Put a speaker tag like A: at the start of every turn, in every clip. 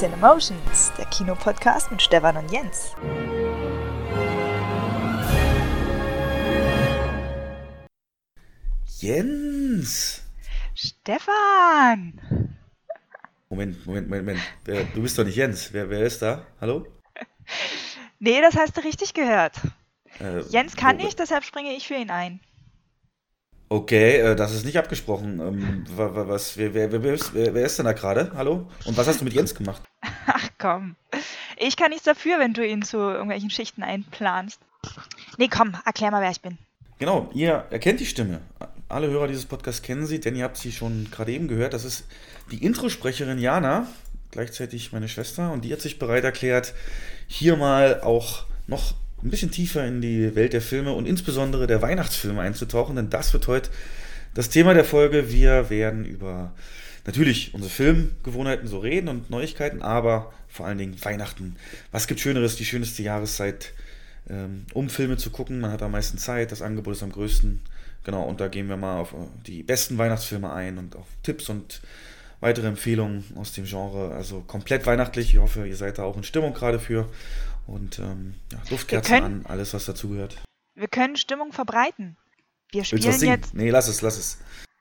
A: Cinemotions, der Kinopodcast mit Stefan und Jens.
B: Jens!
A: Stefan!
B: Moment. Du bist doch nicht Jens. Wer ist da? Hallo?
A: Nee, das hast du richtig gehört. Jens kann nicht, deshalb springe ich für ihn ein.
B: Okay, das ist nicht abgesprochen. Wer ist denn da gerade? Hallo? Und was hast du mit Jens gemacht?
A: Ach komm, ich kann nichts dafür, wenn du ihn zu irgendwelchen Schichten einplanst. Nee, komm, erklär mal, wer ich bin.
B: Genau, ihr erkennt die Stimme. Alle Hörer dieses Podcasts kennen sie, denn ihr habt sie schon gerade eben gehört. Das ist die Introsprecherin Jana, gleichzeitig meine Schwester. Und die hat sich bereit erklärt, hier mal auch noch ein bisschen tiefer in die Welt der Filme und insbesondere der Weihnachtsfilme einzutauchen, denn das wird heute das Thema der Folge. Wir werden über natürlich unsere Filmgewohnheiten so reden und Neuigkeiten, aber vor allen Dingen Weihnachten. Was gibt Schöneres, die schönste Jahreszeit, um Filme zu gucken? Man hat am meisten Zeit, das Angebot ist am größten. Genau, und da gehen wir mal auf die besten Weihnachtsfilme ein und auf Tipps und weitere Empfehlungen aus dem Genre. Also komplett weihnachtlich. Ich hoffe, ihr seid da auch in Stimmung gerade für. Und Duftkerzen an, alles was dazugehört.
A: Wir können Stimmung verbreiten. Wir spielen
B: Willst du was singen?
A: jetzt...
B: Nee, lass es.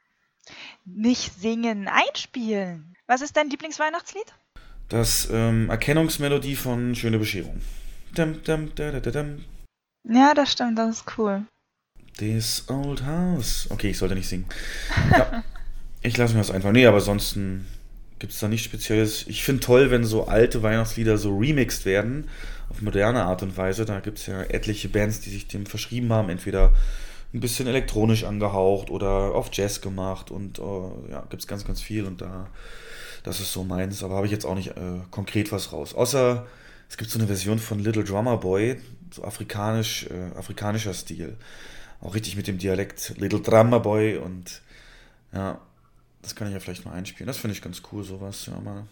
A: Nicht singen, einspielen. Was ist dein Lieblingsweihnachtslied?
B: Das Erkennungsmelodie von Schöne Bescherung. Dum, dum, da, da, da, dum.
A: Ja, das stimmt, das ist cool.
B: This old house. Okay, ich sollte nicht singen. Ja, ich lasse mir das einfach. Nee, aber ansonsten gibt es da nichts Spezielles. Ich finde toll, wenn so alte Weihnachtslieder so remixed werden, auf moderne Art und Weise. Da gibt es ja etliche Bands, die sich dem verschrieben haben, entweder ein bisschen elektronisch angehaucht oder auf Jazz gemacht und gibt es ganz, ganz viel und das ist so meins, aber habe ich jetzt auch nicht konkret was raus. Außer es gibt so eine Version von Little Drummer Boy, so afrikanischer Stil. Auch richtig mit dem Dialekt Little Drummer Boy und ja, das kann ich ja vielleicht mal einspielen. Das finde ich ganz cool, sowas. Ja, mal.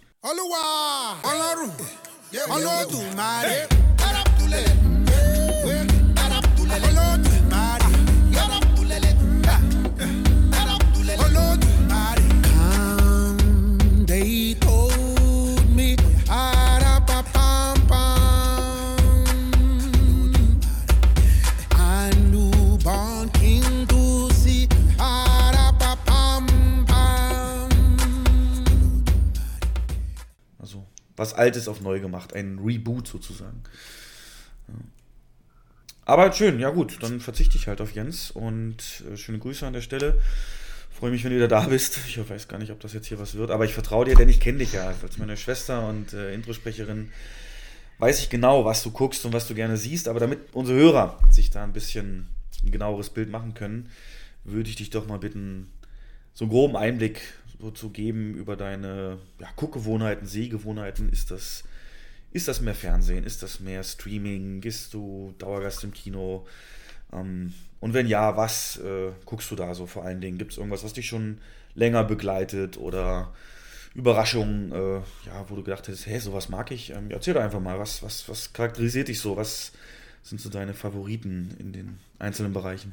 B: Was Altes auf neu gemacht, ein Reboot sozusagen. Ja. Aber schön, ja gut, dann verzichte ich halt auf Jens und schöne Grüße an der Stelle. Freue mich, wenn du wieder da bist. Ich weiß gar nicht, ob das jetzt hier was wird, aber ich vertraue dir, denn ich kenne dich ja. Als meine Schwester und Introsprecherin weiß ich genau, was du guckst und was du gerne siehst, aber damit unsere Hörer sich da ein bisschen ein genaueres Bild machen können, würde ich dich doch mal bitten, so einen groben Einblick so zu geben über deine Guckgewohnheiten, Sehgewohnheiten. Ist das mehr Fernsehen? Ist das mehr Streaming? Bist du Dauergast im Kino? Und wenn ja, was guckst du da so vor allen Dingen? Gibt es irgendwas, was dich schon länger begleitet oder Überraschungen, wo du gedacht hast, hey, sowas mag ich? Erzähl doch einfach mal, was charakterisiert dich so? Was sind so deine Favoriten in den einzelnen Bereichen?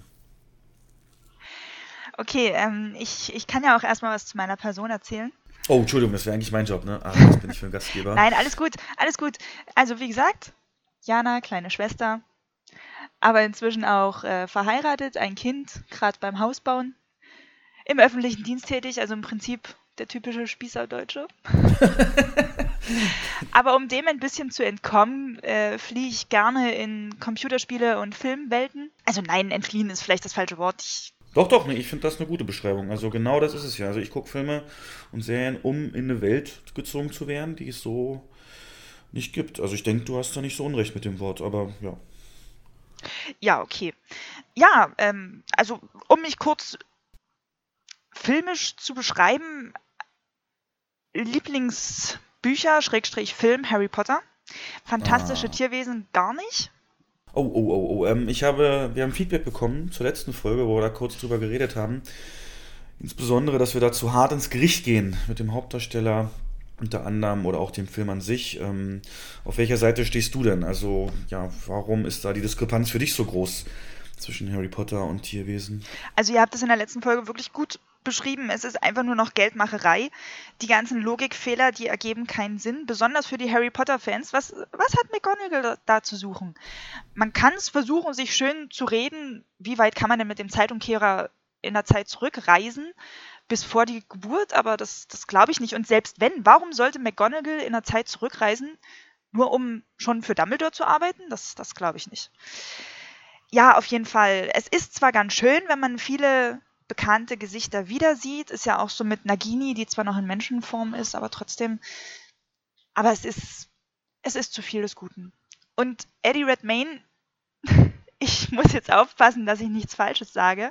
A: Okay, ich kann ja auch erstmal was zu meiner Person erzählen.
B: Oh, Entschuldigung, das wäre eigentlich mein Job, ne? Was bin ich für ein Gastgeber?
A: Nein, alles gut. Also wie gesagt, Jana, kleine Schwester, aber inzwischen auch verheiratet, ein Kind, gerade beim Hausbauen, im öffentlichen Dienst tätig, also im Prinzip der typische Spießerdeutsche. Aber um dem ein bisschen zu entkommen, fliehe ich gerne in Computerspiele und Filmwelten. Also nein, entfliehen ist vielleicht das falsche Wort.
B: Doch, nee, ich finde das eine gute Beschreibung. Also genau das ist es ja. Also ich gucke Filme und Serien, um in eine Welt gezogen zu werden, die es so nicht gibt. Also ich denke, du hast da nicht so Unrecht mit dem Wort, aber ja.
A: Ja, okay. Ja, also um mich kurz filmisch zu beschreiben, Lieblingsbücher, Film, Harry Potter. Fantastische Tierwesen gar nicht.
B: Oh. Wir haben Feedback bekommen zur letzten Folge, wo wir da kurz drüber geredet haben. Insbesondere, dass wir da zu hart ins Gericht gehen mit dem Hauptdarsteller unter anderem oder auch dem Film an sich. Auf welcher Seite stehst du denn? Also, ja, warum ist da die Diskrepanz für dich so groß zwischen Harry Potter und Tierwesen?
A: Also, ihr habt es in der letzten Folge wirklich gut beschrieben, es ist einfach nur noch Geldmacherei. Die ganzen Logikfehler, die ergeben keinen Sinn, besonders für die Harry Potter-Fans. Was hat McGonagall da zu suchen? Man kann es versuchen, sich schön zu reden, wie weit kann man denn mit dem Zeitumkehrer in der Zeit zurückreisen, bis vor die Geburt, aber das glaube ich nicht. Und selbst wenn, warum sollte McGonagall in der Zeit zurückreisen, nur um schon für Dumbledore zu arbeiten? Das glaube ich nicht. Ja, auf jeden Fall. Es ist zwar ganz schön, wenn man viele bekannte Gesichter wieder sieht, ist ja auch so mit Nagini, die zwar noch in Menschenform ist, aber trotzdem, aber es ist zu viel des Guten. Und Eddie Redmayne, ich muss jetzt aufpassen, dass ich nichts Falsches sage.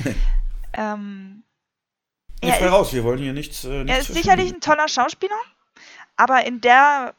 B: Nee, frei raus, wir wollen hier nichts
A: er ist sicherlich ein toller Schauspieler, aber in der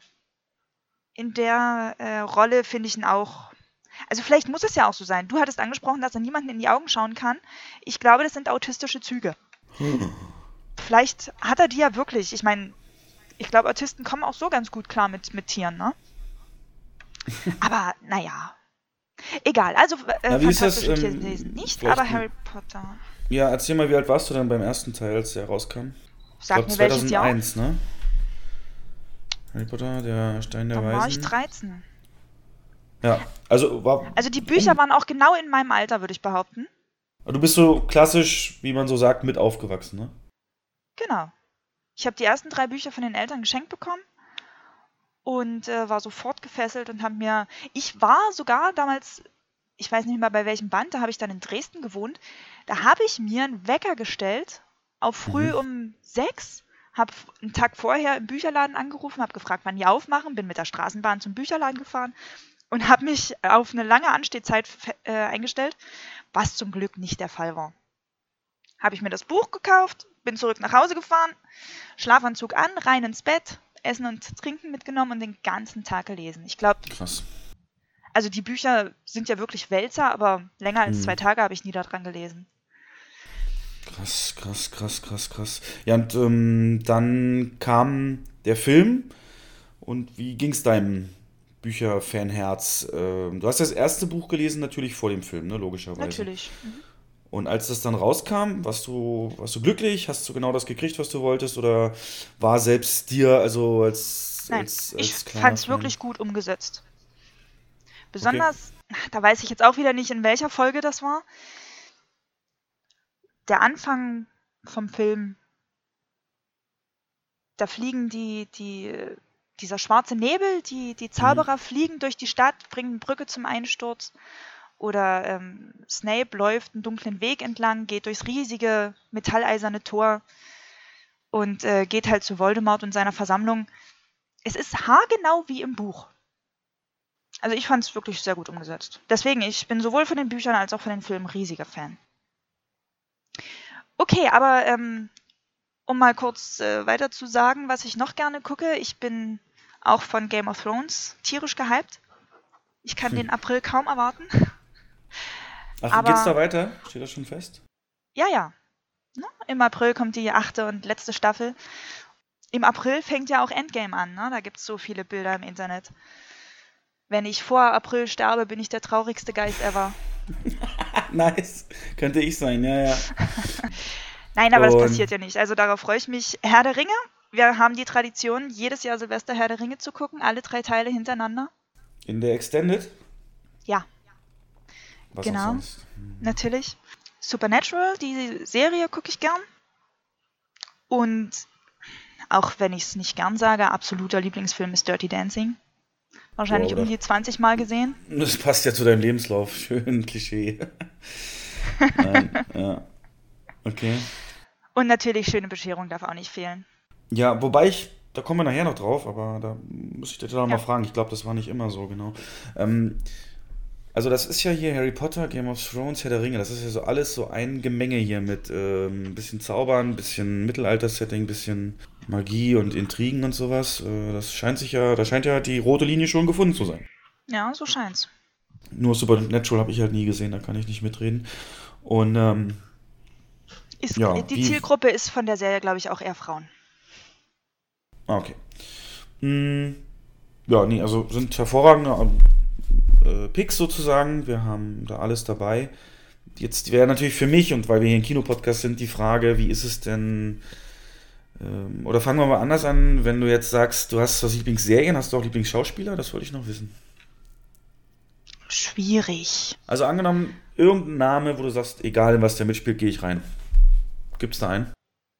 A: Rolle finde ich ihn auch. Also vielleicht muss es ja auch so sein. Du hattest angesprochen, dass er niemanden in die Augen schauen kann. Ich glaube, das sind autistische Züge. Vielleicht hat er die ja wirklich. Ich meine, ich glaube, Autisten kommen auch so ganz gut klar mit Tieren, ne? Aber, naja. Egal, also fantastische Tiere lesen nicht, aber Harry Potter.
B: Ja, erzähl mal, wie alt warst du dann beim ersten Teil, als der rauskam?
A: Sag mir, welches Jahr?
B: 2001, ne? Harry Potter, der Stein der Weisen.
A: Da war ich 13.
B: Ja, also
A: die Bücher waren auch genau in meinem Alter, würde ich behaupten.
B: Du bist so klassisch, wie man so sagt, mit aufgewachsen, ne?
A: Genau. Ich habe die ersten 3 Bücher von den Eltern geschenkt bekommen und war sofort gefesselt und ich war sogar damals, ich weiß nicht mehr bei welchem Band, da habe ich dann in Dresden gewohnt, da habe ich mir einen Wecker gestellt, auf früh um 6, habe einen Tag vorher im Bücherladen angerufen, habe gefragt, wann die aufmachen, bin mit der Straßenbahn zum Bücherladen gefahren und habe mich auf eine lange Anstehzeit eingestellt, was zum Glück nicht der Fall war. Habe ich mir das Buch gekauft, bin zurück nach Hause gefahren, Schlafanzug an, rein ins Bett, Essen und Trinken mitgenommen und den ganzen Tag gelesen. Ich glaube,
B: krass.
A: Also die Bücher sind ja wirklich Wälzer, aber länger als 2 Tage habe ich nie daran gelesen.
B: Krass. Ja, und dann kam der Film. Und wie ging es deinem Bücherfanherz? Du hast das erste Buch gelesen, natürlich vor dem Film, ne, logischerweise.
A: Natürlich. Mhm.
B: Und als das dann rauskam, warst du glücklich? Hast du genau das gekriegt, was du wolltest? Oder war selbst dir, also
A: Nein, ich fand es wirklich gut umgesetzt. Besonders, Da weiß ich jetzt auch wieder nicht, in welcher Folge das war. Der Anfang vom Film, da fliegen dieser schwarze Nebel, die Zauberer fliegen durch die Stadt, bringen eine Brücke zum Einsturz. Oder Snape läuft einen dunklen Weg entlang, geht durchs riesige metalleiserne Tor und geht halt zu Voldemort und seiner Versammlung. Es ist haargenau wie im Buch. Also ich fand es wirklich sehr gut umgesetzt. Deswegen, ich bin sowohl von den Büchern als auch von den Filmen riesiger Fan. Okay, aber um mal kurz weiter zu sagen, was ich noch gerne gucke, ich bin auch von Game of Thrones tierisch gehypt. Ich kann den April kaum erwarten.
B: Ach, geht's da weiter? Steht das schon fest?
A: Ja. Ne? Im April kommt die 8. und letzte Staffel. Im April fängt ja auch Endgame an, ne? Da gibt es so viele Bilder im Internet. Wenn ich vor April sterbe, bin ich der traurigste Geist ever.
B: Nice. Könnte ich sein, ja.
A: Nein, aber das passiert ja nicht. Also darauf freue ich mich. Herr der Ringe. Wir haben die Tradition, jedes Jahr Silvester Herr der Ringe zu gucken. Alle 3 Teile hintereinander.
B: In der Extended?
A: Ja.
B: Was
A: genau.
B: auch sonst?
A: Natürlich. Supernatural, die Serie gucke ich gern. Und auch wenn ich es nicht gern sage, absoluter Lieblingsfilm ist Dirty Dancing. Wahrscheinlich um die 20 Mal gesehen.
B: Das passt ja zu deinem Lebenslauf. Schön Klischee. Nein, ja. Okay.
A: Und natürlich Schöne Bescherung darf auch nicht fehlen.
B: Ja, wobei da kommen wir nachher noch drauf, aber da muss ich dich noch mal fragen. Ich glaube, das war nicht immer so, genau. Also das ist ja hier Harry Potter, Game of Thrones, Herr der Ringe. Das ist ja so alles so ein Gemenge hier mit ein bisschen Zaubern, ein bisschen Mittelalter-Setting, ein bisschen Magie und Intrigen und sowas. Da scheint ja die rote Linie schon gefunden zu sein.
A: Ja, so scheint's.
B: Nur Supernatural habe ich halt nie gesehen, da kann ich nicht mitreden. Und
A: die Zielgruppe ist von der Serie, glaube ich, auch eher Frauen.
B: Okay. Ja, nee, also sind hervorragende Picks sozusagen. Wir haben da alles dabei. Jetzt wäre natürlich für mich, und weil wir hier im Kinopodcast sind, die Frage, wie ist es denn, oder fangen wir mal anders an, wenn du jetzt sagst, du hast was Lieblingsserien, hast du auch Lieblingsschauspieler? Das wollte ich noch wissen.
A: Schwierig.
B: Also angenommen, irgendein Name, wo du sagst, egal in was der mitspielt, gehe ich rein. Gibt's da einen?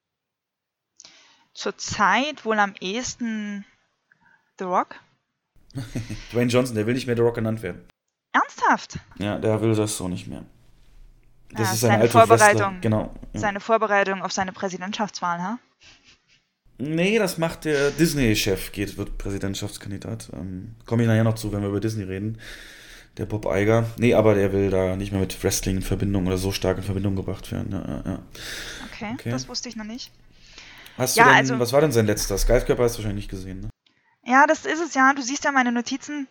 A: Zurzeit wohl am ehesten The Rock.
B: Dwayne Johnson, der will nicht mehr The Rock genannt werden.
A: Ernsthaft?
B: Ja, der will das so nicht mehr. Das
A: Ja,
B: ist ein
A: seine
B: alter Wrestler.
A: Vorbereitung.
B: Genau. Ja.
A: Seine Vorbereitung auf seine Präsidentschaftswahl, ha?
B: Nee, das macht der Disney-Chef, wird Präsidentschaftskandidat. Komme ich nachher noch zu, wenn wir über Disney reden. Der Bob Iger. Nee, aber der will da nicht mehr mit Wrestling in Verbindung oder so stark in Verbindung gebracht werden. Ja.
A: Okay, das wusste ich noch nicht.
B: Hast
A: Ja,
B: du denn,
A: also-
B: was war denn sein letzter? Skyscraper hast du wahrscheinlich nicht gesehen, ne?
A: Ja, das ist es ja. Du siehst ja meine Notizen.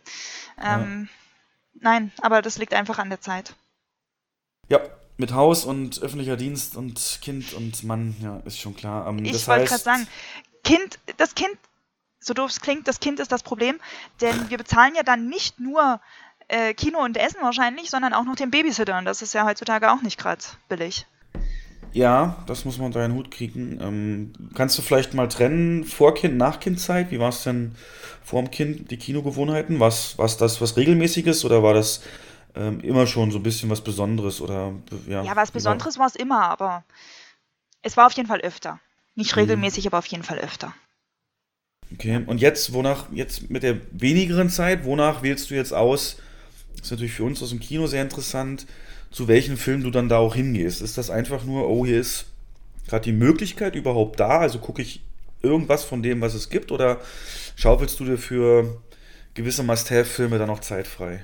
A: Nein, aber das liegt einfach an der Zeit.
B: Ja, mit Haus und öffentlicher Dienst und Kind und Mann, ja, ist schon klar.
A: Ich
B: Das
A: wollte gerade
B: heißt,
A: sagen, das Kind, so doof es klingt, das Kind ist das Problem, denn wir bezahlen ja dann nicht nur Kino und Essen wahrscheinlich, sondern auch noch den Babysitter und das ist ja heutzutage auch nicht gerade billig.
B: ja, das muss man unter einen Hut kriegen. Kannst du vielleicht mal trennen, Vorkind, Nachkindzeit? Wie war es denn vor dem Kind, die Kinogewohnheiten? War das was Regelmäßiges oder war das immer schon so ein bisschen was Besonderes? Oder,
A: Ja, was Besonderes war es immer, aber es war auf jeden Fall öfter. Nicht regelmäßig, aber auf jeden Fall öfter.
B: Okay, und jetzt mit der wenigeren Zeit, wonach wählst du jetzt aus? Das ist natürlich für uns aus dem Kino sehr interessant, zu welchen Filmen du dann da auch hingehst. Ist das einfach nur, oh, hier ist gerade die Möglichkeit überhaupt da, also gucke ich irgendwas von dem, was es gibt, oder schaufelst du dir für gewisse Must-Have-Filme dann auch Zeit frei?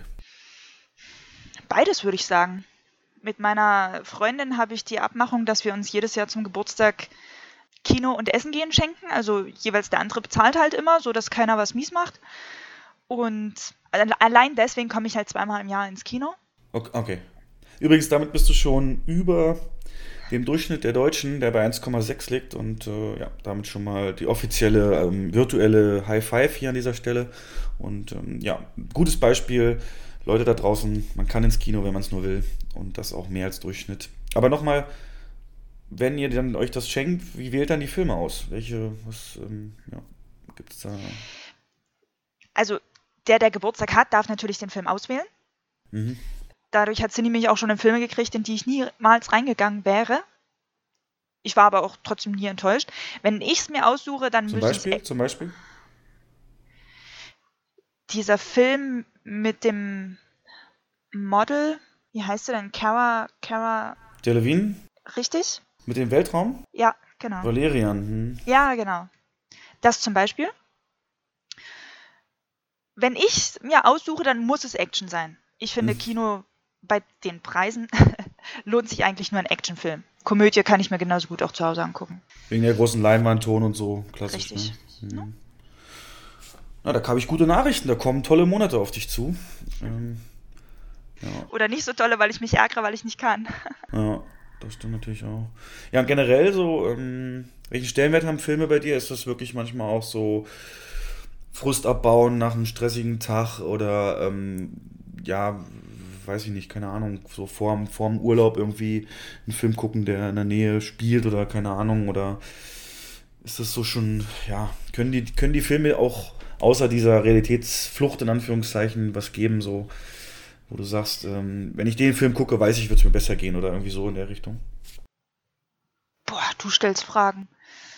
A: Beides würde ich sagen. Mit meiner Freundin habe ich die Abmachung, dass wir uns jedes Jahr zum Geburtstag Kino und Essen gehen schenken. Also jeweils der andere bezahlt halt immer, so dass keiner was mies macht. Und allein deswegen komme ich halt 2-mal im Jahr ins Kino.
B: Okay. Übrigens, damit bist du schon über dem Durchschnitt der Deutschen, der bei 1,6 liegt und ja, damit schon mal die offizielle virtuelle High Five hier an dieser Stelle. Und ja, gutes Beispiel, Leute da draußen, man kann ins Kino, wenn man es nur will und das auch mehr als Durchschnitt. Aber nochmal, wenn ihr dann euch das schenkt, wie wählt dann die Filme aus? Ja, gibt es da?
A: Also der Geburtstag hat, darf natürlich den Film auswählen.
B: Mhm.
A: Dadurch hat sie nämlich auch schon in Filme gekriegt, in die ich niemals reingegangen wäre. Ich war aber auch trotzdem nie enttäuscht. Wenn ich es mir aussuche, dann
B: Zum Beispiel?
A: Dieser Film mit dem Model, wie heißt der denn? Cara,
B: Delevingne?
A: richtig?
B: Mit dem Weltraum?
A: Ja, genau.
B: Valerian.
A: Ja, genau. Das zum Beispiel. Wenn ich es mir aussuche, dann muss es Action sein. Ich finde, Kino bei den Preisen lohnt sich eigentlich nur ein Actionfilm. Komödie kann ich mir genauso gut auch zu Hause angucken.
B: Wegen der großen Leinwand, Ton und so. Klassisch,
A: Richtig.
B: Ne? Mhm. Na, da habe ich gute Nachrichten. Da kommen tolle Monate auf dich zu. Ja.
A: Oder nicht so tolle, weil ich mich ärgere, weil ich nicht kann.
B: Ja, das stimmt natürlich auch. Ja, und generell so, welchen Stellenwert haben Filme bei dir? Ist das wirklich manchmal auch so Frust abbauen nach einem stressigen Tag oder ja, weiß ich nicht, keine Ahnung, so vorm Urlaub irgendwie einen Film gucken, der in der Nähe spielt oder keine Ahnung, oder ist das so schon, ja, können die Filme auch außer dieser Realitätsflucht in Anführungszeichen was geben, so, wo du sagst, wenn ich den Film gucke, weiß ich, wird es mir besser gehen oder irgendwie so in der Richtung?
A: Boah, du stellst Fragen.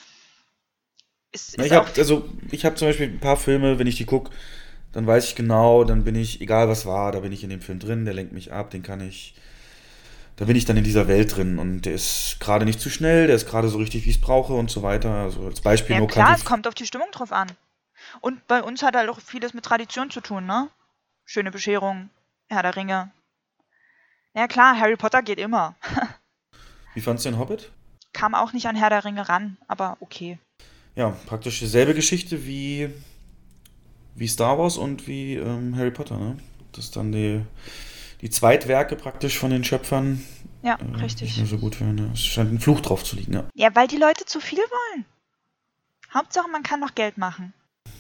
B: Ich habe zum Beispiel ein paar Filme, wenn ich die gucke, dann weiß ich genau, dann bin ich, egal was war, da bin ich in dem Film drin, der lenkt mich ab, da bin ich dann in dieser Welt drin und der ist gerade nicht zu schnell, der ist gerade so richtig, wie ich es brauche und so weiter. Also als Beispiel
A: Ja
B: nur
A: klar, es kommt auf die Stimmung drauf an. Und bei uns hat halt auch vieles mit Tradition zu tun, ne? Schöne Bescherung, Herr der Ringe. Ja klar, Harry Potter geht immer.
B: Wie fandst du den Hobbit?
A: Kam auch nicht an Herr der Ringe ran, aber okay.
B: Ja, praktisch dieselbe Geschichte wie Star Wars und wie Harry Potter, ne? Das ist dann die Zweitwerke praktisch von den Schöpfern.
A: Ja,
B: Nicht
A: richtig.
B: mehr so gut werden. Ja. Es scheint ein Fluch drauf zu liegen, ja.
A: Ja, weil die Leute zu viel wollen. Hauptsache, man kann noch Geld machen.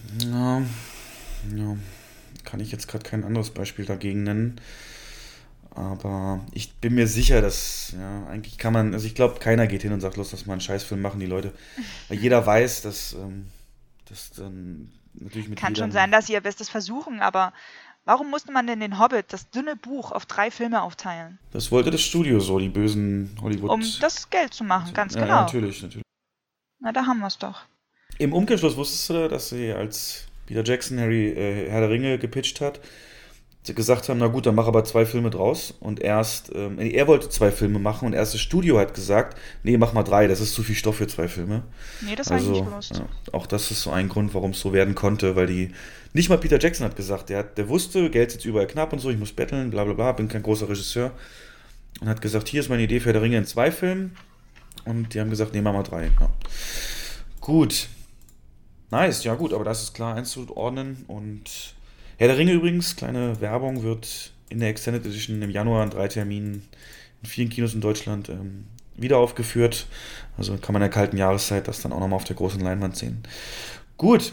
B: Ja, kann ich jetzt gerade kein anderes Beispiel dagegen nennen. Aber ich bin mir sicher, dass, ja, eigentlich kann man, also ich glaube, keiner geht hin und sagt, los, lass mal einen Scheißfilm machen, die Leute. Weil jeder weiß, dass das dann natürlich mit
A: Kann schon
B: jedem.
A: sein, dass sie ihr Bestes versuchen, aber warum musste man denn den Hobbit, das dünne Buch, auf 3 Filme aufteilen?
B: Das wollte das Studio so, die bösen
A: Um
B: Hollywood.
A: das Geld zu machen, ganz
B: Ja, ja,
A: genau.
B: natürlich, natürlich.
A: Na, da haben wir es doch.
B: Im Umkehrschluss wusstest du, dass sie, als Peter Jackson Herr der Ringe gepitcht hat, sie gesagt haben, na gut, dann mach aber 2 Filme draus. Und er wollte 2 Filme machen und erst das Studio hat gesagt, nee, mach mal 3, das ist zu viel Stoff für 2 Filme.
A: Nee, das habe ich nicht
B: Also,
A: gewusst.
B: ja, auch das ist so ein Grund, warum es so werden konnte, weil nicht mal Peter Jackson hat gesagt, der wusste, Geld ist jetzt überall knapp und so, ich muss betteln, bla bla bla, bin kein großer Regisseur. Und hat gesagt, hier ist meine Idee für Herr der Ringe in 2 Filmen. Und die haben gesagt, nee, mach mal 3. Ja. Gut. Nice, ja gut, aber das ist klar einzuordnen. Und Herr der Ringe übrigens, kleine Werbung, wird in der Extended Edition im Januar an 3 Terminen in vielen Kinos in Deutschland wieder aufgeführt. Also kann man in der kalten Jahreszeit das dann auch nochmal auf der großen Leinwand sehen. Gut,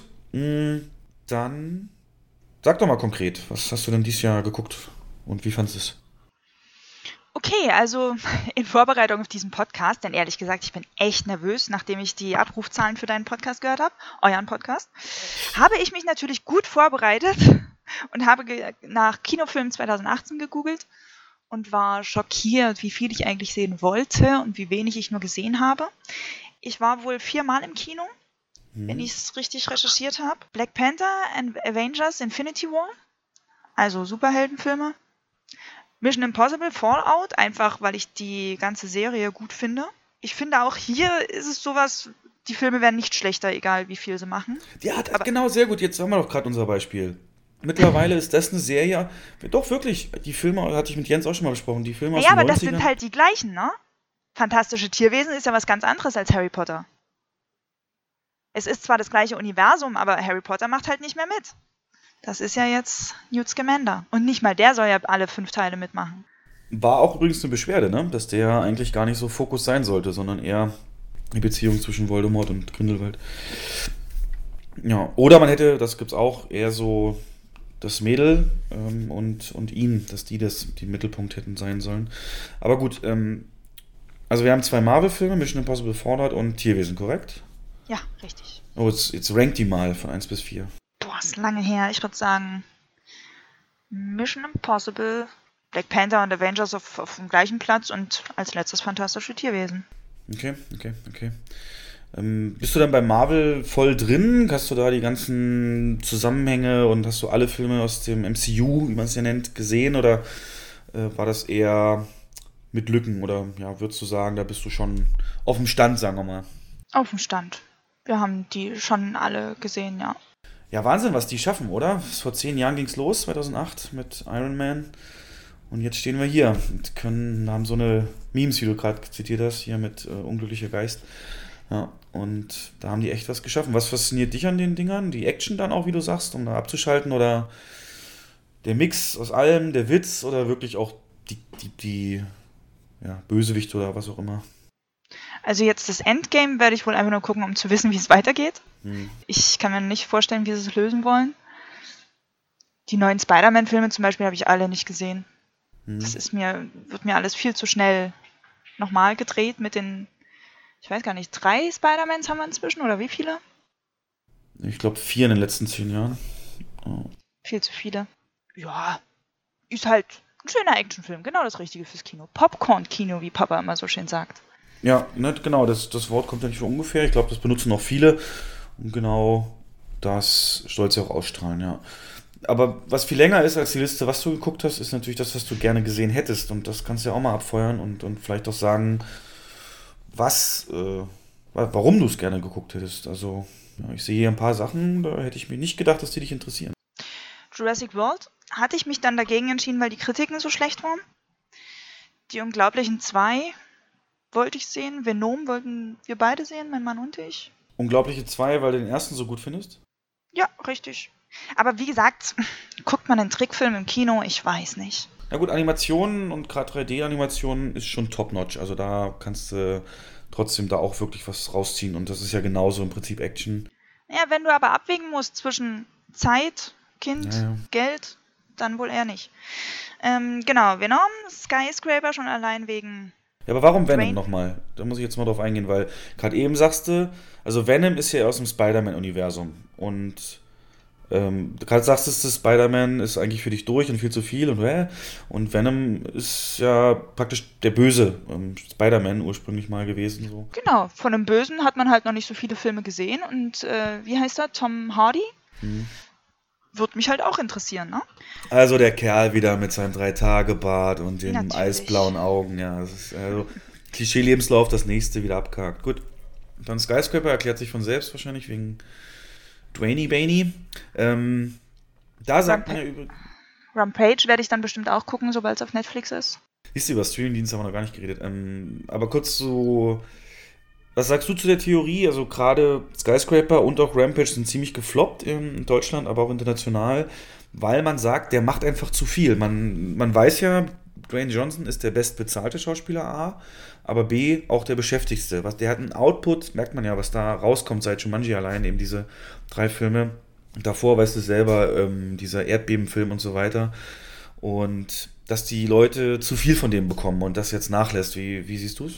B: dann sag doch mal konkret, was hast du denn dieses Jahr geguckt und wie fandest du es?
A: Okay, also in Vorbereitung auf diesen Podcast, denn ehrlich gesagt, ich bin echt nervös, nachdem ich die Abrufzahlen für deinen Podcast gehört habe, euren Podcast, habe ich mich natürlich gut vorbereitet und habe nach Kinofilmen 2018 gegoogelt und war schockiert, wie viel ich eigentlich sehen wollte und wie wenig ich nur gesehen habe. Ich war wohl 4 Mal im Kino, wenn ich es richtig recherchiert habe. Black Panther and Avengers Infinity War, also Superheldenfilme. Mission Impossible Fallout, einfach weil ich die ganze Serie gut finde. Ich finde auch hier ist es sowas, die Filme werden nicht schlechter, egal wie viel sie machen.
B: Ja, genau, sehr gut. Jetzt haben wir doch gerade unser Beispiel. Mittlerweile ist das eine Serie, doch wirklich, die Filme, hatte ich mit Jens auch schon mal besprochen, die Filme aus
A: Ja,
B: den
A: aber
B: 90ern.
A: das sind halt die gleichen, ne? Fantastische Tierwesen ist ja was ganz anderes als Harry Potter. Es ist zwar das gleiche Universum, aber Harry Potter macht halt nicht mehr mit. Das ist ja jetzt Newt Scamander. Und nicht mal der soll ja alle 5 Teile mitmachen.
B: War auch übrigens eine Beschwerde, ne? Dass der eigentlich gar nicht so Fokus sein sollte, sondern eher die Beziehung zwischen Voldemort und Grindelwald. Ja, oder man hätte, das gibt's auch, eher so das Mädel und ihn, dass die Mittelpunkt hätten sein sollen. Aber gut, also wir haben 2 Marvel-Filme, Mission Impossible Fallout und Tierwesen, korrekt?
A: Ja, richtig.
B: Oh, jetzt rankt die mal von 1 bis 4.
A: Boah, ist lange her. Ich würde sagen Mission Impossible, Black Panther und Avengers auf dem gleichen Platz und als letztes Fantastische Tierwesen.
B: Okay. Bist du dann bei Marvel voll drin? Hast du da die ganzen Zusammenhänge und hast du alle Filme aus dem MCU, wie man es ja nennt, gesehen? Oder war das eher mit Lücken? Oder ja, würdest du sagen, da bist du schon auf dem Stand, sagen wir mal?
A: Auf dem Stand. Wir haben die schon alle gesehen, ja.
B: Ja, Wahnsinn, was die schaffen, oder? Vor 10 Jahren ging es los, 2008, mit Iron Man. Und jetzt stehen wir hier und haben so eine Memes, wie du gerade zitiert hast, hier mit Unglücklicher Geist. Ja, und da haben die echt was geschaffen. Was fasziniert dich an den Dingern? Die Action dann auch, wie du sagst, um da abzuschalten? Oder der Mix aus allem, der Witz oder wirklich auch die Bösewicht oder was auch immer?
A: Also jetzt das Endgame werde ich wohl einfach nur gucken, um zu wissen, wie es weitergeht. Ich kann mir nicht vorstellen, wie sie es lösen wollen. Die neuen Spider-Man-Filme zum Beispiel habe ich alle nicht gesehen. Das wird mir alles viel zu schnell nochmal gedreht mit den, ich weiß gar nicht, 3 Spider-Mans haben wir inzwischen oder wie viele?
B: Ich glaube 4 in den letzten 10 Jahren. Oh.
A: Viel zu viele. Ja, ist halt ein schöner Actionfilm, genau das Richtige fürs Kino. Popcorn-Kino, wie Papa immer so schön sagt.
B: Ja, ne, genau, das Wort kommt ja nicht von ungefähr. Ich glaube, das benutzen auch viele. Und genau das soll es ja auch ausstrahlen, ja. Aber was viel länger ist als die Liste, was du geguckt hast, ist natürlich das, was du gerne gesehen hättest. Und das kannst du ja auch mal abfeuern und vielleicht auch sagen, warum du es gerne geguckt hättest. Also, ja, ich sehe hier ein paar Sachen, da hätte ich mir nicht gedacht, dass die dich interessieren.
A: Jurassic World hatte ich mich dann dagegen entschieden, weil die Kritiken so schlecht waren. Die Unglaublichen 2 wollte ich sehen. Venom wollten wir beide sehen, mein Mann und ich.
B: Unglaubliche 2, weil du den ersten so gut findest?
A: Ja, richtig. Aber wie gesagt, guckt man einen Trickfilm im Kino? Ich weiß nicht.
B: Na gut, Animationen und gerade 3D-Animationen ist schon top-notch. Also da kannst du trotzdem da auch wirklich was rausziehen. Und das ist ja genauso im Prinzip Action.
A: Ja, wenn du aber abwägen musst zwischen Zeit, Kind,
B: Ja.
A: Geld, dann wohl eher nicht. Genau, Venom, Skyscraper schon allein wegen...
B: Ja, aber warum Venom
A: Dwayne?
B: nochmal? Da muss ich jetzt mal drauf eingehen, weil gerade eben sagst du, also Venom ist ja aus dem Spider-Man-Universum und du gerade sagst, das Spider-Man ist eigentlich für dich durch und viel zu viel und Venom ist ja praktisch der böse Spider-Man ursprünglich mal gewesen. So.
A: Genau, von dem Bösen hat man halt noch nicht so viele Filme gesehen und wie heißt er? Tom Hardy? Würde mich halt auch interessieren, ne?
B: Also der Kerl wieder mit seinem 3-Tage-Bart und den
A: Natürlich.
B: eisblauen Augen, ja, das ist also Klischee-Lebenslauf, das nächste wieder abgehakt. Gut, dann Skyscraper erklärt sich von selbst wahrscheinlich wegen Dwayne Baney. Da sagt man ja übrigens...
A: Rampage werde ich dann bestimmt auch gucken, sobald es auf Netflix ist.
B: Siehst du, über Streamingdienst haben wir noch gar nicht geredet. Aber kurz so, was sagst du zu der Theorie? Also gerade Skyscraper und auch Rampage sind ziemlich gefloppt in Deutschland, aber auch international, weil man sagt, der macht einfach zu viel. Man weiß ja, Dwayne Johnson ist der bestbezahlte Schauspieler A, aber B auch der beschäftigste. Der hat einen Output, merkt man ja, was da rauskommt seit Jumanji allein, eben diese 3 Filme. Davor, weißt du selber, dieser Erdbebenfilm und so weiter. Und dass die Leute zu viel von dem bekommen und das jetzt nachlässt. Wie siehst du es?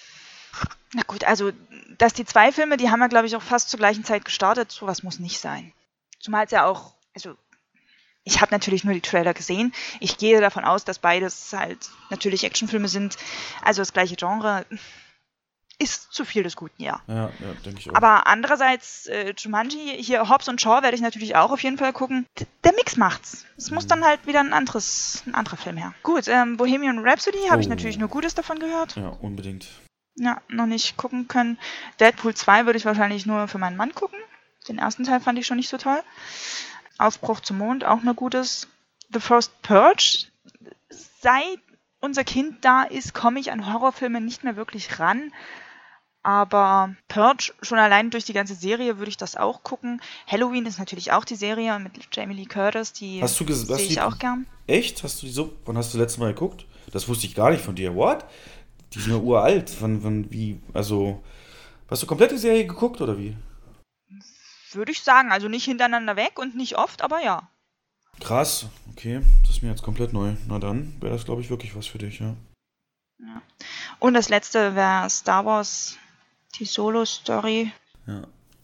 A: Na gut, also, dass die 2 Filme, die haben ja, glaube ich, auch fast zur gleichen Zeit gestartet. Sowas muss nicht sein. Zumal es ja auch, also, ich habe natürlich nur die Trailer gesehen. Ich gehe davon aus, dass beides halt natürlich Actionfilme sind. Also das gleiche Genre ist zu viel des Guten, ja.
B: Ja, denke ich auch.
A: Aber andererseits, Jumanji, hier Hobbs und Shaw werde ich natürlich auch auf jeden Fall gucken. Der Mix macht's. Es muss dann halt wieder ein anderer Film her. Gut, Bohemian Rhapsody habe ich natürlich nur Gutes davon gehört.
B: Ja, unbedingt.
A: Ja, noch nicht gucken können. Deadpool 2 würde ich wahrscheinlich nur für meinen Mann gucken. Den ersten Teil fand ich schon nicht so toll. Aufbruch zum Mond, auch nur Gutes. The First Purge. Seit unser Kind da ist, komme ich an Horrorfilme nicht mehr wirklich ran. Aber Purge, schon allein durch die ganze Serie würde ich das auch gucken. Halloween ist natürlich auch die Serie mit Jamie Lee Curtis, die sehe ich auch gern.
B: Echt? Hast du die so? Wann hast du das letzte Mal geguckt? Das wusste ich gar nicht von dir. What? Die sind ja uralt. Wie? Also, hast du komplett die Serie geguckt oder wie?
A: Würde ich sagen, also nicht hintereinander weg und nicht oft, aber ja.
B: Krass, okay. Das ist mir jetzt komplett neu. Na dann wäre das, glaube ich, wirklich was für dich, ja.
A: Und das letzte wäre Star Wars, die Solo-Story.
B: Ja.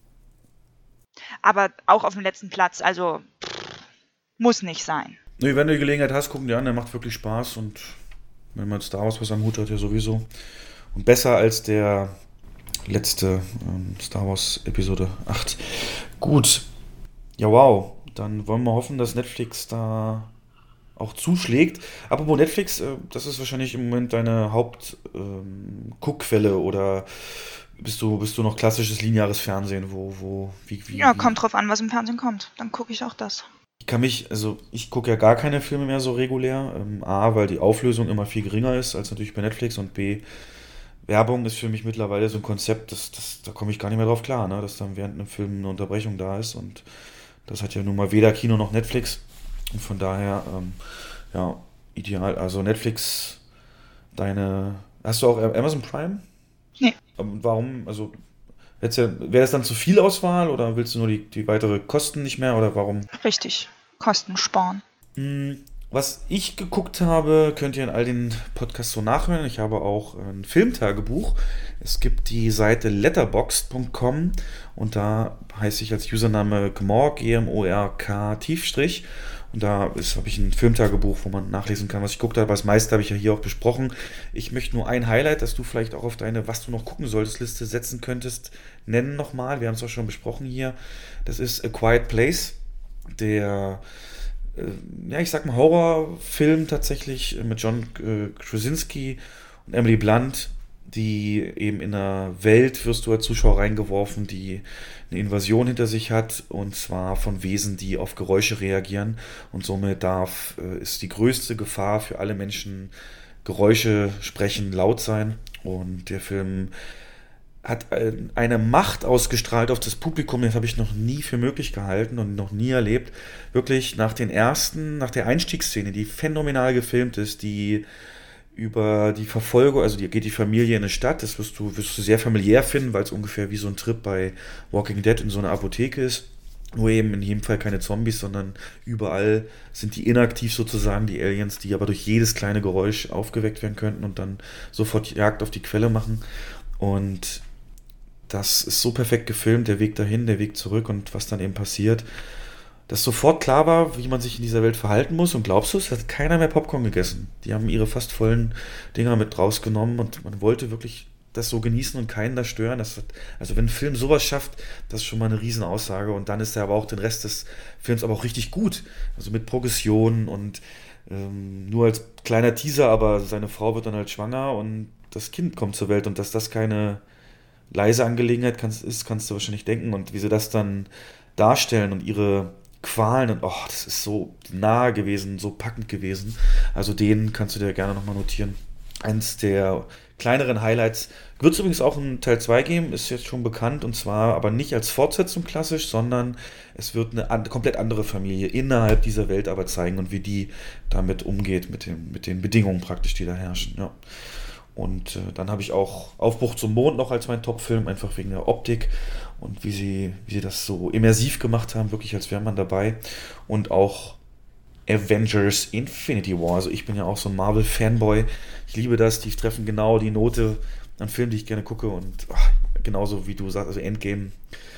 A: Aber auch auf dem letzten Platz, also muss nicht sein.
B: Nee, wenn du die Gelegenheit hast, gucken die an, der macht wirklich Spaß und wenn man Star Wars was am Hut hat, ja sowieso. Und besser als der letzte Star Wars Episode 8. Gut. Ja, wow. Dann wollen wir hoffen, dass Netflix da auch zuschlägt. Apropos Netflix, das ist wahrscheinlich im Moment deine Haupt-Guckquelle oder bist du noch klassisches lineares Fernsehen,
A: Ja, kommt drauf an, was im Fernsehen kommt. Dann gucke ich auch das.
B: Ich gucke ja gar keine Filme mehr so regulär. A, weil die Auflösung immer viel geringer ist als natürlich bei Netflix und B, Werbung ist für mich mittlerweile so ein Konzept, da komme ich gar nicht mehr drauf klar, ne? Dass dann während einem Film eine Unterbrechung da ist und das hat ja nun mal weder Kino noch Netflix und von daher, ja, ideal. Also Netflix, hast du auch Amazon Prime?
A: Nee.
B: Warum, also wäre das dann zu viel Auswahl oder willst du nur die weitere Kosten nicht mehr oder warum?
A: Richtig, Kosten sparen.
B: Was ich geguckt habe, könnt ihr in all den Podcasts so nachhören. Ich habe auch ein Filmtagebuch. Es gibt die Seite letterboxd.com und da heiße ich als Username Gmork, Gmork Tiefstrich. Und da habe ich ein Filmtagebuch, wo man nachlesen kann, was ich geguckt habe. Das meiste habe ich ja hier auch besprochen. Ich möchte nur ein Highlight, das du vielleicht auch auf deine Was du noch gucken solltest Liste setzen könntest, nennen nochmal. Wir haben es auch schon besprochen hier. Das ist A Quiet Place, der ich sag mal Horrorfilm tatsächlich mit John Krasinski und Emily Blunt, die eben in einer Welt, wirst du als Zuschauer reingeworfen, die eine Invasion hinter sich hat und zwar von Wesen, die auf Geräusche reagieren und somit ist die größte Gefahr für alle Menschen, Geräusche sprechen, laut sein und der Film hat eine Macht ausgestrahlt auf das Publikum, das habe ich noch nie für möglich gehalten und noch nie erlebt. Wirklich nach der Einstiegsszene, die phänomenal gefilmt ist, die über die Verfolgung, also geht die Familie in eine Stadt, das wirst du sehr familiär finden, weil es ungefähr wie so ein Trip bei Walking Dead in so einer Apotheke ist. Nur eben in jedem Fall keine Zombies, sondern überall sind die inaktiv sozusagen, die Aliens, die aber durch jedes kleine Geräusch aufgeweckt werden könnten und dann sofort Jagd auf die Quelle machen. Und das ist so perfekt gefilmt, der Weg dahin, der Weg zurück und was dann eben passiert, dass sofort klar war, wie man sich in dieser Welt verhalten muss. Und glaubst du, es hat keiner mehr Popcorn gegessen. Die haben ihre fast vollen Dinger mit rausgenommen und man wollte wirklich das so genießen und keinen da stören. Also wenn ein Film sowas schafft, das ist schon mal eine Riesenaussage. Und dann ist er aber auch den Rest des Films aber auch richtig gut. Also mit Progression und nur als kleiner Teaser, aber seine Frau wird dann halt schwanger und das Kind kommt zur Welt und dass das keine leise Angelegenheit kannst du wahrscheinlich denken. Und wie sie das dann darstellen und ihre Qualen und das ist so nahe gewesen, so packend gewesen. Also den kannst du dir gerne nochmal notieren. Eins der kleineren Highlights. Wird es übrigens auch einen Teil 2 geben, ist jetzt schon bekannt, und zwar aber nicht als Fortsetzung klassisch, sondern es wird eine komplett andere Familie innerhalb dieser Welt aber zeigen und wie die damit umgeht, mit den Bedingungen praktisch, die da herrschen. Ja. Und dann habe ich auch Aufbruch zum Mond noch als mein Top-Film, einfach wegen der Optik und wie sie das so immersiv gemacht haben, wirklich als wäre man dabei. Und auch Avengers Infinity War. Also ich bin ja auch so ein Marvel-Fanboy. Ich liebe das, die treffen genau die Note an Filmen, die ich gerne gucke und genauso wie du sagst, also Endgame.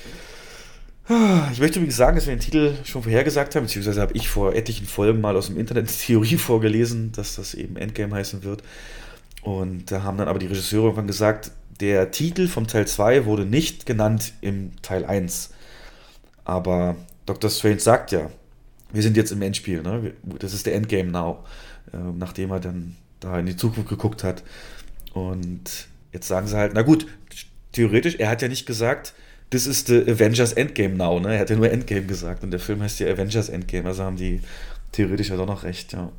B: Ich möchte übrigens sagen, dass wir den Titel schon vorhergesagt haben, beziehungsweise habe ich vor etlichen Folgen mal aus dem Internet die Theorie vorgelesen, dass das eben Endgame heißen wird. Und da haben dann aber die Regisseure irgendwann gesagt, der Titel vom Teil 2 wurde nicht genannt im Teil 1. Aber Dr. Strange sagt ja, wir sind jetzt im Endspiel, ne? Das ist der Endgame now, nachdem er dann da in die Zukunft geguckt hat. Und jetzt sagen sie halt, na gut, theoretisch, er hat ja nicht gesagt, this is the Avengers Endgame now, ne? Er hat ja nur Endgame gesagt und der Film heißt ja Avengers Endgame, also haben die theoretisch ja doch noch recht, ja.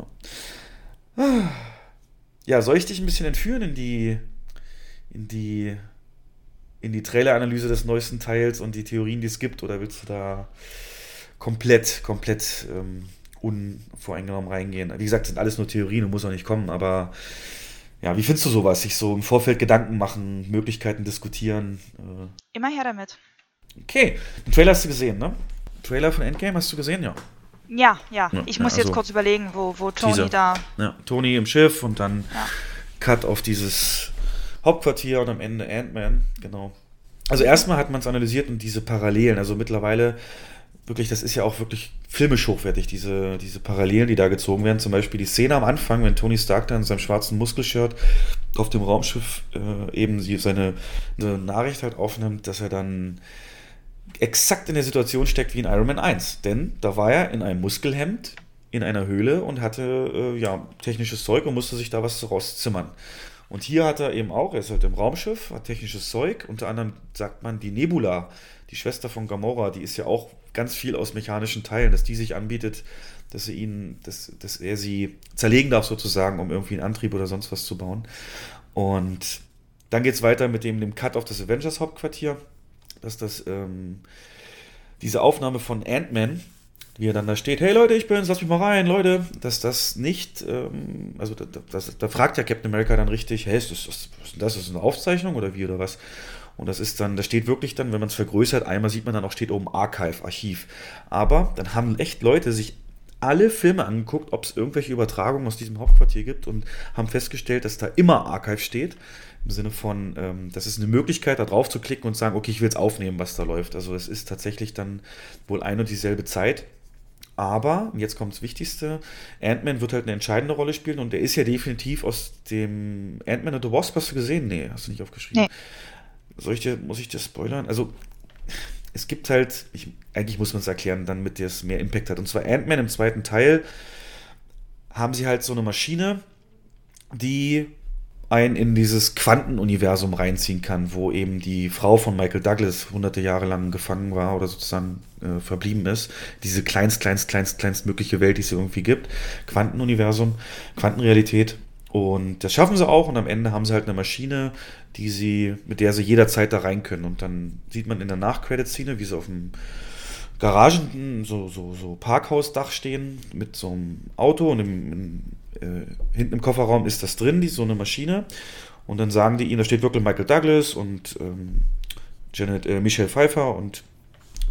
B: Ja, soll ich dich ein bisschen entführen in die Trailer-Analyse des neuesten Teils und die Theorien, die es gibt, oder willst du da komplett unvoreingenommen reingehen? Wie gesagt, sind alles nur Theorien und muss auch nicht kommen, aber ja, wie findest du sowas? Sich so im Vorfeld Gedanken machen, Möglichkeiten diskutieren?
A: Immer her damit.
B: Okay, den Trailer hast du gesehen, ne? Trailer von Endgame hast du gesehen, ja.
A: Ja. Ich muss jetzt kurz überlegen, wo Tony
B: Teaser.
A: da...
B: Ja, Tony im Schiff und dann Cut auf dieses Hauptquartier und am Ende Ant-Man, genau. Also erstmal hat man es analysiert und diese Parallelen, also mittlerweile wirklich, das ist ja auch wirklich filmisch hochwertig, diese Parallelen, die da gezogen werden. Zum Beispiel die Szene am Anfang, wenn Tony Stark da in seinem schwarzen Muskelshirt auf dem Raumschiff eben seine Nachricht halt aufnimmt, dass er dann exakt in der Situation steckt wie in Iron Man 1. Denn da war er in einem Muskelhemd in einer Höhle und hatte technisches Zeug und musste sich da was rauszimmern. Und hier hat er eben auch, er ist halt im Raumschiff, hat technisches Zeug. Unter anderem sagt man, die Nebula, die Schwester von Gamora, die ist ja auch ganz viel aus mechanischen Teilen, dass die sich anbietet, dass er sie zerlegen darf sozusagen, um irgendwie einen Antrieb oder sonst was zu bauen. Und dann geht es weiter mit dem Cut auf das Avengers Hauptquartier, dass diese Aufnahme von Ant-Man, wie er dann da steht, hey Leute, ich bin's, lasst mich mal rein, Leute, dass das nicht, da fragt ja Captain America dann richtig, hey, ist das eine Aufzeichnung oder wie oder was? Und das ist dann, da steht wirklich dann, wenn man es vergrößert, einmal sieht man dann auch, steht oben Archiv. Aber dann haben echt Leute sich alle Filme angeguckt, ob es irgendwelche Übertragungen aus diesem Hauptquartier gibt und haben festgestellt, dass da immer Archive steht. Im Sinne von, das ist eine Möglichkeit, da drauf zu klicken und zu sagen, okay, ich will es aufnehmen, was da läuft. Also es ist tatsächlich dann wohl ein und dieselbe Zeit. Aber, jetzt kommt das Wichtigste, Ant-Man wird halt eine entscheidende Rolle spielen und der ist ja definitiv aus dem Ant-Man and the Wasp, hast du gesehen? Nee, hast du nicht aufgeschrieben. Nee. Muss ich dir spoilern? Also, es gibt halt, eigentlich muss man es erklären, damit das mehr Impact hat. Und zwar Ant-Man im zweiten Teil haben sie halt so eine Maschine, die einen in dieses Quantenuniversum reinziehen kann, wo eben die Frau von Michael Douglas hunderte Jahre lang gefangen war oder sozusagen verblieben ist. Diese kleinstmögliche Welt, die es irgendwie gibt. Quantenuniversum, Quantenrealität. Und das schaffen sie auch und am Ende haben sie halt eine Maschine, mit der sie jederzeit da rein können. Und dann sieht man in der Nach-Credit-Szene, wie sie auf dem Garagen, so Parkhausdach stehen mit so einem Auto und hinten im Kofferraum ist das drin, so eine Maschine. Und dann sagen die ihnen, da steht wirklich Michael Douglas und Michelle Pfeiffer und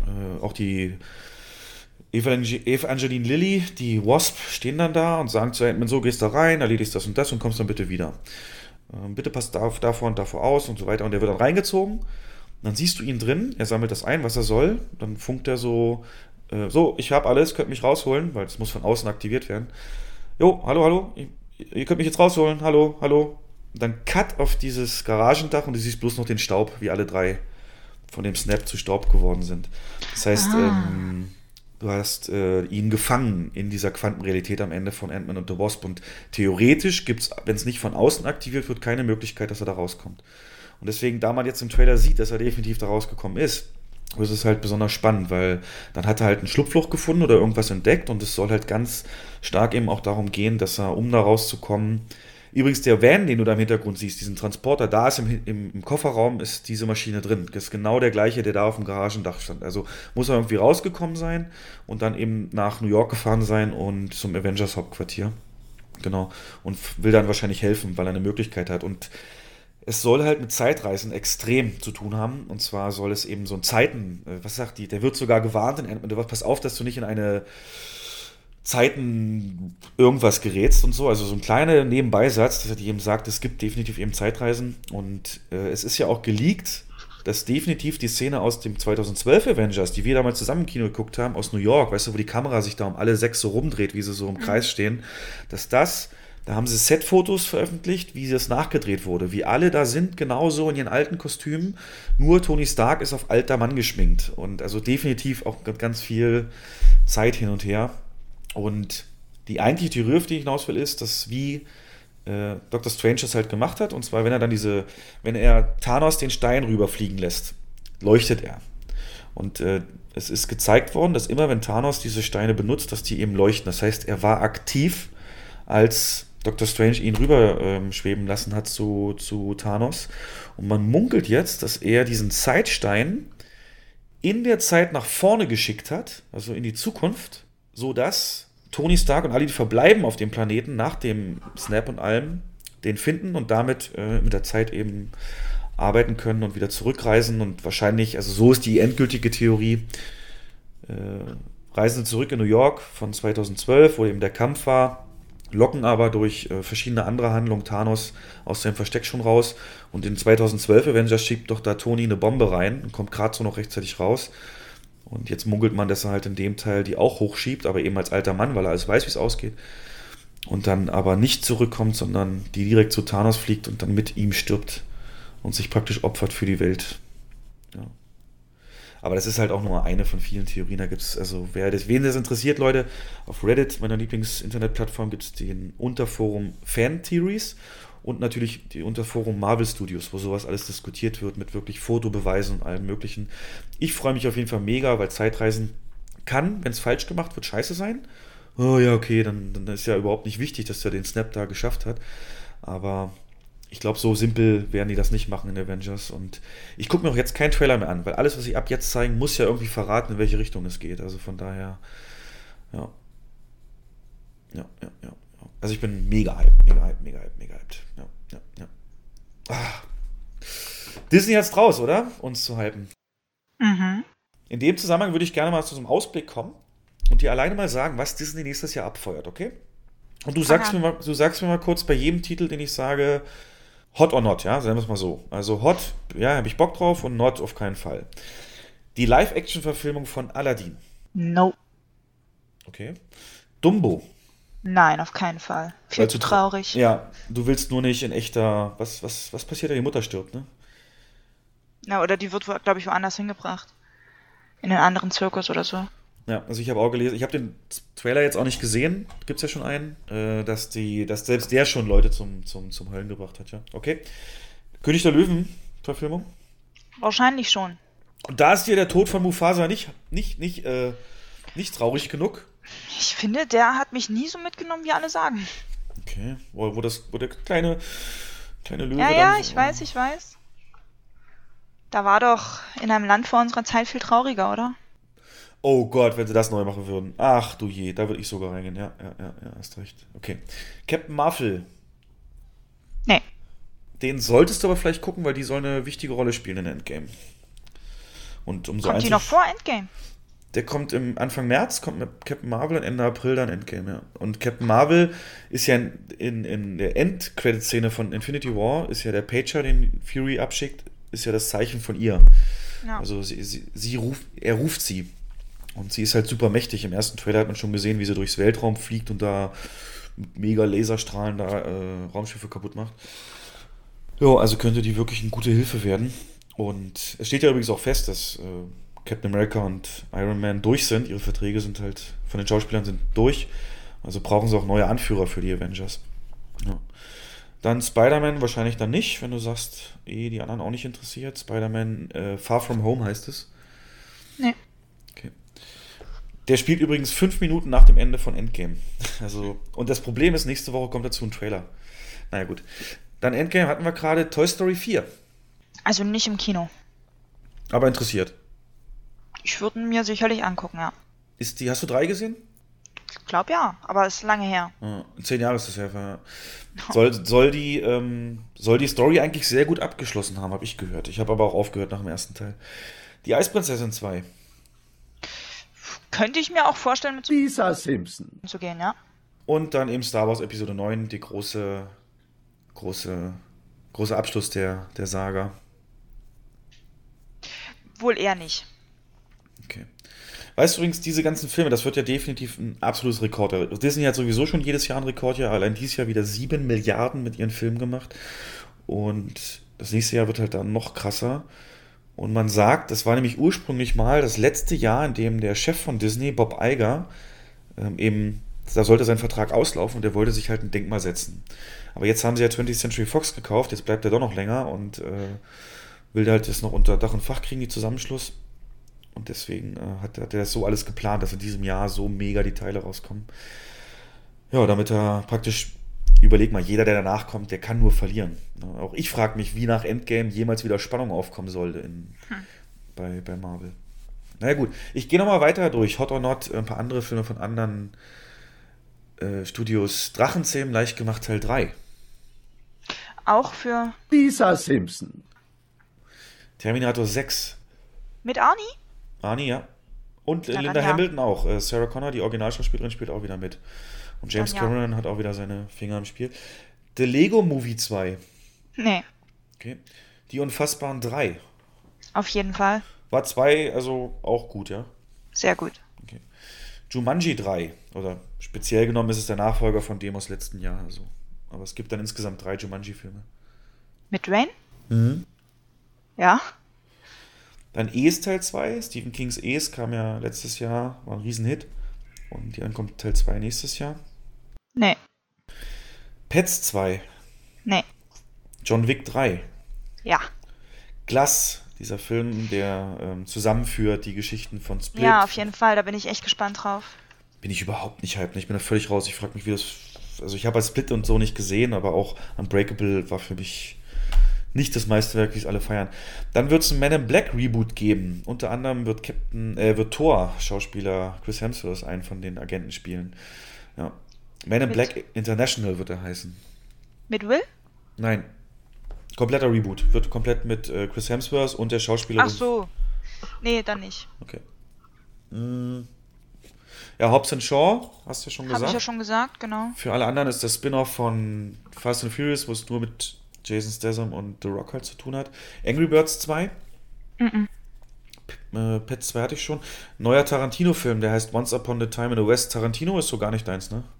B: Auch die Evangeline Lilly, die Wasp, stehen dann da und sagen zu Ant-Man, so, gehst da rein, erledigst das und das und kommst dann bitte wieder. Bitte passt davor und davor aus und so weiter. Und der wird dann reingezogen. Dann siehst du ihn drin, er sammelt das ein, was er soll. Dann funkt er so, ich habe alles, könnt mich rausholen, weil es muss von außen aktiviert werden. Jo, hallo, ihr könnt mich jetzt rausholen, hallo. Dann Cut auf dieses Garagendach und du siehst bloß noch den Staub, wie alle drei von dem Snap zu Staub geworden sind. Das heißt, du hast ihn gefangen in dieser Quantenrealität am Ende von Ant-Man und the Wasp und theoretisch gibt es, wenn es nicht von außen aktiviert wird, keine Möglichkeit, dass er da rauskommt. Und deswegen, da man jetzt im Trailer sieht, dass er definitiv da rausgekommen ist, ist es halt besonders spannend, weil dann hat er halt ein Schlupfloch gefunden oder irgendwas entdeckt und es soll halt ganz stark eben auch darum gehen, dass er, um da rauszukommen, übrigens der Van, den du da im Hintergrund siehst, diesen Transporter, da ist im Kofferraum ist diese Maschine drin. Das ist genau der gleiche, der da auf dem Garagendach stand. Also muss er irgendwie rausgekommen sein und dann eben nach New York gefahren sein und zum Avengers Hauptquartier. Genau. Und will dann wahrscheinlich helfen, weil er eine Möglichkeit hat. Und es soll halt mit Zeitreisen extrem zu tun haben. Und zwar soll es eben so ein was sagt die? Der wird sogar gewarnt in Ant-Man, pass auf, dass du nicht in eine Zeiten irgendwas gerätst und so. Also so ein kleiner Nebenbeisatz, dass er jedem sagt, es gibt definitiv eben Zeitreisen. Und es ist ja auch geleakt, dass definitiv die Szene aus dem 2012 Avengers, die wir damals zusammen im Kino geguckt haben, aus New York, weißt du, wo die Kamera sich da um alle 6 so rumdreht, wie sie so im Kreis stehen, da haben sie Setfotos veröffentlicht, wie das nachgedreht wurde. Wie alle da sind, genauso in ihren alten Kostümen. Nur Tony Stark ist auf alter Mann geschminkt. Und also definitiv auch ganz viel Zeit hin und her. Und die eigentliche Theorie, auf die ich hinaus will, ist, dass wie Dr. Strange das halt gemacht hat, und zwar, wenn er Thanos den Stein rüberfliegen lässt, leuchtet er. Und es ist gezeigt worden, dass immer, wenn Thanos diese Steine benutzt, dass die eben leuchten. Das heißt, er war aktiv, als Dr. Strange ihn rüber schweben lassen hat zu Thanos. Und man munkelt jetzt, dass er diesen Zeitstein in der Zeit nach vorne geschickt hat, also in die Zukunft, so dass Tony Stark und alle, die verbleiben auf dem Planeten nach dem Snap und allem, den finden und damit mit der Zeit eben arbeiten können und wieder zurückreisen und wahrscheinlich, also so ist die endgültige Theorie, reisen sie zurück in New York von 2012, wo eben der Kampf war, locken aber durch verschiedene andere Handlungen Thanos aus seinem Versteck schon raus und in 2012 Avengers schiebt doch da Tony eine Bombe rein und kommt gerade so noch rechtzeitig raus. Und jetzt munkelt man, dass er halt in dem Teil die auch hochschiebt, aber eben als alter Mann, weil er alles weiß, wie es ausgeht. Und dann aber nicht zurückkommt, sondern die direkt zu Thanos fliegt und dann mit ihm stirbt und sich praktisch opfert für die Welt. Ja. Aber das ist halt auch nur eine von vielen Theorien. Da gibt es, also wen das interessiert, Leute, auf Reddit, meiner Lieblings-Internetplattform, gibt es den Unterforum Fan-Theories und natürlich die Unterforum Marvel Studios, wo sowas alles diskutiert wird mit wirklich Fotobeweisen und allem möglichen. Ich freue mich auf jeden Fall mega, weil Zeitreisen kann, wenn es falsch gemacht wird, scheiße sein. Oh ja, okay, dann ist ja überhaupt nicht wichtig, dass er den Snap da geschafft hat. Aber ich glaube, so simpel werden die das nicht machen in Avengers. Und ich gucke mir auch jetzt keinen Trailer mehr an, weil alles, was sie ab jetzt zeigen, muss ja irgendwie verraten, in welche Richtung es geht. Also von daher, ja. Also ich bin mega hyped. Ja. Ah. Disney hat's draus, oder? Uns zu hypen.
A: Mhm.
B: In dem Zusammenhang würde ich gerne mal zu so einem Ausblick kommen und dir alleine mal sagen, was Disney nächstes Jahr abfeuert, okay? Und du sagst mir mal kurz bei jedem Titel, den ich sage, hot or not, ja, sagen wir es mal so. Also hot, ja, habe ich Bock drauf und not auf keinen Fall. Die Live-Action-Verfilmung von Aladdin.
A: No.
B: Okay. Dumbo.
A: Nein, auf keinen Fall. Viel zu traurig.
B: Ja, du willst nur nicht in echter, was passiert, wenn die Mutter stirbt, ne?
A: Ja, oder die wird, glaube ich, woanders hingebracht. In einen anderen Zirkus oder so.
B: Ja, also ich habe auch gelesen, ich habe den Trailer jetzt auch nicht gesehen, gibt's ja schon einen, dass selbst der schon Leute zum Heulen gebracht hat, ja. Okay. König der Löwen-Verfilmung?
A: Wahrscheinlich schon.
B: Und da ist dir der Tod von Mufasa nicht traurig genug?
A: Ich finde, der hat mich nie so mitgenommen, wie alle sagen.
B: Okay, wo der kleine Löwe
A: Ja,
B: dann
A: ich weiß. Da war doch in einem Land vor unserer Zeit viel trauriger, oder?
B: Oh Gott, wenn sie das neu machen würden. Ach du je, da würde ich sogar reingehen. Ja, hast recht. Okay. Captain Marvel.
A: Nee.
B: Den solltest du aber vielleicht gucken, weil die soll eine wichtige Rolle spielen in Endgame. Und um so
A: Kommt die noch vor Endgame?
B: Der kommt im Anfang März, kommt mit Captain Marvel und Ende April dann Endgame, ja. Und Captain Marvel ist ja in der End-Credit-Szene von Infinity War, ist ja der Pager, den Fury abschickt, ist ja das Zeichen von ihr.
A: Ja.
B: Also er ruft sie. Und sie ist halt super mächtig. Im ersten Trailer hat man schon gesehen, wie sie durchs Weltraum fliegt und da mit mega Laserstrahlen da Raumschiffe kaputt macht. Ja, also könnte die wirklich eine gute Hilfe werden. Und es steht ja übrigens auch fest, dass Captain America und Iron Man durch sind. Ihre Verträge sind halt von den Schauspielern sind durch. Also brauchen sie auch neue Anführer für die Avengers. Ja. Dann Spider-Man wahrscheinlich dann nicht, wenn du sagst, die anderen auch nicht interessiert. Spider-Man Far From Home heißt es.
A: Nee.
B: Okay. Der spielt übrigens 5 Minuten nach dem Ende von Endgame. Also, und das Problem ist, nächste Woche kommt dazu ein Trailer. Naja, gut. Dann Endgame hatten wir gerade Toy Story 4.
A: Also nicht im Kino.
B: Aber interessiert.
A: Ich würde ihn mir sicherlich angucken, ja.
B: Hast du 3 gesehen?
A: Ich glaube ja, aber ist lange her.
B: Ja, 10 Jahre ist das her. Soll die Story eigentlich sehr gut abgeschlossen haben, habe ich gehört. Ich habe aber auch aufgehört nach dem ersten Teil. Die Eisprinzessin 2.
A: Könnte ich mir auch vorstellen, mit
C: Lisa Simpson
A: zu gehen, ja.
B: Und dann eben Star Wars Episode 9, die große Abschluss der Saga.
A: Wohl eher nicht.
B: Okay. Weißt du übrigens, diese ganzen Filme, das wird ja definitiv ein absolutes Rekord. Disney hat sowieso schon jedes Jahr ein Rekordjahr, allein dieses Jahr wieder 7 Milliarden mit ihren Filmen gemacht. Und das nächste Jahr wird halt dann noch krasser. Und man sagt, das war nämlich ursprünglich mal das letzte Jahr, in dem der Chef von Disney, Bob Iger, da sollte sein Vertrag auslaufen und der wollte sich halt ein Denkmal setzen. Aber jetzt haben sie ja 20th Century Fox gekauft, jetzt bleibt er doch noch länger und will halt das noch unter Dach und Fach kriegen, die Zusammenschluss. Und deswegen hat er das so alles geplant, dass in diesem Jahr so mega die Teile rauskommen. Ja, damit er praktisch, überleg mal, jeder, der danach kommt, der kann nur verlieren. Auch ich frage mich, wie nach Endgame jemals wieder Spannung aufkommen sollte bei Marvel. Naja gut, ich gehe nochmal weiter durch. Hot or Not, ein paar andere Filme von anderen Studios. Drachenzähmen, leicht gemacht, Teil 3.
A: Auch für...
C: Lisa Simpson.
B: Terminator 6.
A: Mit Arnie?
B: Arnie, ja. Und
A: Ja,
B: Linda
A: dann ja.
B: Hamilton auch. Sarah Connor, die Originalschauspielerin, spielt auch wieder mit. Und James
A: Dann ja.
B: Cameron hat auch wieder seine Finger im Spiel. The Lego Movie 2.
A: Nee,
B: Okay. Die Unfassbaren 3.
A: auf jeden Fall.
B: War 2, also auch gut, ja.
A: Sehr gut.
B: Okay. Jumanji 3. Oder speziell genommen ist es der Nachfolger von dem aus letzten Jahr. Also. Aber es gibt dann insgesamt 3 Jumanji-Filme.
A: Mit Rain?
B: Mhm.
A: Ja.
B: Dann Es Teil 2. Stephen Kings Es kam ja letztes Jahr, war ein Riesenhit. Und dann kommt Teil 2 nächstes Jahr.
A: Nee,
B: Pets 2.
A: nee.
B: John Wick 3.
A: Ja.
B: Glass, dieser Film, der zusammenführt die Geschichten von Split.
A: Ja, auf jeden Fall. Da bin ich echt gespannt drauf.
B: Bin ich überhaupt nicht hyped. Ich bin da völlig raus. Ich frage mich, wie das... Also ich habe halt Split und so nicht gesehen, aber auch Unbreakable war für mich nicht das Meisterwerk, wie es alle feiern. Dann wird es ein Man in Black Reboot geben. Unter anderem wird Thor, Schauspieler Chris Hemsworth, einen von den Agenten spielen. Ja. Man in
A: Mit-
B: Black International wird er heißen.
A: Mit Will?
B: Nein. Kompletter Reboot. Wird komplett mit Chris Hemsworth und der Schauspielerin.
A: Ach so. Nee, dann nicht.
B: Okay. Ja, Hobbs and Shaw, hast du ja schon
A: Habe ich
B: gesagt.
A: ja schon gesagt, genau.
B: Für alle anderen ist das Spin-off von Fast and Furious, wo es nur mit Jason Statham und The Rock halt zu tun hat. Angry Birds 2.
A: Mhm.
B: Pets 2 hatte ich schon. Neuer Tarantino-Film, der heißt Once Upon a Time in the West. Tarantino ist so gar nicht deins, ne?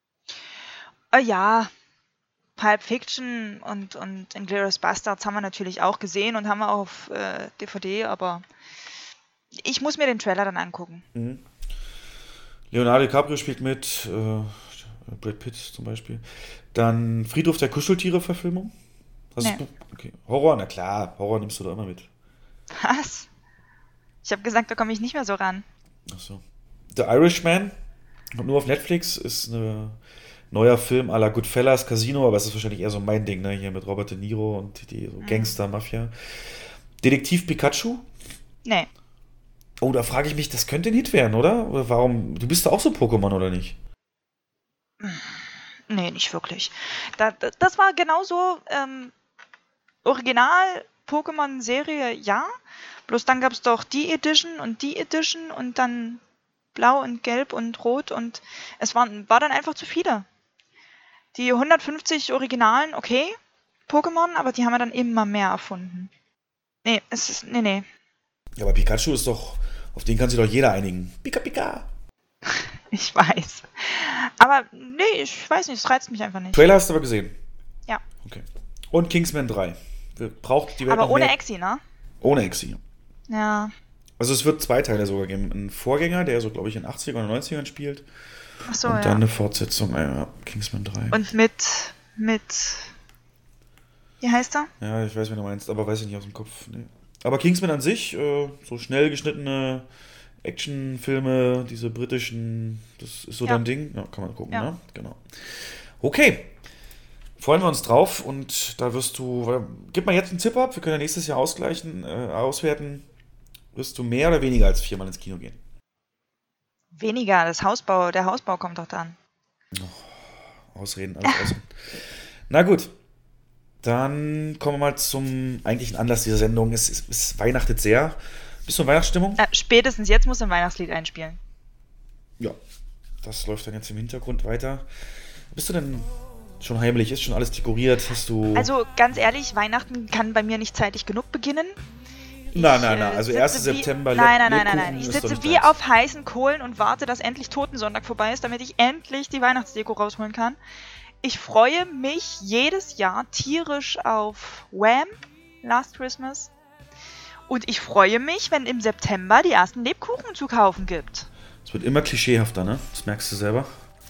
A: Ja, Pulp Fiction und Inglourious Basterds haben wir natürlich auch gesehen und haben wir auch auf DVD, aber ich muss mir den Trailer dann angucken.
B: Mhm. Leonardo DiCaprio spielt mit, Brad Pitt zum Beispiel. Dann Friedhof der Kuscheltiere-Verfilmung. Hast
A: Nee.
B: du- Okay. Horror, na klar, Horror nimmst du da immer mit.
A: Was? Ich habe gesagt, da komme ich nicht mehr so ran.
B: Achso. The Irishman, kommt nur auf Netflix, ist ein neuer Film à la Goodfellas, Casino, aber es ist wahrscheinlich eher so mein Ding, ne? Hier mit Robert De Niro und die so Gangster-Mafia. Detektiv Pikachu?
A: Nee,
B: Oh, da frage ich mich, das könnte ein Hit werden, oder? Oder warum? Du bist doch auch so Pokémon, oder nicht?
A: nee, nicht wirklich. Das war genauso original Pokémon-Serie, ja. Bloß dann gab es doch die Edition und dann Blau und Gelb und Rot und es war dann einfach zu viele. Die 150 Originalen, okay, Pokémon, aber die haben ja dann immer mehr erfunden. Nee.
B: Ja, aber Pikachu ist doch, auf den kann sich doch jeder einigen. Pika Pika.
A: Ich weiß. Aber nee, ich weiß nicht, es reizt mich einfach nicht.
B: Trailer hast du aber gesehen?
A: Ja.
B: Okay. Und Kingsman 3. Braucht die Welt
A: Aber
B: noch
A: ohne
B: mehr?
A: Exi, ne?
B: Ohne Exi.
A: Ja.
B: Also es wird 2 Teile sogar geben. Ein Vorgänger, der so, glaube ich, in den 80ern oder 90ern spielt.
A: Ach so,
B: und
A: ja.
B: dann eine Fortsetzung, Kingsman 3.
A: Und mit wie heißt er?
B: Ja, ich weiß, wen du meinst, aber weiß ich nicht aus dem Kopf. Nee. Aber Kingsman an sich, so schnell geschnittene Actionfilme, diese britischen, das ist so dein Ding. Ja, kann man gucken, ne? Genau. Okay. Freuen wir uns drauf und da wirst du, gib mal jetzt einen Tipp ab, wir können ja nächstes Jahr auswerten. Wirst du mehr oder weniger als 4-mal ins Kino gehen?
A: Weniger, der Hausbau kommt doch dann.
B: Ausreden, alles Ausreden. Na gut, dann kommen wir mal zum eigentlichen Anlass dieser Sendung. Es weihnachtet sehr. Bist du in Weihnachtsstimmung?
A: Spätestens jetzt muss ein Weihnachtslied einspielen.
B: Ja, das läuft dann jetzt im Hintergrund weiter. Bist du denn schon heimlich? Ist schon alles dekoriert? Hast du...
A: Also ganz ehrlich, Weihnachten kann bei mir nicht zeitig genug beginnen.
B: Nein. Also 1. September.
A: Nein. Ich sitze wie auf heißen Kohlen und warte, dass endlich Totensonntag vorbei ist, damit ich endlich die Weihnachtsdeko rausholen kann. Ich freue mich jedes Jahr tierisch auf Wham! Last Christmas. Und ich freue mich, wenn im September die ersten Lebkuchen zu kaufen gibt.
B: Es wird immer klischeehafter, ne? Das merkst du selber.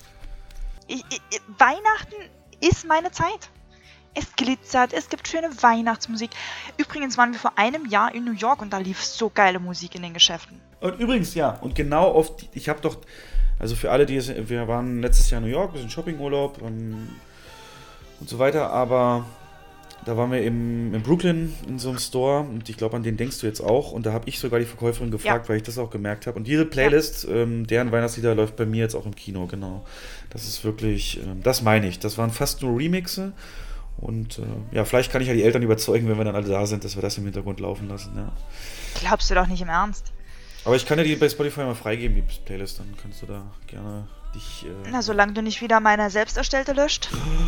A: Weihnachten ist meine Zeit. Es glitzert, es gibt schöne Weihnachtsmusik. Übrigens waren wir vor einem Jahr in New York und da lief so geile Musik in den Geschäften.
B: Und übrigens, ja, und genau ich habe doch, also für alle, wir waren letztes Jahr in New York, wir sind Shoppingurlaub und so weiter, aber da waren wir in Brooklyn in so einem Store und ich glaube, an den denkst du jetzt auch und da habe ich sogar die Verkäuferin gefragt, weil ich das auch gemerkt habe. Und diese Playlist, deren Weihnachtslieder läuft bei mir jetzt auch im Kino, genau. Das ist wirklich, das meine ich, das waren fast nur Remixe. Und vielleicht kann ich ja die Eltern überzeugen, wenn wir dann alle da sind, dass wir das im Hintergrund laufen lassen. Ja.
A: Glaubst du doch nicht im Ernst.
B: Aber ich kann ja die bei Spotify mal freigeben, die Playlist, dann kannst du da gerne dich...
A: Na, solange du nicht wieder meine selbst erstellte löscht.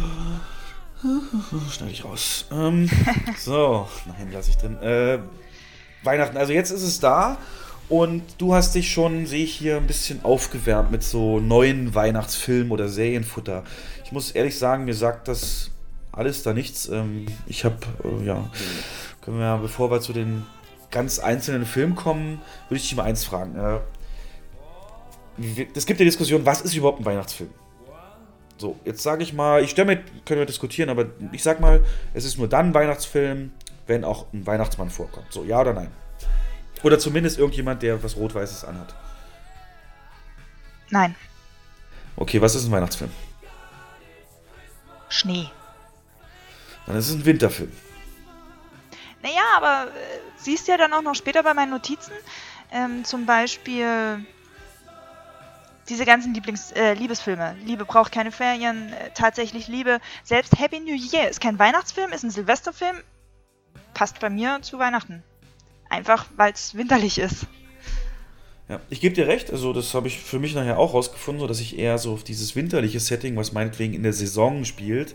B: Schneide ich raus. So, nein, lasse ich drin. Weihnachten, also jetzt ist es da und du hast dich schon, sehe ich hier, ein bisschen aufgewärmt mit so neuen Weihnachtsfilmen oder Serienfutter. Ich muss ehrlich sagen, mir sagt das... alles da nichts. Ich habe, können wir, bevor wir zu den ganz einzelnen Filmen kommen, würde ich dich mal eins fragen. Es gibt ja Diskussion, was ist überhaupt ein Weihnachtsfilm? So, jetzt sage ich mal, können wir diskutieren, aber ich sag mal, es ist nur dann ein Weihnachtsfilm, wenn auch ein Weihnachtsmann vorkommt. So, ja oder nein? Oder zumindest irgendjemand, der was Rot-Weißes anhat.
A: Nein.
B: Okay, was ist ein Weihnachtsfilm?
A: Schnee.
B: Dann ist es ein Winterfilm.
A: Naja, aber siehst du ja dann auch noch später bei meinen Notizen, zum Beispiel diese ganzen Liebesfilme. Liebe braucht keine Ferien, tatsächlich Liebe. Selbst Happy New Year ist kein Weihnachtsfilm, ist ein Silvesterfilm. Passt bei mir zu Weihnachten. Einfach, weil es winterlich ist.
B: Ja, ich gebe dir recht, also das habe ich für mich nachher auch rausgefunden, so dass ich eher so auf dieses winterliche Setting, was meinetwegen in der Saison spielt.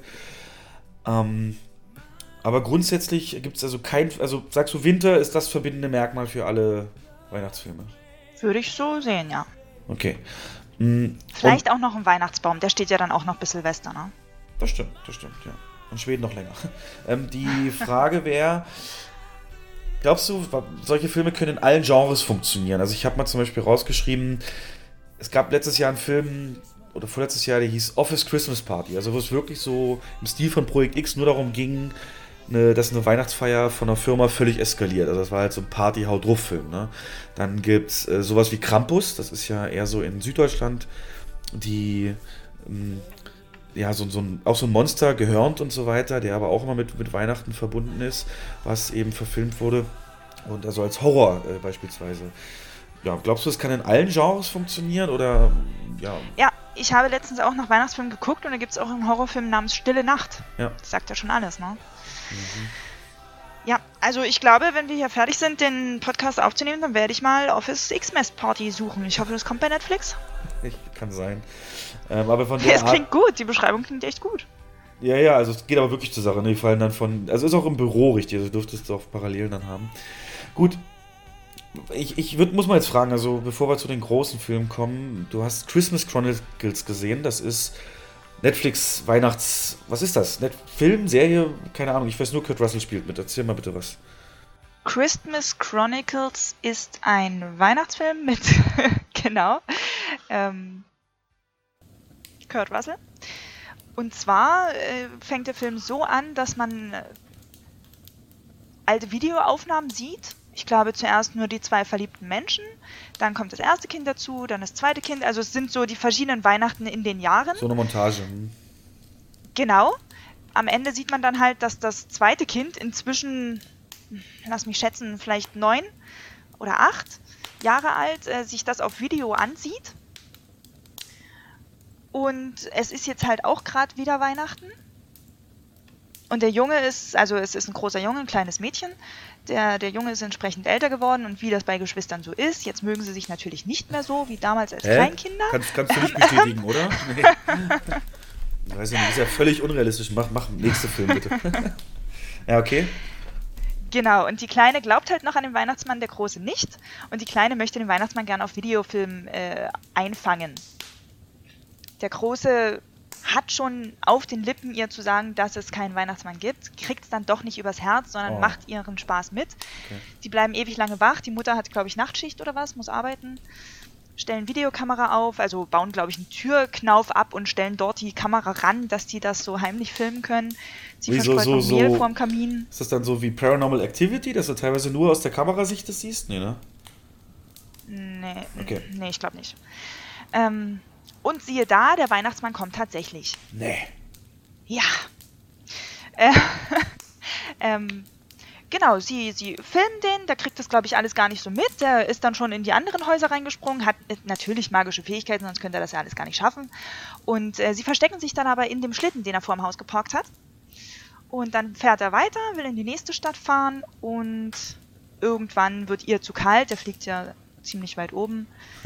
B: Aber grundsätzlich gibt es also sagst du, Winter ist das verbindende Merkmal für alle Weihnachtsfilme?
A: Würde ich so sehen, ja.
B: Okay.
A: Vielleicht auch noch ein Weihnachtsbaum, der steht ja dann auch noch bis Silvester, ne?
B: Das stimmt, ja. In Schweden noch länger. Die Frage wäre, glaubst du, solche Filme können in allen Genres funktionieren? Also ich habe mal zum Beispiel rausgeschrieben, es gab letztes Jahr einen Film, oder vorletztes Jahr, der hieß Office Christmas Party, also wo es wirklich so im Stil von Projekt X nur darum ging, dass eine Weihnachtsfeier von einer Firma völlig eskaliert. Also das war halt so ein Party-Haut-Drauf-Film. Ne? Dann gibt es sowas wie Krampus, das ist ja eher so in Süddeutschland, die auch so ein Monster gehörnt und so weiter, der aber auch immer mit Weihnachten verbunden ist, was eben verfilmt wurde. Und also als Horror beispielsweise. Ja, glaubst du, es kann in allen Genres funktionieren oder ja?
A: Ja, ich habe letztens auch nach Weihnachtsfilmen geguckt und da gibt es auch einen Horrorfilm namens Stille Nacht.
B: Ja.
A: Das sagt ja schon alles, ne? Ja, also ich glaube, wenn wir hier fertig sind, den Podcast aufzunehmen, dann werde ich mal Office X-Mess Party suchen. Ich hoffe, das kommt bei Netflix.
B: Kann sein. Aber von der
A: Es klingt gut, die Beschreibung klingt echt gut.
B: Ja, also es geht aber wirklich zur Sache. Ne? Die fallen dann also ist auch im Büro richtig, also dürftest du auch Parallelen dann haben. Gut, muss mal jetzt fragen, also bevor wir zu den großen Filmen kommen, du hast Christmas Chronicles gesehen, das ist Netflix was ist das? Film, Serie? Keine Ahnung, ich weiß nur, Kurt Russell spielt mit. Erzähl mal bitte was.
A: Christmas Chronicles ist ein Weihnachtsfilm mit, genau, Kurt Russell. Und zwar fängt der Film so an, dass man alte Videoaufnahmen sieht. Ich glaube zuerst nur die 2 verliebten Menschen, dann kommt das erste Kind dazu, dann das zweite Kind. Also es sind so die verschiedenen Weihnachten in den Jahren.
B: So eine Montage.
A: Genau. Am Ende sieht man dann halt, dass das zweite Kind inzwischen, lass mich schätzen, vielleicht 9 oder 8 Jahre alt, sich das auf Video ansieht. Und es ist jetzt halt auch gerade wieder Weihnachten. Und der Junge es ist ein großer Junge, ein kleines Mädchen. Der Junge ist entsprechend älter geworden und wie das bei Geschwistern so ist, jetzt mögen sie sich natürlich nicht mehr so wie damals als Kleinkinder.
B: Kannst du nicht bestätigen, oder? Nee. Ich weiß nicht, das ist ja völlig unrealistisch. Mach nächste Film bitte. Ja, okay.
A: Genau, und die Kleine glaubt halt noch an den Weihnachtsmann, der Große nicht. Und die Kleine möchte den Weihnachtsmann gerne auf Videofilm einfangen. Der Große hat schon auf den Lippen, ihr zu sagen, dass es keinen Weihnachtsmann gibt, kriegt es dann doch nicht übers Herz, sondern macht ihren Spaß mit. Okay. Die bleiben ewig lange wach. Die Mutter hat, glaube ich, Nachtschicht oder was, muss arbeiten. Stellen Videokamera auf, also bauen, glaube ich, einen Türknauf ab und stellen dort die Kamera ran, dass die das so heimlich filmen können. Sie verstreut noch Mehl vorm Kamin.
B: Ist das dann so wie Paranormal Activity, dass du teilweise nur aus der Kamerasicht das siehst? Nee, ne?
A: Nee, okay. Nee, ich glaube nicht. Und siehe da, der Weihnachtsmann kommt tatsächlich.
B: Nee.
A: Ja. Genau, sie filmen den, der kriegt das, glaube ich, alles gar nicht so mit. Der ist dann schon in die anderen Häuser reingesprungen, hat natürlich magische Fähigkeiten, sonst könnte er das ja alles gar nicht schaffen. Und sie verstecken sich dann aber in dem Schlitten, den er vor dem Haus geparkt hat. Und dann fährt er weiter, will in die nächste Stadt fahren und irgendwann wird ihr zu kalt, der fliegt ja ziemlich weit oben.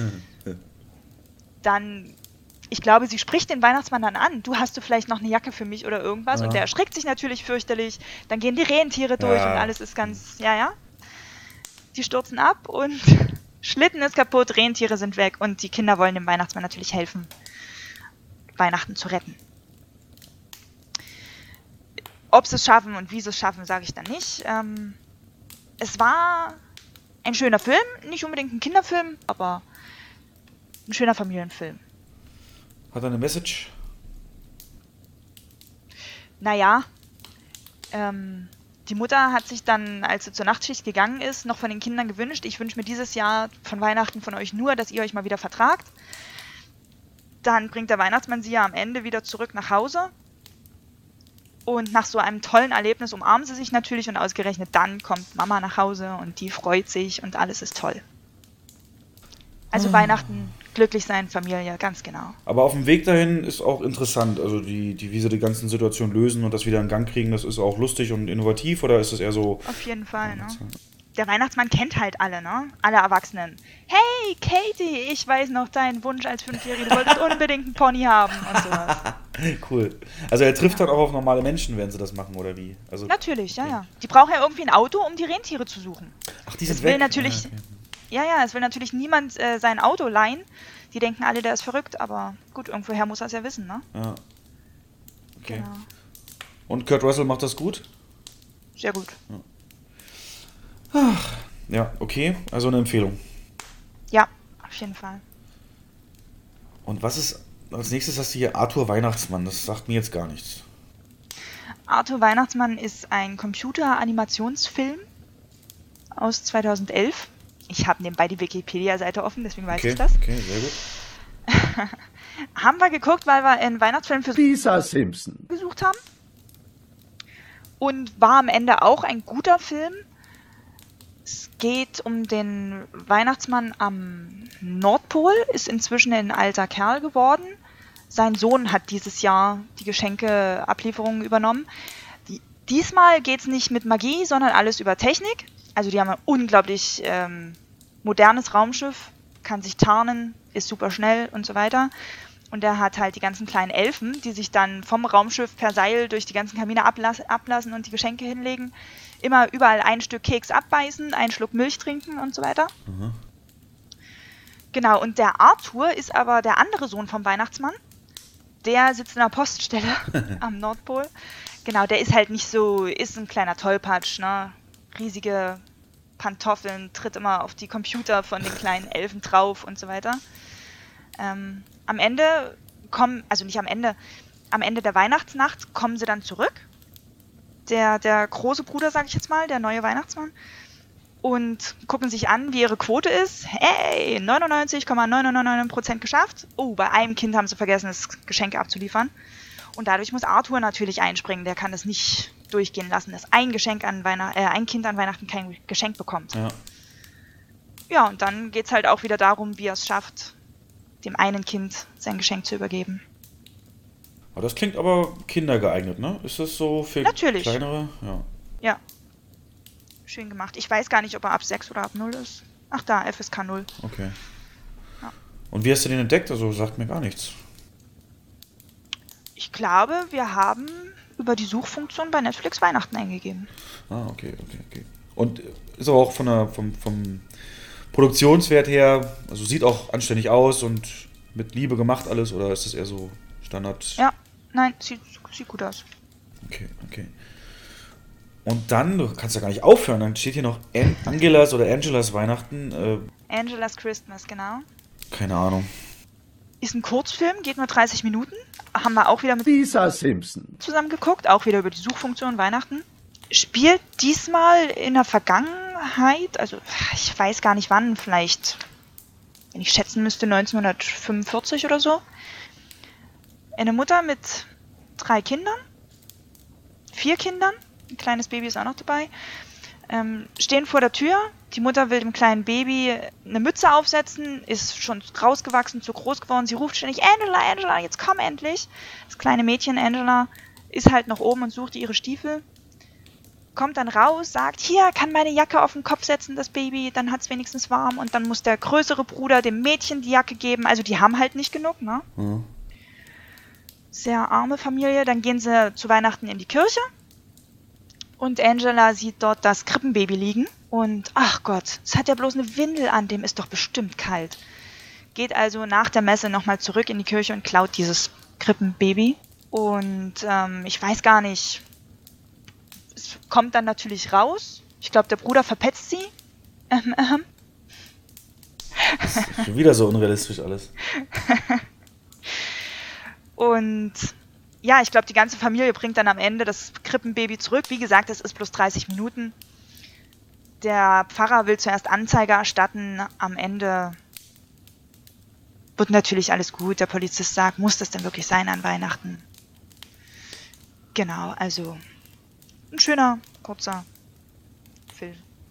A: Dann, ich glaube, sie spricht den Weihnachtsmann dann an. Du hast vielleicht noch eine Jacke für mich oder irgendwas. Ja. Und der erschrickt sich natürlich fürchterlich. Dann gehen die Rentiere durch und alles ist ganz, Die stürzen ab und Schlitten ist kaputt, Rentiere sind weg und die Kinder wollen dem Weihnachtsmann natürlich helfen, Weihnachten zu retten. Ob sie es schaffen und wie sie es schaffen, sage ich dann nicht. Es war ein schöner Film, nicht unbedingt ein Kinderfilm, aber ein schöner Familienfilm.
B: Hat er eine Message?
A: Naja, die Mutter hat sich dann, als sie zur Nachtschicht gegangen ist, noch von den Kindern gewünscht, ich wünsche mir dieses Jahr von Weihnachten von euch nur, dass ihr euch mal wieder vertragt. Dann bringt der Weihnachtsmann sie ja am Ende wieder zurück nach Hause. Und nach so einem tollen Erlebnis umarmen sie sich natürlich und ausgerechnet dann kommt Mama nach Hause und die freut sich und alles ist toll. Also Weihnachten, glücklich sein, Familie, ganz genau.
B: Aber auf dem Weg dahin ist auch interessant, also wie sie die ganzen Situationen lösen und das wieder in Gang kriegen, das ist auch lustig und innovativ oder ist das eher so...
A: Auf jeden Fall, ne? Der Weihnachtsmann kennt halt alle, ne? Alle Erwachsenen. Hey, Katie, ich weiß noch deinen Wunsch als 5-Jährige, du wolltest unbedingt einen Pony haben und sowas.
B: Cool. Also er trifft dann auch auf normale Menschen, wenn sie das machen, oder wie? Also,
A: natürlich, ja. Die brauchen ja irgendwie ein Auto, um die Rentiere zu suchen.
B: Ach, die sind weg?
A: Natürlich, es will natürlich niemand sein Auto leihen. Die denken alle, der ist verrückt, aber gut, irgendwoher muss er es ja wissen, ne?
B: Ja. Okay.
A: Genau.
B: Und Kurt Russell macht das gut?
A: Sehr gut.
B: Ja. Ach, ja, okay. Also eine Empfehlung.
A: Ja, auf jeden Fall.
B: Und was ist, als nächstes hast du hier Arthur Weihnachtsmann. Das sagt mir jetzt gar nichts.
A: Arthur Weihnachtsmann ist ein Computer-Animationsfilm aus 2011. Ich habe nebenbei die Wikipedia-Seite offen, deswegen weiß ich das.
B: Okay, sehr gut.
A: Haben wir geguckt, weil wir einen Weihnachtsfilm für
C: Lisa Simpson
A: gesucht haben. Und war am Ende auch ein guter Film. Es geht um den Weihnachtsmann am Nordpol, ist inzwischen ein alter Kerl geworden. Sein Sohn hat dieses Jahr die Geschenkeablieferungen übernommen. Die Diesmal geht es nicht mit Magie, sondern alles über Technik. Also die haben ein unglaublich modernes Raumschiff, kann sich tarnen, ist super schnell und so weiter. Und der hat halt die ganzen kleinen Elfen, die sich dann vom Raumschiff per Seil durch die ganzen Kamine ablassen und die Geschenke hinlegen. Immer überall ein Stück Keks abbeißen, einen Schluck Milch trinken und so weiter.
B: Mhm.
A: Genau, und der Arthur ist aber der andere Sohn vom Weihnachtsmann. Der sitzt in der Poststelle am Nordpol. Genau, der ist halt nicht so, ist ein kleiner Tollpatsch, ne? Riesige Pantoffeln, tritt immer auf die Computer von den kleinen Elfen drauf und so weiter. Am Ende am Ende der Weihnachtsnacht kommen sie dann zurück. Der große Bruder, sag ich jetzt mal, der neue Weihnachtsmann. Und gucken sich an, wie ihre Quote ist. Hey, 99,999% geschafft. Oh, bei einem Kind haben sie vergessen, das Geschenk abzuliefern. Und dadurch muss Arthur natürlich einspringen. Der kann es nicht durchgehen lassen, dass ein Kind an Weihnachten kein Geschenk bekommt.
B: Ja.
A: Ja, und dann geht es halt auch wieder darum, wie er es schafft, dem einen Kind sein Geschenk zu übergeben.
B: Aber das klingt aber kindergeeignet, ne? Ist das so für
A: Natürlich.
B: kleinere? Ja.
A: Ja. Schön gemacht. Ich weiß gar nicht, ob er ab 6 oder ab 0 ist. Ach da, FSK 0.
B: Okay.
A: Ja.
B: Und wie hast du den entdeckt? Also sagt mir gar nichts.
A: Ich glaube, wir haben über die Suchfunktion bei Netflix Weihnachten eingegeben.
B: Ah, okay. Und ist aber auch vom Produktionswert her, also sieht auch anständig aus und mit Liebe gemacht alles, oder ist das eher so Standard?
A: Ja, nein, sieht gut aus.
B: Okay. Und dann, du kannst ja gar nicht aufhören, dann steht hier noch Angelas Weihnachten.
A: Angela's Christmas, genau.
B: Keine Ahnung.
A: Ist ein Kurzfilm, geht nur 30 Minuten. Haben wir auch wieder mit
C: Lisa Simpson.
A: zusammen geguckt, auch wieder über die Suchfunktion Weihnachten. Spielt diesmal in der Vergangenheit, also ich weiß gar nicht wann, vielleicht, wenn ich schätzen müsste, 1945 oder so. Eine Mutter mit 3 Kindern, 4 Kindern, ein kleines Baby ist auch noch dabei, stehen vor der Tür. Die Mutter will dem kleinen Baby eine Mütze aufsetzen, ist schon rausgewachsen, zu groß geworden. Sie ruft ständig, Angela, jetzt komm endlich. Das kleine Mädchen, Angela, ist halt noch oben und sucht ihre Stiefel. Kommt dann raus, sagt, hier, kann meine Jacke auf den Kopf setzen, das Baby, dann hat es wenigstens warm. Und dann muss der größere Bruder dem Mädchen die Jacke geben. Also die haben halt nicht genug, ne?
B: Mhm.
A: Sehr arme Familie. Dann gehen sie zu Weihnachten in die Kirche. Und Angela sieht dort das Krippenbaby liegen. Und, ach Gott, es hat ja bloß eine Windel an, dem ist doch bestimmt kalt. Geht also nach der Messe nochmal zurück in die Kirche und klaut dieses Krippenbaby. Und ich weiß gar nicht, es kommt dann natürlich raus. Ich glaube, der Bruder verpetzt sie.
B: Das ist schon wieder so unrealistisch alles.
A: Und ja, ich glaube, die ganze Familie bringt dann am Ende das Krippenbaby zurück. Wie gesagt, es ist bloß 30 Minuten. Der Pfarrer will zuerst Anzeige erstatten. Am Ende wird natürlich alles gut. Der Polizist sagt, muss das denn wirklich sein an Weihnachten? Genau, also ein schöner, kurzer Film.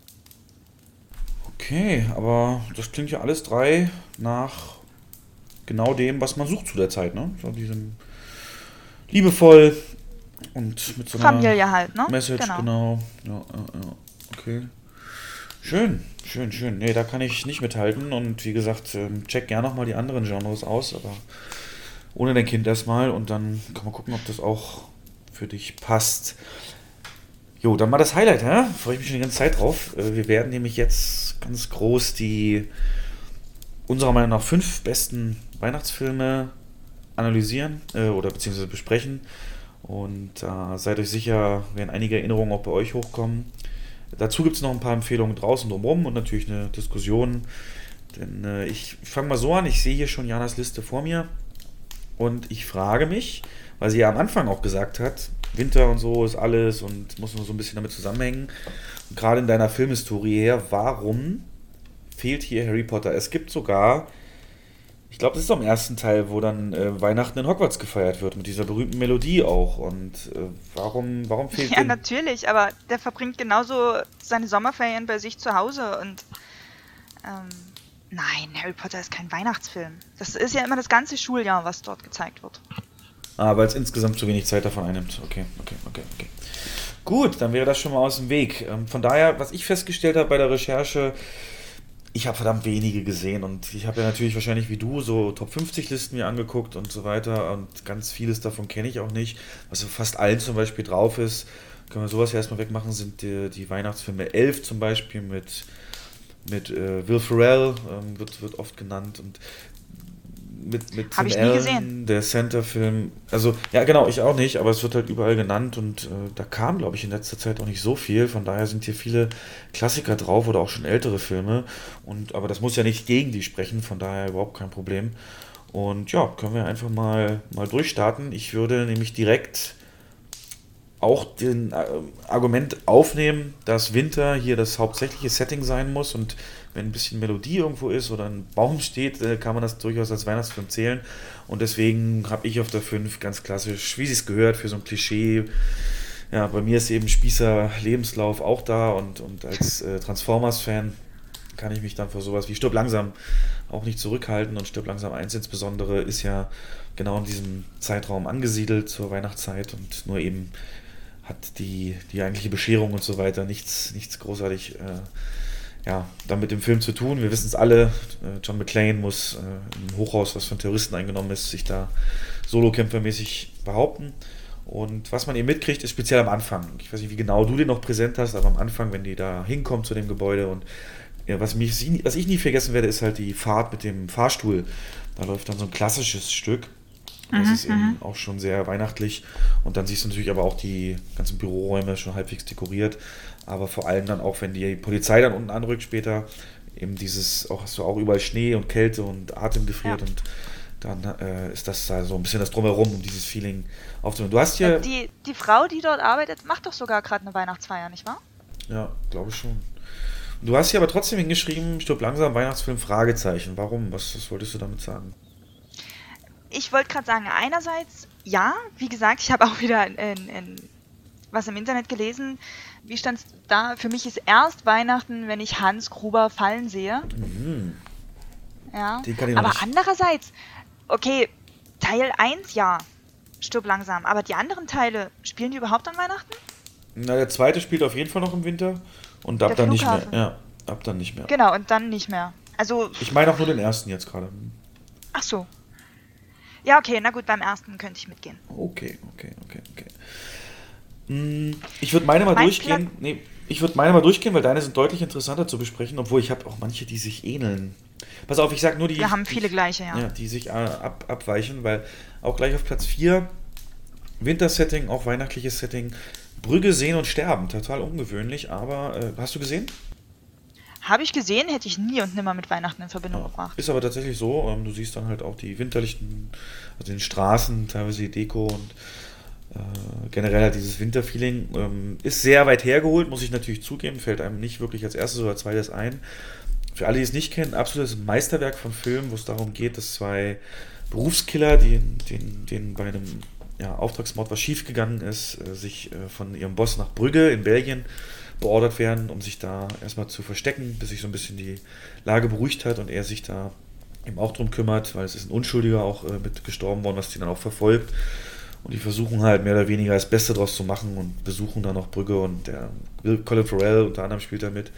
B: Okay, aber das klingt ja alles 3 nach genau dem, was man sucht zu der Zeit, ne? So diesen liebevoll und mit so einer
A: Familie halt, ne?
B: Message, genau. Ja, okay. Schön. Nee, da kann ich nicht mithalten und wie gesagt, check gerne nochmal die anderen Genres aus, aber ohne dein Kind erstmal und dann kann man gucken, ob das auch für dich passt. Jo, dann mal das Highlight, hä? Freue ich mich schon die ganze Zeit drauf. Wir werden nämlich jetzt ganz groß die unserer Meinung nach 5 besten Weihnachtsfilme analysieren oder beziehungsweise besprechen. Und seid euch sicher, werden einige Erinnerungen auch bei euch hochkommen. Dazu gibt es noch ein paar Empfehlungen draußen drumherum und natürlich eine Diskussion. Denn ich fange mal so an, ich sehe hier schon Janas Liste vor mir und ich frage mich, weil sie ja am Anfang auch gesagt hat, Winter und so ist alles und muss nur so ein bisschen damit zusammenhängen. Und gerade in deiner Filmhistorie her, warum fehlt hier Harry Potter? Es gibt sogar, ich glaube, das ist am ersten Teil, wo dann Weihnachten in Hogwarts gefeiert wird, mit dieser berühmten Melodie auch. Und warum fehlt
A: Ja, natürlich, aber der verbringt genauso seine Sommerferien bei sich zu Hause und nein, Harry Potter ist kein Weihnachtsfilm. Das ist ja immer das ganze Schuljahr, was dort gezeigt wird.
B: weil es insgesamt zu wenig Zeit davon einnimmt. Okay. Gut, dann wäre das schon mal aus dem Weg. Von daher, was ich festgestellt habe bei der Recherche, ich habe verdammt wenige gesehen und ich habe ja natürlich wahrscheinlich wie du so Top 50 Listen mir angeguckt und so weiter und ganz vieles davon kenne ich auch nicht. Was auf fast allen zum Beispiel drauf ist, können wir sowas ja erstmal wegmachen, sind die Weihnachtsfilme Elf zum Beispiel mit Will Ferrell, wird oft genannt und mit
A: Habe
B: Tim
A: ich nie gesehen.
B: Allen, der Santa-Film. Also, ja, genau, ich auch nicht, aber es wird halt überall genannt und da kam, glaube ich, in letzter Zeit auch nicht so viel. Von daher sind hier viele Klassiker drauf oder auch schon ältere Filme. Aber das muss ja nicht gegen die sprechen, von daher überhaupt kein Problem. Und ja, können wir einfach mal durchstarten. Ich würde nämlich direkt auch den Argument aufnehmen, dass Winter hier das hauptsächliche Setting sein muss und wenn ein bisschen Melodie irgendwo ist oder ein Baum steht, kann man das durchaus als Weihnachtsfilm zählen und deswegen habe ich auf der 5 ganz klassisch, wie sie es gehört, für so ein Klischee. Ja, bei mir ist eben Spießer Lebenslauf auch da und als Transformers-Fan kann ich mich dann für sowas wie Stirb langsam auch nicht zurückhalten und Stirb langsam 1 insbesondere ist ja genau in diesem Zeitraum angesiedelt zur Weihnachtszeit und nur eben hat die eigentliche Bescherung und so weiter nichts großartig dann mit dem Film zu tun. Wir wissen es alle, John McClane muss im Hochhaus, was von Terroristen eingenommen ist, sich da solokämpfermäßig behaupten. Und was man eben mitkriegt, ist speziell am Anfang. Ich weiß nicht, wie genau du den noch präsent hast, aber am Anfang, wenn die da hinkommen zu dem Gebäude und ja, was ich nie vergessen werde, ist halt die Fahrt mit dem Fahrstuhl. Da läuft dann so ein klassisches Stück. Das ist eben auch schon sehr weihnachtlich und dann siehst du natürlich aber auch die ganzen Büroräume schon halbwegs dekoriert, aber vor allem dann auch, wenn die Polizei dann unten anrückt später, eben hast du auch überall Schnee und Kälte und Atem gefriert und dann ist das da so ein bisschen das Drumherum, um dieses Feeling aufzunehmen. Du hast hier...
A: Die Frau, die dort arbeitet, macht doch sogar gerade eine Weihnachtsfeier, nicht wahr?
B: Ja, glaube ich schon. Du hast hier aber trotzdem hingeschrieben, Stirb langsam, Weihnachtsfilm, Fragezeichen. Warum? Was wolltest du damit sagen?
A: Ich wollte gerade sagen, einerseits, ja, wie gesagt, ich habe auch wieder was im Internet gelesen. Wie stand es da? Für mich ist erst Weihnachten, wenn ich Hans Gruber fallen sehe. Ja,
B: Den kann ich noch
A: aber
B: nicht.
A: andererseits, okay, Teil 1, ja, Stirb langsam. Aber die anderen Teile, spielen die überhaupt an Weihnachten?
B: Na, der zweite spielt auf jeden Fall noch im Winter und ab
A: Der
B: dann nicht mehr.
A: Flughafen.
B: Ja, ab dann nicht mehr.
A: Genau, und dann nicht mehr. Also,
B: Ich meine auch nur den ersten jetzt gerade.
A: ach so. Ja, okay, na gut, beim ersten könnte ich mitgehen.
B: Okay. Ich würde meine mal
A: Mein
B: durchgehen. Ich würde meine mal durchgehen, weil deine sind deutlich interessanter zu besprechen, obwohl ich habe auch manche, die sich ähneln. Pass auf, ich sag nur die...
A: Wir haben viele gleiche, ja.
B: Ja, die sich abweichen, weil auch gleich auf Platz 4 Wintersetting, auch weihnachtliches Setting, Brügge sehen und sterben. Total ungewöhnlich, aber hast du gesehen?
A: Habe ich gesehen, hätte ich nie und nimmer mit Weihnachten in Verbindung gebracht.
B: Ist aber tatsächlich so, du siehst dann halt auch die winterlichen, also den Straßen, teilweise die Deko und generell halt dieses Winterfeeling. Ist sehr weit hergeholt, muss ich natürlich zugeben, fällt einem nicht wirklich als erstes oder zweites ein. Für alle, die es nicht kennen, absolutes Meisterwerk von Filmen, wo es darum geht, dass zwei Berufskiller, denen bei einem Auftragsmord was schiefgegangen ist, sich von ihrem Boss nach Brügge in Belgien beordert werden, um sich da erstmal zu verstecken, bis sich so ein bisschen die Lage beruhigt hat und er sich da eben auch drum kümmert, weil es ist ein Unschuldiger auch mit gestorben worden, was die dann auch verfolgt. Und die versuchen halt mehr oder weniger das Beste draus zu machen und besuchen dann auch Brügge und der Colin Farrell unter anderem spielt da mit.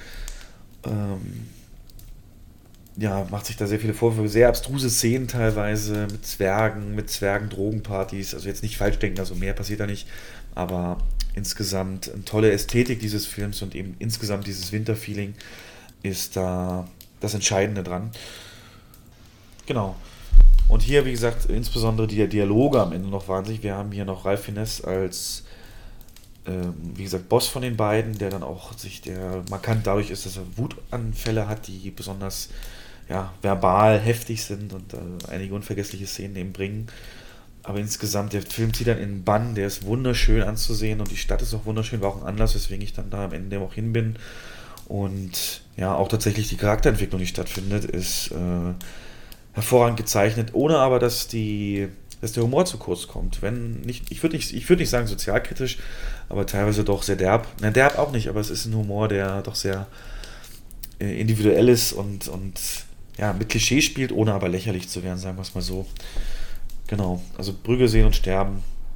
B: Macht sich da sehr viele Vorwürfe, sehr abstruse Szenen teilweise mit Zwergen-Drogenpartys, also jetzt nicht falsch denken, also mehr passiert da nicht, aber insgesamt eine tolle Ästhetik dieses Films und eben insgesamt dieses Winterfeeling ist da das Entscheidende dran. Genau. Und hier, wie gesagt, insbesondere die Dialoge am Ende noch wahnsinnig. Wir haben hier noch Ralph Fiennes als wie gesagt, Boss von den beiden, der dann auch der markant dadurch ist, dass er Wutanfälle hat, die besonders verbal heftig sind und einige unvergessliche Szenen eben bringen. Aber insgesamt, der Film zieht dann in den Bann, der ist wunderschön anzusehen und die Stadt ist auch wunderschön, war auch ein Anlass, weswegen ich dann da am Ende auch hin bin. Und ja, auch tatsächlich die Charakterentwicklung, die stattfindet, ist hervorragend gezeichnet, ohne aber, dass der Humor zu kurz kommt. Ich würde nicht sagen sozialkritisch, aber teilweise doch sehr derb. Nein, derb auch nicht, aber es ist ein Humor, der doch sehr individuell ist und mit Klischee spielt, ohne aber lächerlich zu werden, sagen wir es mal so. Genau, also Brügge sehen und sterben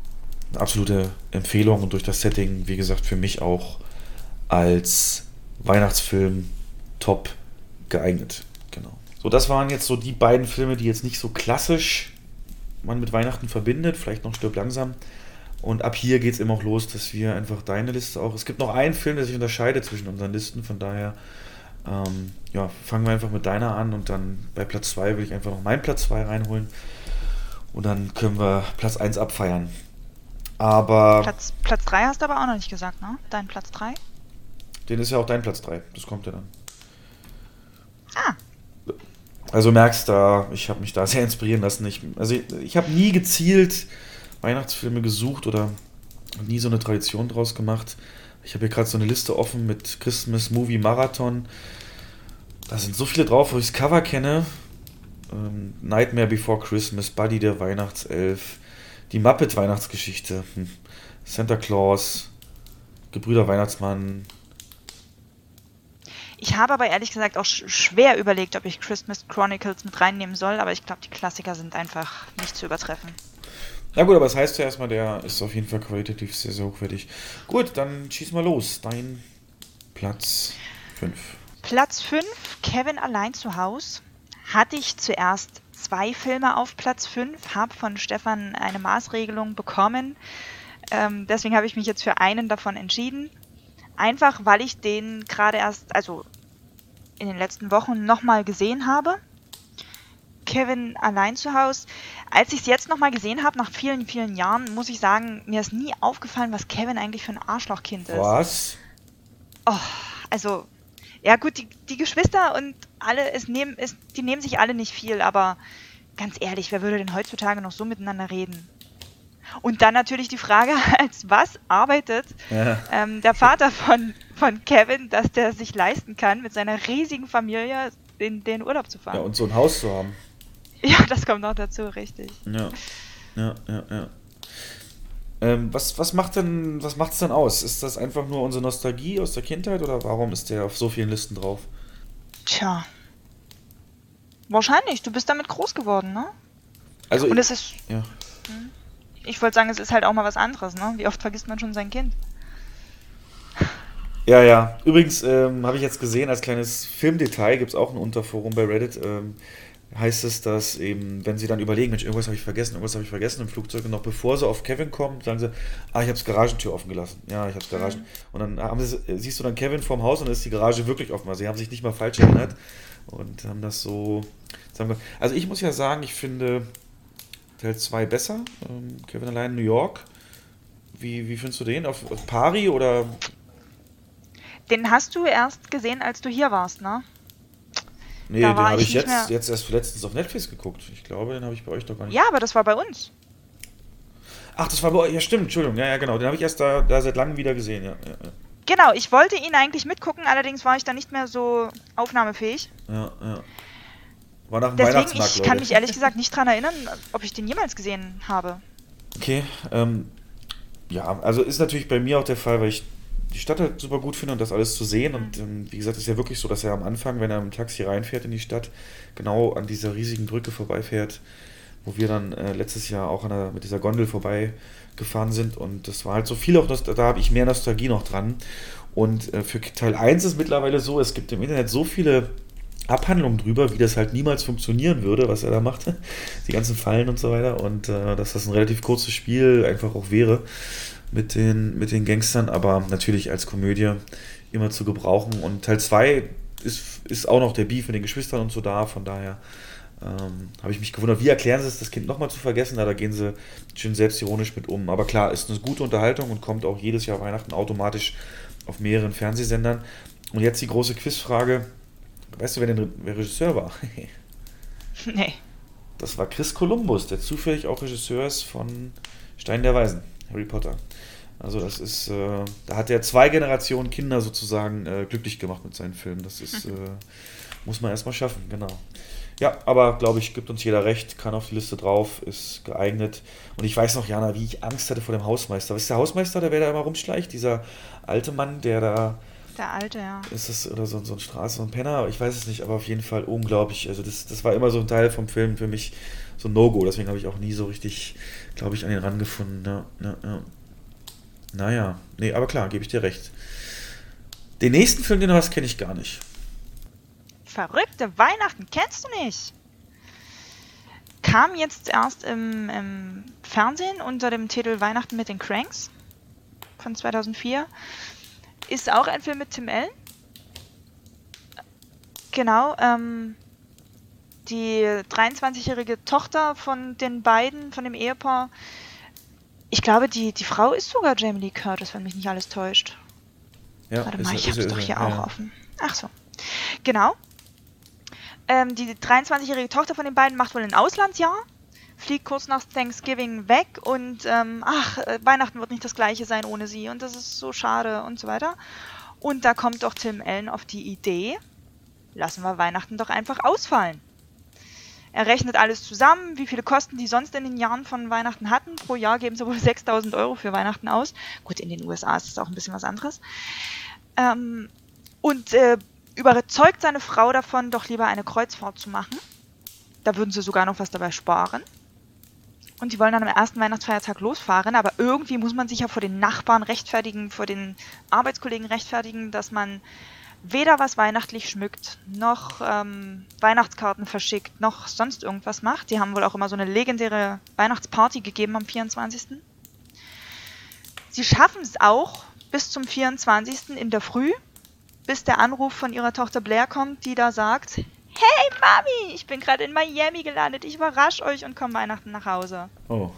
B: eine absolute Empfehlung und durch das Setting, wie gesagt, für mich auch als Weihnachtsfilm top geeignet. Genau. So, das waren jetzt so die beiden Filme, die jetzt nicht so klassisch man mit Weihnachten verbindet, vielleicht noch Stirb langsam. Und ab hier geht es eben auch los, dass wir einfach deine Liste auch. Es gibt noch einen Film, der sich unterscheidet zwischen unseren Listen, von daher ja, fangen wir einfach mit deiner an und dann bei Platz 2 will ich einfach noch meinen Platz 2 reinholen und dann können wir Platz 1 abfeiern. Aber.
A: Platz 3 hast du aber auch noch nicht gesagt, ne? Dein Platz 3?
B: Den ist ja auch dein Platz 3, das kommt ja dann.
A: Ah.
B: Also merkst da, ich habe mich da sehr inspirieren lassen. Ich habe nie gezielt Weihnachtsfilme gesucht oder nie so eine Tradition draus gemacht. Ich habe hier gerade so eine Liste offen mit Christmas Movie Marathon. Da sind so viele drauf, wo ich das Cover kenne. Nightmare Before Christmas, Buddy der Weihnachtself, die Muppet Weihnachtsgeschichte, Santa Claus, Gebrüder Weihnachtsmann.
A: Ich habe aber ehrlich gesagt auch schwer überlegt, ob ich Christmas Chronicles mit reinnehmen soll, aber ich glaube, die Klassiker sind einfach nicht zu übertreffen.
B: Na gut, aber das heißt ja erstmal, der ist auf jeden Fall qualitativ sehr, sehr hochwertig. Gut, dann schieß mal los. Dein Platz 5.
A: Platz 5, Kevin allein zu Haus. Hatte ich zuerst 2 Filme auf Platz 5, habe von Stefan eine Maßregelung bekommen. Deswegen habe ich mich jetzt für einen davon entschieden. Einfach, weil ich den gerade erst, also in den letzten Wochen nochmal gesehen habe. Kevin allein zu Haus. Als ich es jetzt nochmal gesehen habe, nach vielen, vielen Jahren, muss ich sagen, mir ist nie aufgefallen, was Kevin eigentlich für ein Arschlochkind ist.
B: Was?
A: Oh, also, ja gut, die Geschwister und alle, die nehmen sich alle nicht viel, aber ganz ehrlich, wer würde denn heutzutage noch so miteinander reden? Und dann natürlich die Frage, als was arbeitet der Vater von Kevin, dass der sich leisten kann, mit seiner riesigen Familie in den Urlaub zu fahren.
B: Ja, und so ein Haus zu haben.
A: Ja, das kommt noch dazu, richtig.
B: Ja. Was macht's denn aus? Ist das einfach nur unsere Nostalgie aus der Kindheit oder warum ist der auf so vielen Listen drauf?
A: Tja. Wahrscheinlich, du bist damit groß geworden, ne?
B: Also
A: und es ist.
B: Ja.
A: Ich wollte sagen, es ist halt auch mal was anderes, ne? Wie oft vergisst man schon sein Kind?
B: Ja. Übrigens habe ich jetzt gesehen, als kleines Filmdetail gibt es auch ein Unterforum bei Reddit, heißt es, dass eben, wenn sie dann überlegen, Mensch, irgendwas habe ich vergessen im Flugzeug und noch bevor sie auf Kevin kommen, sagen sie, ich habe das Garagentür offen gelassen. Ja, ich habe das Garagen. Und dann siehst du dann Kevin vorm Haus und dann ist die Garage wirklich offen. Also sie haben sich nicht mal falsch erinnert und haben das so. Also ich muss ja sagen, ich finde Teil 2 besser. Kevin allein in New York. Wie findest du den? Auf Pari oder?
A: Den hast du erst gesehen, als du hier warst, ne?
B: Nee, den habe ich jetzt erst letztens auf Netflix geguckt. Ich glaube, den habe ich bei euch doch gar nicht.
A: Ja, aber das war bei uns.
B: Ach, das war bei euch. Ja, stimmt, Entschuldigung. Ja, genau. Den habe ich erst da seit langem wieder gesehen, ja.
A: Genau, ich wollte ihn eigentlich mitgucken, allerdings war ich da nicht mehr so aufnahmefähig.
B: Ja. War nach dem
A: Deswegen,
B: Weihnachtsmarkt,
A: ich kann mich ehrlich gesagt nicht dran erinnern, ob ich den jemals gesehen habe.
B: Okay, ja, also ist natürlich bei mir auch der Fall, weil ich die Stadt halt super gut finde und das alles zu sehen. Und wie gesagt, ist ja wirklich so, dass er am Anfang, wenn er im Taxi reinfährt in die Stadt, genau an dieser riesigen Brücke vorbeifährt, wo wir dann letztes Jahr auch mit dieser Gondel vorbeigefahren sind. Und das war halt so viel auch, da habe ich mehr Nostalgie noch dran. Und für Teil 1 ist mittlerweile so, es gibt im Internet so viele Abhandlungen drüber, wie das halt niemals funktionieren würde, was er da macht. Die ganzen Fallen und so weiter. Und dass das ein relativ kurzes Spiel einfach auch wäre mit den Gangstern, aber natürlich als Komödie immer zu gebrauchen. Und Teil 2 ist auch noch der Beef mit den Geschwistern und so da, von daher habe ich mich gewundert, wie erklären sie es, das Kind nochmal zu vergessen, da gehen sie schön selbstironisch mit um. Aber klar, ist eine gute Unterhaltung und kommt auch jedes Jahr Weihnachten automatisch auf mehreren Fernsehsendern. Und jetzt die große Quizfrage, weißt du, wer Regisseur war?
A: Nee.
B: Das war Chris Columbus, der zufällig auch Regisseur ist von Stein der Weisen, Harry Potter. Also das ist, da hat er 2 Generationen Kinder sozusagen glücklich gemacht mit seinen Filmen. Das ist, muss man erstmal schaffen, genau. Ja, aber glaube ich, gibt uns jeder recht, kann auf die Liste drauf, ist geeignet. Und ich weiß noch, Jana, wie ich Angst hatte vor dem Hausmeister. Was ist der Hausmeister, der da immer rumschleicht? Dieser alte Mann, der da
A: Der alte, ja.
B: Ist das oder so ein Straße, so ein Penner? Ich weiß es nicht, aber auf jeden Fall unglaublich. Also das war immer so ein Teil vom Film für mich, so ein No-Go. Deswegen habe ich auch nie so richtig, glaube ich, an den rangefunden. Ja. Naja, nee, aber klar, gebe ich dir recht. Den nächsten Film, den du hast, kenne ich gar nicht.
A: Verrückte Weihnachten, kennst du nicht? Kam jetzt erst im Fernsehen unter dem Titel Weihnachten mit den Cranks von 2004. Ist auch ein Film mit Tim Allen. Genau, die 23-jährige Tochter von den beiden, von dem Ehepaar. Ich glaube, die Frau ist sogar Jamie Lee Curtis, wenn mich nicht alles täuscht.
B: Ja,
A: Warte mal, ich habe es doch hier auch offen. Ach so. Genau. Die 23-jährige Tochter von den beiden macht wohl ein Auslandsjahr, fliegt kurz nach Thanksgiving weg und Weihnachten wird nicht das gleiche sein ohne sie und das ist so schade und so weiter. Und da kommt doch Tim Allen auf die Idee, lassen wir Weihnachten doch einfach ausfallen. Er rechnet alles zusammen, wie viele Kosten die sonst in den Jahren von Weihnachten hatten. Pro Jahr geben sie wohl 6.000 Euro für Weihnachten aus. Gut, in den USA ist das auch ein bisschen was anderes. Überzeugt seine Frau davon, doch lieber eine Kreuzfahrt zu machen. Da würden sie sogar noch was dabei sparen. Und die wollen dann am ersten Weihnachtsfeiertag losfahren, aber irgendwie muss man sich ja vor den Nachbarn rechtfertigen, vor den Arbeitskollegen rechtfertigen, dass man weder was weihnachtlich schmückt, noch Weihnachtskarten verschickt, noch sonst irgendwas macht. Die haben wohl auch immer so eine legendäre Weihnachtsparty gegeben am 24. Sie schaffen es auch bis zum 24. in der Früh, bis der Anruf von ihrer Tochter Blair kommt, die da sagt: Hey Mami, ich bin gerade in Miami gelandet, ich überrasche euch und komme Weihnachten nach Hause.
B: Oh.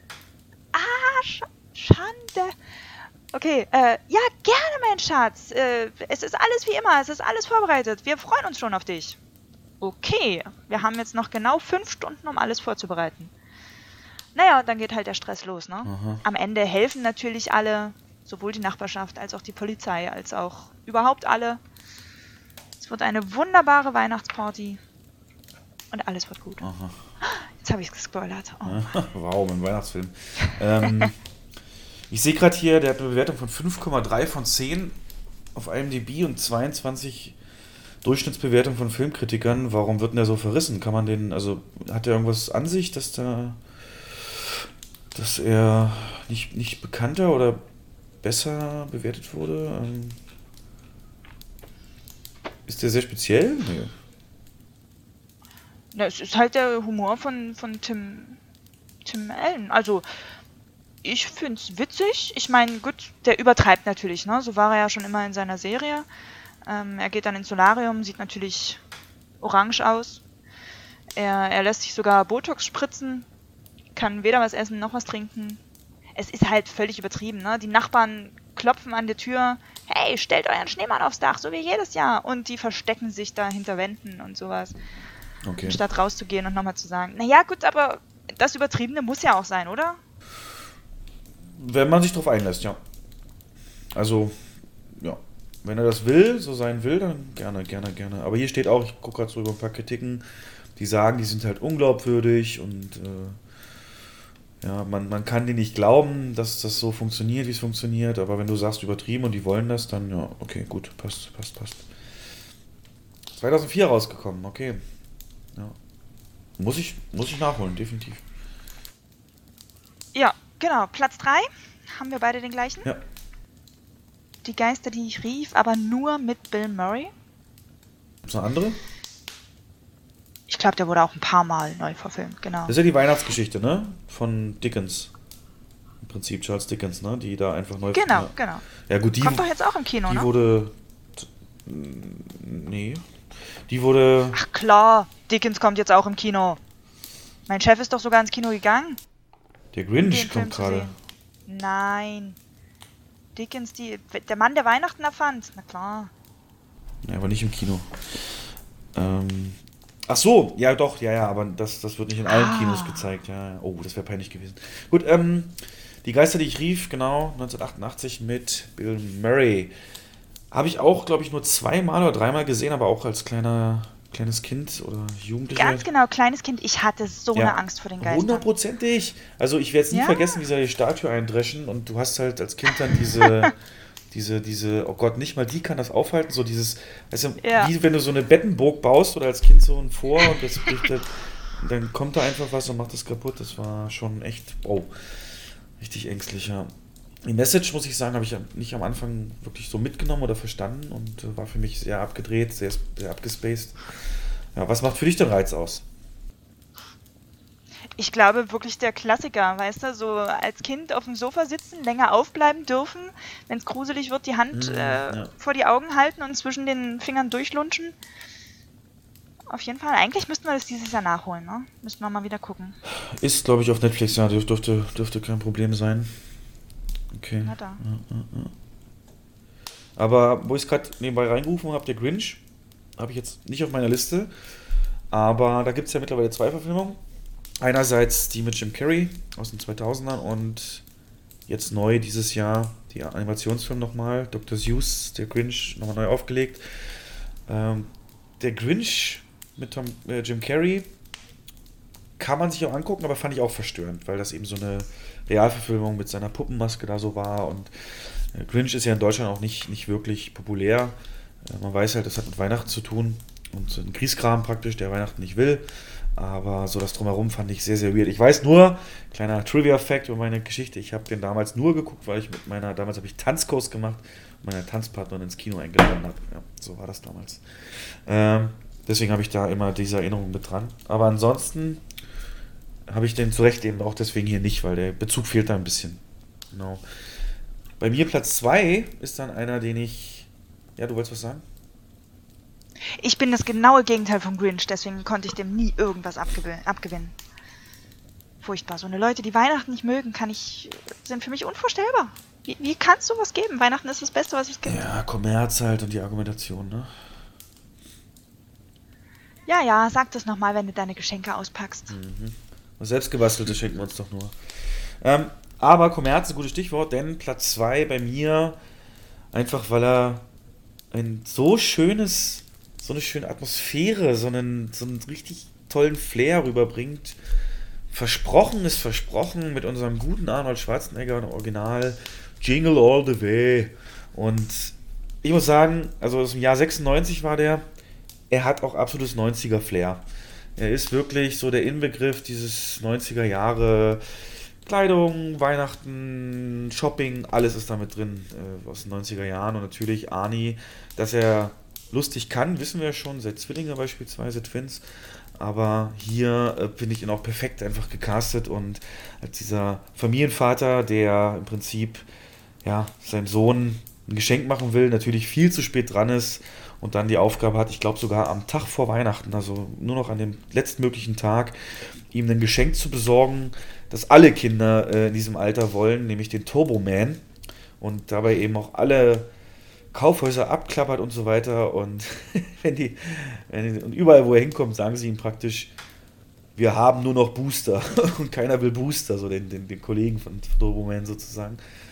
A: Schande. Okay, ja, gerne, mein Schatz. Es ist alles wie immer, es ist alles vorbereitet. Wir freuen uns schon auf dich. Okay, wir haben jetzt noch genau 5 Stunden, um alles vorzubereiten. Naja, dann geht halt der Stress los, ne?
B: Aha.
A: Am Ende helfen natürlich alle, sowohl die Nachbarschaft als auch die Polizei, als auch überhaupt alle. Es wird eine wunderbare Weihnachtsparty und alles wird gut.
B: Aha.
A: Jetzt habe ich es gespoilert. Oh.
B: Wow, mein Weihnachtsfilm. Ich sehe gerade hier, der hat eine Bewertung von 5,3 von 10 auf IMDb und 22 Durchschnittsbewertung von Filmkritikern. Warum wird denn der so verrissen? Kann man den, also hat er irgendwas an sich, dass er nicht bekannter oder besser bewertet wurde? Ist der sehr speziell? Nee.
A: Na, es ist halt der Humor von Tim Allen. Also, ich find's witzig. Ich meine, gut, der übertreibt natürlich, ne? So war er ja schon immer in seiner Serie. Er geht dann ins Solarium, sieht natürlich orange aus. Er lässt sich sogar Botox spritzen, kann weder was essen noch was trinken. Es ist halt völlig übertrieben, ne? Die Nachbarn klopfen an der Tür: Hey, stellt euren Schneemann aufs Dach, so wie jedes Jahr. Und die verstecken sich da hinter Wänden und sowas.
B: Okay.
A: Anstatt rauszugehen und nochmal zu sagen: Naja, gut, aber das Übertriebene muss ja auch sein, oder?
B: Wenn man sich drauf einlässt, ja. Also, ja. Wenn er das will, so sein will, dann gerne. Aber hier steht auch, ich gucke gerade so über ein paar Kritiken, die sagen, die sind halt unglaubwürdig und ja, man kann denen nicht glauben, dass das so funktioniert, wie es funktioniert, aber wenn du sagst übertrieben und die wollen das, dann ja, okay, gut, passt. 2004 rausgekommen, okay. Ja. Muss ich nachholen, definitiv.
A: Ja, genau. Platz 3. Haben wir beide den gleichen?
B: Ja.
A: Die Geister, die ich rief, aber nur mit Bill Murray.
B: Gibt's noch andere?
A: Ich glaube, der wurde auch ein paar Mal neu verfilmt, genau.
B: Das ist ja die Weihnachtsgeschichte, ne? Von Dickens. Im Prinzip Charles Dickens, ne? Die da einfach neu...
A: Genau.
B: Ja gut, die...
A: Kommt doch jetzt auch im Kino,
B: die
A: ne?
B: wurde... Nee. Die wurde...
A: Ach klar, Dickens kommt jetzt auch im Kino. Mein Chef ist doch sogar ins Kino gegangen.
B: Der
A: den
B: Grinch
A: Film
B: kommt
A: zu
B: gerade.
A: sehen. Nein. Dickens, der Mann, der Weihnachten erfand. Na klar.
B: Ja, aber nicht im Kino. Ach so, ja doch, ja, aber das wird nicht in allen Kinos gezeigt. Ja. Oh, das wäre peinlich gewesen. Gut, Die Geister, die ich rief, genau, 1988 mit Bill Murray. Habe ich auch, glaube ich, nur 2-mal oder 3-mal gesehen, aber auch als kleines Kind oder Jugendlicher.
A: Ganz genau, kleines Kind. Ich hatte so eine Angst vor den Geistern.
B: 100%ig. Also ich werde es nie vergessen, wie sie die Statue eindreschen und du hast halt als Kind dann oh Gott, nicht mal die kann das aufhalten, so dieses, weißt du,
A: Ja.
B: wie wenn du so eine Bettenburg baust oder als Kind so ein Vor und das bricht, dann kommt da einfach was und macht das kaputt. Das war schon echt, richtig ängstlich, ja. Die Message, muss ich sagen, habe ich nicht am Anfang wirklich so mitgenommen oder verstanden und war für mich sehr abgedreht, sehr, sehr abgespaced. Ja, was macht für dich den Reiz aus?
A: Ich glaube wirklich der Klassiker, weißt du, so als Kind auf dem Sofa sitzen, länger aufbleiben dürfen, wenn es gruselig wird, die Hand
B: Ja.
A: vor die Augen halten und zwischen den Fingern durchlunschen. Auf jeden Fall, eigentlich müssten wir das dieses Jahr nachholen, ne? Müssten wir mal wieder gucken.
B: Ist, glaube ich, auf Netflix, ja, dürfte kein Problem sein. Okay.
A: Na da.
B: Ja. Aber wo ich es gerade nebenbei reingerufen habe, der Grinch, habe ich jetzt nicht auf meiner Liste, aber da gibt es ja mittlerweile 2 Verfilmungen. Einerseits die mit Jim Carrey aus den 2000ern und jetzt neu dieses Jahr die Animationsfilm nochmal, Dr. Seuss, der Grinch, nochmal neu aufgelegt. Der Grinch mit Jim Carrey kann man sich auch angucken, aber fand ich auch verstörend, weil das eben so eine Realverfilmung mit seiner Puppenmaske da so war und Grinch ist ja in Deutschland auch nicht wirklich populär. Man weiß halt, das hat mit Weihnachten zu tun und so ein Grieskram praktisch, der Weihnachten nicht will. Aber so das Drumherum fand ich sehr, sehr weird. Ich weiß nur, kleiner Trivia-Fact über meine Geschichte, ich habe den damals nur geguckt, weil ich damals habe ich Tanzkurs gemacht und meine Tanzpartnerin ins Kino eingeladen habe. Ja, so war das damals. Deswegen habe ich da immer diese Erinnerung mit dran. Aber ansonsten habe ich den zu Recht eben auch deswegen hier nicht, weil der Bezug fehlt da ein bisschen. Genau. Bei mir Platz 2 ist dann einer, den ich... Ja, du wolltest was sagen?
A: Ich bin das genaue Gegenteil vom Grinch, deswegen konnte ich dem nie irgendwas abgewinnen. Furchtbar. So eine Leute, die Weihnachten nicht mögen, sind für mich unvorstellbar. Wie kann es sowas geben? Weihnachten ist das Beste, was es gibt.
B: Ja, Kommerz halt und die Argumentation, ne?
A: Ja, sag das nochmal, wenn du deine Geschenke auspackst.
B: Selbstgebastelte schenken wir uns doch nur. Aber Kommerz ist ein gutes Stichwort, denn Platz 2 bei mir, einfach weil er so eine schöne Atmosphäre, so einen richtig tollen Flair rüberbringt. Versprochen ist versprochen mit unserem guten Arnold Schwarzenegger im Original Jingle All the Way. Und ich muss sagen, also aus dem Jahr 96 war er hat auch absolutes 90er Flair. Er ist wirklich so der Inbegriff dieses 90er Jahre Kleidung, Weihnachten, Shopping, alles ist damit drin aus den 90er Jahren. Und natürlich Arnie, dass er lustig kann, wissen wir ja schon, seit Zwillinge beispielsweise, Twins. Aber hier finde ich ihn auch perfekt einfach gecastet und als dieser Familienvater, der im Prinzip ja, seinem Sohn ein Geschenk machen will, natürlich viel zu spät dran ist und dann die Aufgabe hat, ich glaube sogar am Tag vor Weihnachten, also nur noch an dem letztmöglichen Tag, ihm ein Geschenk zu besorgen, das alle Kinder in diesem Alter wollen, nämlich den Turbo Man und dabei eben auch alle Kaufhäuser abklappert und so weiter und und überall, wo er hinkommt, sagen sie ihm praktisch, wir haben nur noch Booster und keiner will Booster, so den Kollegen von Turbo Man sozusagen.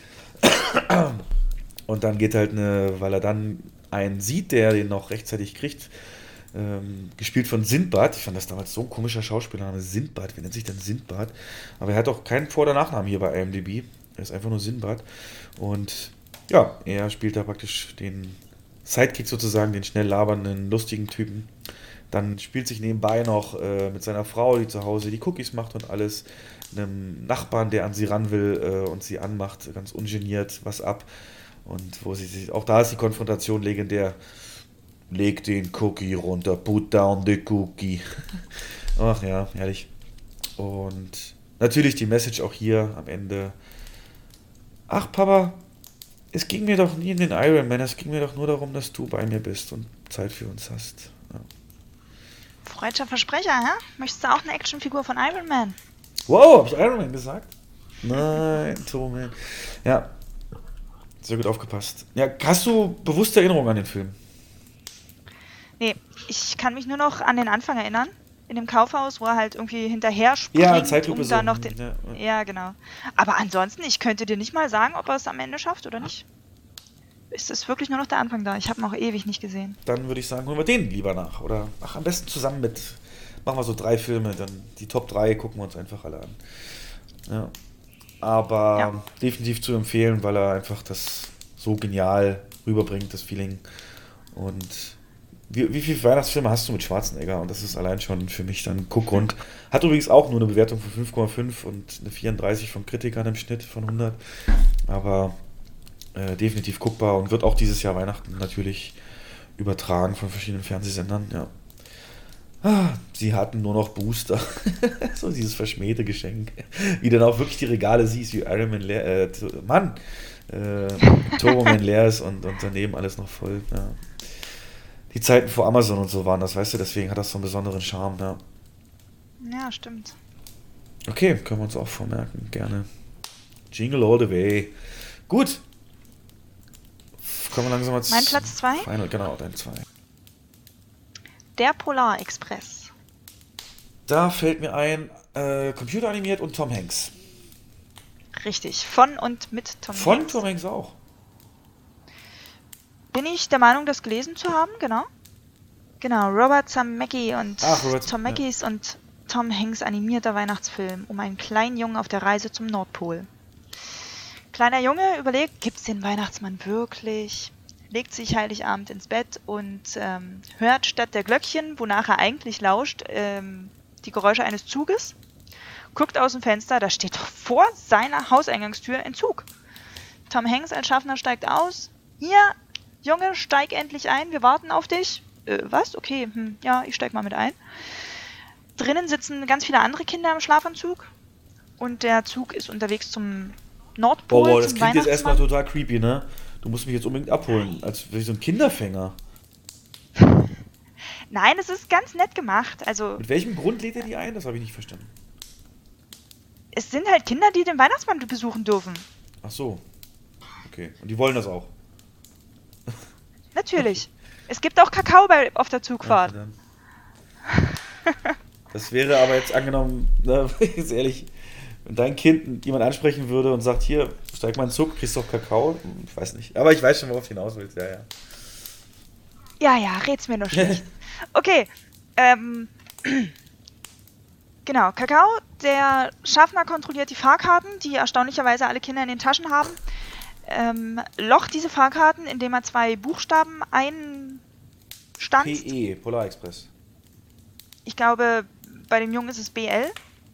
B: Und dann geht halt weil er dann einen sieht, der den noch rechtzeitig kriegt, gespielt von Sindbad. Ich fand das damals so ein komischer Schauspielername, Sindbad. Wie nennt sich denn Sindbad? Aber er hat auch keinen Vor- oder Nachnamen hier bei IMDb. Er ist einfach nur Sindbad. Und ja, er spielt da praktisch den Sidekick sozusagen, den schnell labernden, lustigen Typen. Dann spielt sich nebenbei noch mit seiner Frau, die zu Hause die Cookies macht und alles, einem Nachbarn, der an sie ran will und sie anmacht, ganz ungeniert was ab. Und auch da ist die Konfrontation legendär. Leg den Cookie runter, put down the cookie. Ach ja, herrlich. Und natürlich die Message auch hier am Ende. Ach Papa, es ging mir doch nie in den Iron Man, es ging mir doch nur darum, dass du bei mir bist und Zeit für uns hast. Ja.
A: Freudscher Versprecher, hä? Möchtest du auch eine Actionfigur von Iron Man?
B: Wow, hab ich Iron Man gesagt? Nein, Turbo Man. Ja, sehr gut aufgepasst. Ja, hast du bewusste Erinnerungen an den Film?
A: Nee, ich kann mich nur noch an den Anfang erinnern. In dem Kaufhaus, wo er halt irgendwie hinterher springt,
B: Ja, Zeitlupe
A: um da
B: so.
A: noch den... Ja, genau. Aber ansonsten, ich könnte dir nicht mal sagen, ob er es am Ende schafft oder nicht. Ist es wirklich nur noch der Anfang da? Ich habe ihn auch ewig nicht gesehen.
B: Dann würde ich sagen, holen wir den lieber nach. Oder am besten zusammen machen wir so 3 Filme, dann die Top 3 gucken wir uns einfach alle an. Ja. Aber definitiv zu empfehlen, weil er einfach das so genial rüberbringt, das Feeling. Und wie viele Weihnachtsfilme hast du mit Schwarzenegger? Und das ist allein schon für mich dann Guckgrund. Hat übrigens auch nur eine Bewertung von 5,5 und eine 34 von Kritikern im Schnitt von 100. Aber definitiv guckbar und wird auch dieses Jahr Weihnachten natürlich übertragen von verschiedenen Fernsehsendern, ja. Sie hatten nur noch Booster. So dieses verschmähte Geschenk. Wie dann auch wirklich die Regale siehst, wie Iron Man leer, Turbo Man leer ist und daneben alles noch voll. Ja. Die Zeiten vor Amazon und so waren das, weißt du, deswegen hat das so einen besonderen Charme, ja.
A: Ja, stimmt.
B: Okay, können wir uns auch vormerken, gerne. Jingle all the way. Gut. Kommen wir langsam mal
A: Mein Platz 2?
B: Genau, dein 2.
A: Der Polarexpress.
B: Da fällt mir ein, computeranimiert und Tom Hanks.
A: Richtig, von und mit Tom
B: Von
A: Hanks.
B: Tom Hanks auch.
A: Bin ich der Meinung, das gelesen zu haben, genau. Genau, Robert Zemeckis und Zemeckis und Tom Hanks animierter Weihnachtsfilm um einen kleinen Jungen auf der Reise zum Nordpol. Kleiner Junge überlegt, gibt's den Weihnachtsmann wirklich? Legt sich Heiligabend ins Bett und hört statt der Glöckchen, wonach er eigentlich lauscht, die Geräusche eines Zuges. Guckt aus dem Fenster, da steht doch vor seiner Hauseingangstür ein Zug. Tom Hanks als Schaffner steigt aus. Hier, Junge, steig endlich ein, wir warten auf dich. Was? Okay, ja, ich steig mal mit ein. Drinnen sitzen ganz viele andere Kinder im Schlafanzug. Und der Zug ist unterwegs zum Nordpol,
B: Boah, das
A: zum
B: klingt jetzt erstmal
A: Weihnachtsmann.
B: total creepy, ne? Du musst mich jetzt unbedingt abholen, als wie so ein Kinderfänger.
A: Nein, es ist ganz nett gemacht. Also,
B: Mit welchem Grund lädt er die ein? Das habe ich nicht verstanden.
A: es sind halt Kinder, die den Weihnachtsmann besuchen dürfen.
B: Ach so. Okay. Und die wollen das auch.
A: Natürlich. Es gibt auch Kakao auf der Zugfahrt.
B: Ja, das wäre aber jetzt angenommen, ne, jetzt ehrlich, wenn dein Kind jemand ansprechen würde und sagt, hier, steig mal in den Zug, kriegst du auch Kakao? Ich weiß nicht. Aber ich weiß schon, worauf du hinaus willst, ja.
A: Ja, red's mir nur schlecht. Okay, genau, Kakao, der Schaffner kontrolliert die Fahrkarten, die erstaunlicherweise alle Kinder in den Taschen haben. Locht diese Fahrkarten, indem er 2 Buchstaben einstanzt.
B: PE, Polarexpress.
A: Ich glaube, bei dem Jungen ist es BL.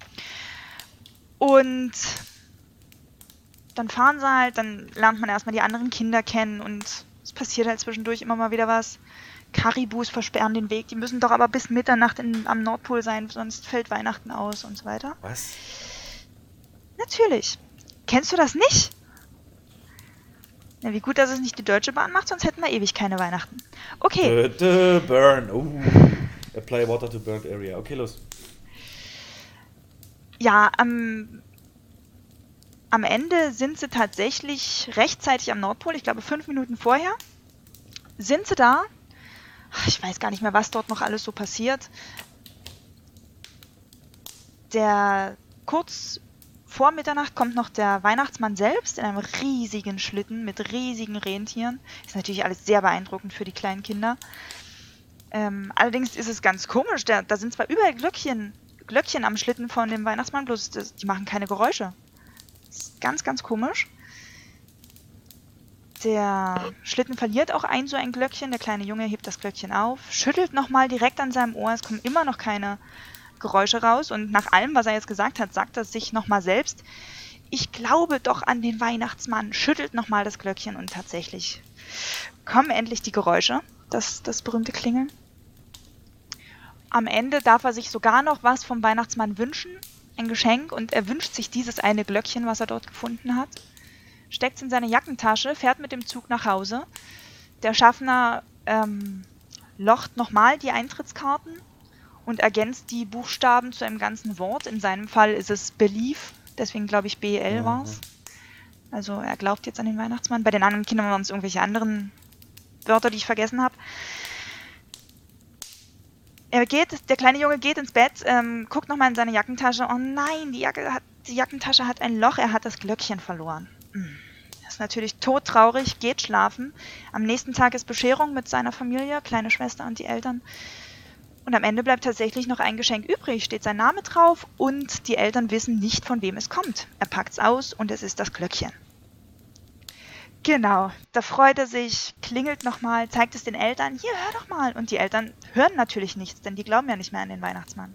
A: Und dann fahren sie halt, dann lernt man erstmal die anderen Kinder kennen und es passiert halt zwischendurch immer mal wieder was. Karibus versperren den Weg, die müssen doch aber bis Mitternacht am Nordpol sein, sonst fällt Weihnachten aus und so weiter.
B: Was?
A: Natürlich. Kennst du das nicht? Na, wie gut, dass es nicht die Deutsche Bahn macht, sonst hätten wir ewig keine Weihnachten. Okay.
B: Burn. Apply water to burned area. Okay, los.
A: Ja, am Ende sind sie tatsächlich rechtzeitig am Nordpol, ich glaube 5 Minuten vorher, sind sie da. Ich weiß gar nicht mehr, was dort noch alles so passiert. Kurz vor Mitternacht kommt noch der Weihnachtsmann selbst in einem riesigen Schlitten mit riesigen Rentieren. Ist natürlich alles sehr beeindruckend für die kleinen Kinder. Allerdings ist es ganz komisch, da sind zwar überall Glöckchen am Schlitten von dem Weihnachtsmann, bloß die machen keine Geräusche. Das ist ganz, ganz komisch. Der Schlitten verliert auch so ein Glöckchen. Der kleine Junge hebt das Glöckchen auf, schüttelt nochmal direkt an seinem Ohr. Es kommen immer noch keine Geräusche raus. Und nach allem, was er jetzt gesagt hat, sagt er sich nochmal selbst, ich glaube doch an den Weihnachtsmann, schüttelt nochmal das Glöckchen und tatsächlich kommen endlich die Geräusche, das berühmte Klingeln. Am Ende darf er sich sogar noch was vom Weihnachtsmann wünschen, ein Geschenk, und er wünscht sich dieses eine Glöckchen, was er dort gefunden hat, steckt es in seine Jackentasche, fährt mit dem Zug nach Hause. Der Schaffner locht nochmal die Eintrittskarten und ergänzt die Buchstaben zu einem ganzen Wort. In seinem Fall ist es Believe, deswegen glaube ich BL war es. Also er glaubt jetzt an den Weihnachtsmann. Bei den anderen Kindern waren es irgendwelche anderen Wörter, die ich vergessen habe. Der kleine Junge geht ins Bett, guckt nochmal in seine Jackentasche. Oh nein, die Jackentasche hat ein Loch, er hat das Glöckchen verloren. Das ist natürlich todtraurig, geht schlafen. Am nächsten Tag ist Bescherung mit seiner Familie, kleine Schwester und die Eltern. Und am Ende bleibt tatsächlich noch ein Geschenk übrig, steht sein Name drauf und die Eltern wissen nicht, von wem es kommt. Er packt es aus und es ist das Glöckchen. Genau, da freut er sich, klingelt nochmal, zeigt es den Eltern, hier, hör doch mal. Und die Eltern hören natürlich nichts, denn die glauben ja nicht mehr an den Weihnachtsmann.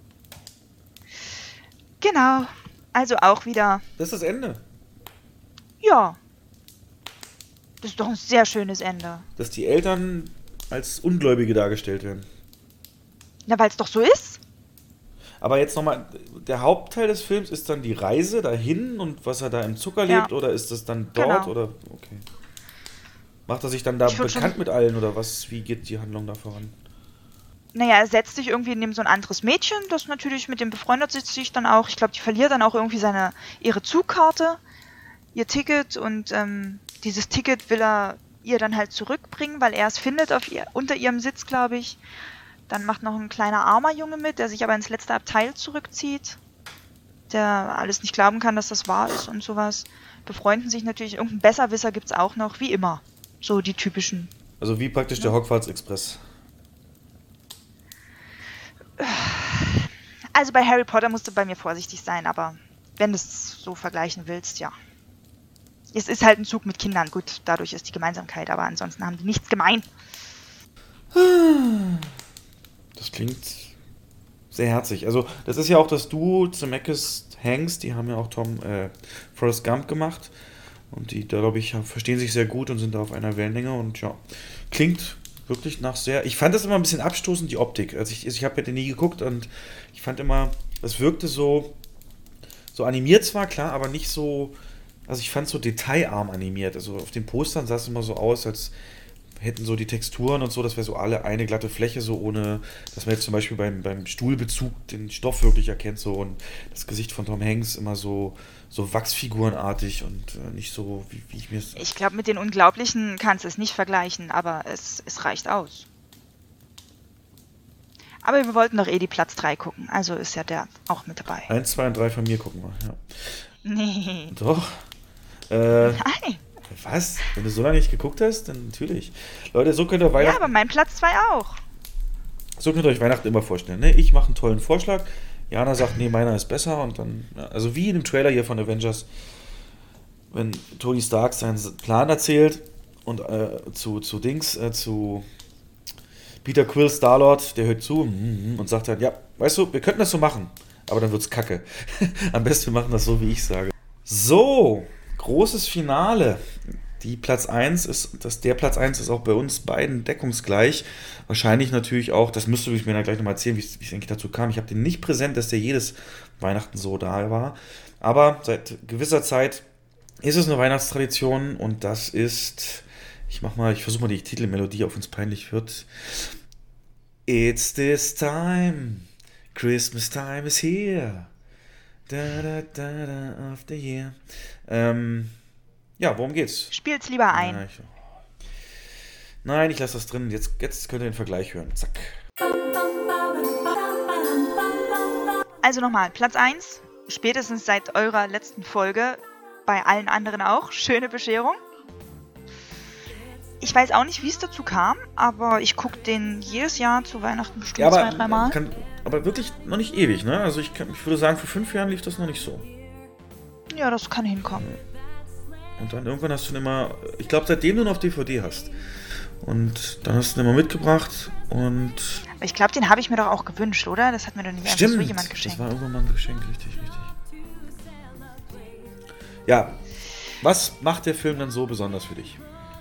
A: Genau, also auch wieder,
B: Das ist das Ende.
A: ja, das ist doch ein sehr schönes Ende.
B: Dass die Eltern als Ungläubige dargestellt werden.
A: Na, weil es doch so ist.
B: Aber jetzt nochmal, der Hauptteil des Films ist dann die Reise dahin und was er da im Zucker
A: Ja.
B: lebt, oder ist das dann dort,
A: Genau.
B: oder, okay. Macht er sich dann da
A: Ich würd
B: bekannt
A: schon-
B: mit allen, oder was, wie geht die Handlung da voran?
A: Naja, er setzt sich irgendwie neben so ein anderes Mädchen, das natürlich mit dem befreundet sich dann auch. Ich glaube, die verliert dann auch irgendwie ihre Zugkarte, ihr Ticket und dieses Ticket will er ihr dann halt zurückbringen, weil er es findet unter ihrem Sitz, glaube ich. Dann macht noch ein kleiner armer Junge mit, der sich aber ins letzte Abteil zurückzieht, der alles nicht glauben kann, dass das wahr ist und sowas. Befreunden sich natürlich, irgendein Besserwisser gibt's auch noch, wie immer. So die typischen.
B: Also wie praktisch der Hogwarts Express.
A: Also bei Harry Potter musst du bei mir vorsichtig sein, aber wenn du es so vergleichen willst, ja. Es ist halt ein Zug mit Kindern, gut, dadurch ist die Gemeinsamkeit, aber ansonsten haben die nichts gemein.
B: Das klingt sehr herzig. Also, das ist ja auch das Duo Zemeckis Hanks, die haben ja auch Forrest Gump gemacht. Und die, da glaube ich, verstehen sich sehr gut und sind da auf einer Wellenlänge. Und ja, klingt wirklich nach sehr. Ich fand das immer ein bisschen abstoßend, die Optik. Also ich habe ja den nie geguckt und ich fand immer, es wirkte so animiert zwar, klar, aber nicht so. Also ich fand es so detailarm animiert. Also auf den Postern sah es immer so aus, als hätten so die Texturen und so, das wäre so alle eine glatte Fläche, so ohne, dass man jetzt zum Beispiel beim Stuhlbezug den Stoff wirklich erkennt, so, und das Gesicht von Tom Hanks immer so wachsfigurenartig und nicht so, wie ich mir es.
A: Ich glaube, mit den Unglaublichen kannst du es nicht vergleichen, aber es reicht aus. Aber wir wollten doch eh die Platz 3 gucken, also ist ja der auch mit dabei.
B: 1, 2 und 3 von mir gucken wir, ja.
A: Nee.
B: Doch.
A: Nein.
B: Was? Wenn du so lange nicht geguckt hast, dann natürlich. Leute, so könnt ihr
A: Ja,
B: Weihnachten.
A: aber mein Platz 2 auch.
B: So könnt ihr euch Weihnachten immer vorstellen. Ne? Ich mache einen tollen Vorschlag. Jana sagt, nee, meiner ist besser. Und dann, ja, also wie in dem Trailer hier von Avengers, wenn Tony Stark seinen Plan erzählt und zu Peter Quill, Star-Lord, der hört zu und sagt dann, ja, weißt du, wir könnten das so machen, aber dann wird's kacke. Am besten wir machen das so, wie ich sage. So, großes Finale. Der Platz 1 ist auch bei uns beiden deckungsgleich. Wahrscheinlich natürlich auch, das müsst ihr mir dann gleich nochmal erzählen, wie es eigentlich dazu kam. Ich habe den nicht präsent, dass der jedes Weihnachten so da war. Aber seit gewisser Zeit ist es eine Weihnachtstradition und das ist, ich versuche mal die Titelmelodie, auf uns peinlich wird. It's this time, Christmas time is here. Da, da, da, da, of the year. Ja, worum geht's?
A: Spiel's lieber ein.
B: Ja, Nein, ich lasse das drin. Jetzt könnt ihr den Vergleich hören. Zack.
A: Also nochmal, Platz 1, spätestens seit eurer letzten Folge, bei allen anderen auch, schöne Bescherung. Ich weiß auch nicht, wie es dazu kam, aber ich gucke den jedes Jahr zu Weihnachten bestimmt
B: Ja,
A: 2-3 Mal.
B: aber wirklich noch nicht ewig, ne? Also ich würde sagen, vor 5 Jahren lief das noch nicht so.
A: Ja, das kann hinkommen.
B: Und dann irgendwann hast du ihn immer, ich glaube, seitdem du ihn auf DVD hast. Und dann hast du ihn immer mitgebracht und...
A: Aber ich glaube, den habe ich mir doch auch gewünscht, oder? Das hat mir doch nicht einfach so jemand geschenkt.
B: Das war irgendwann mal ein Geschenk, richtig. Ja, was macht der Film dann so besonders für dich?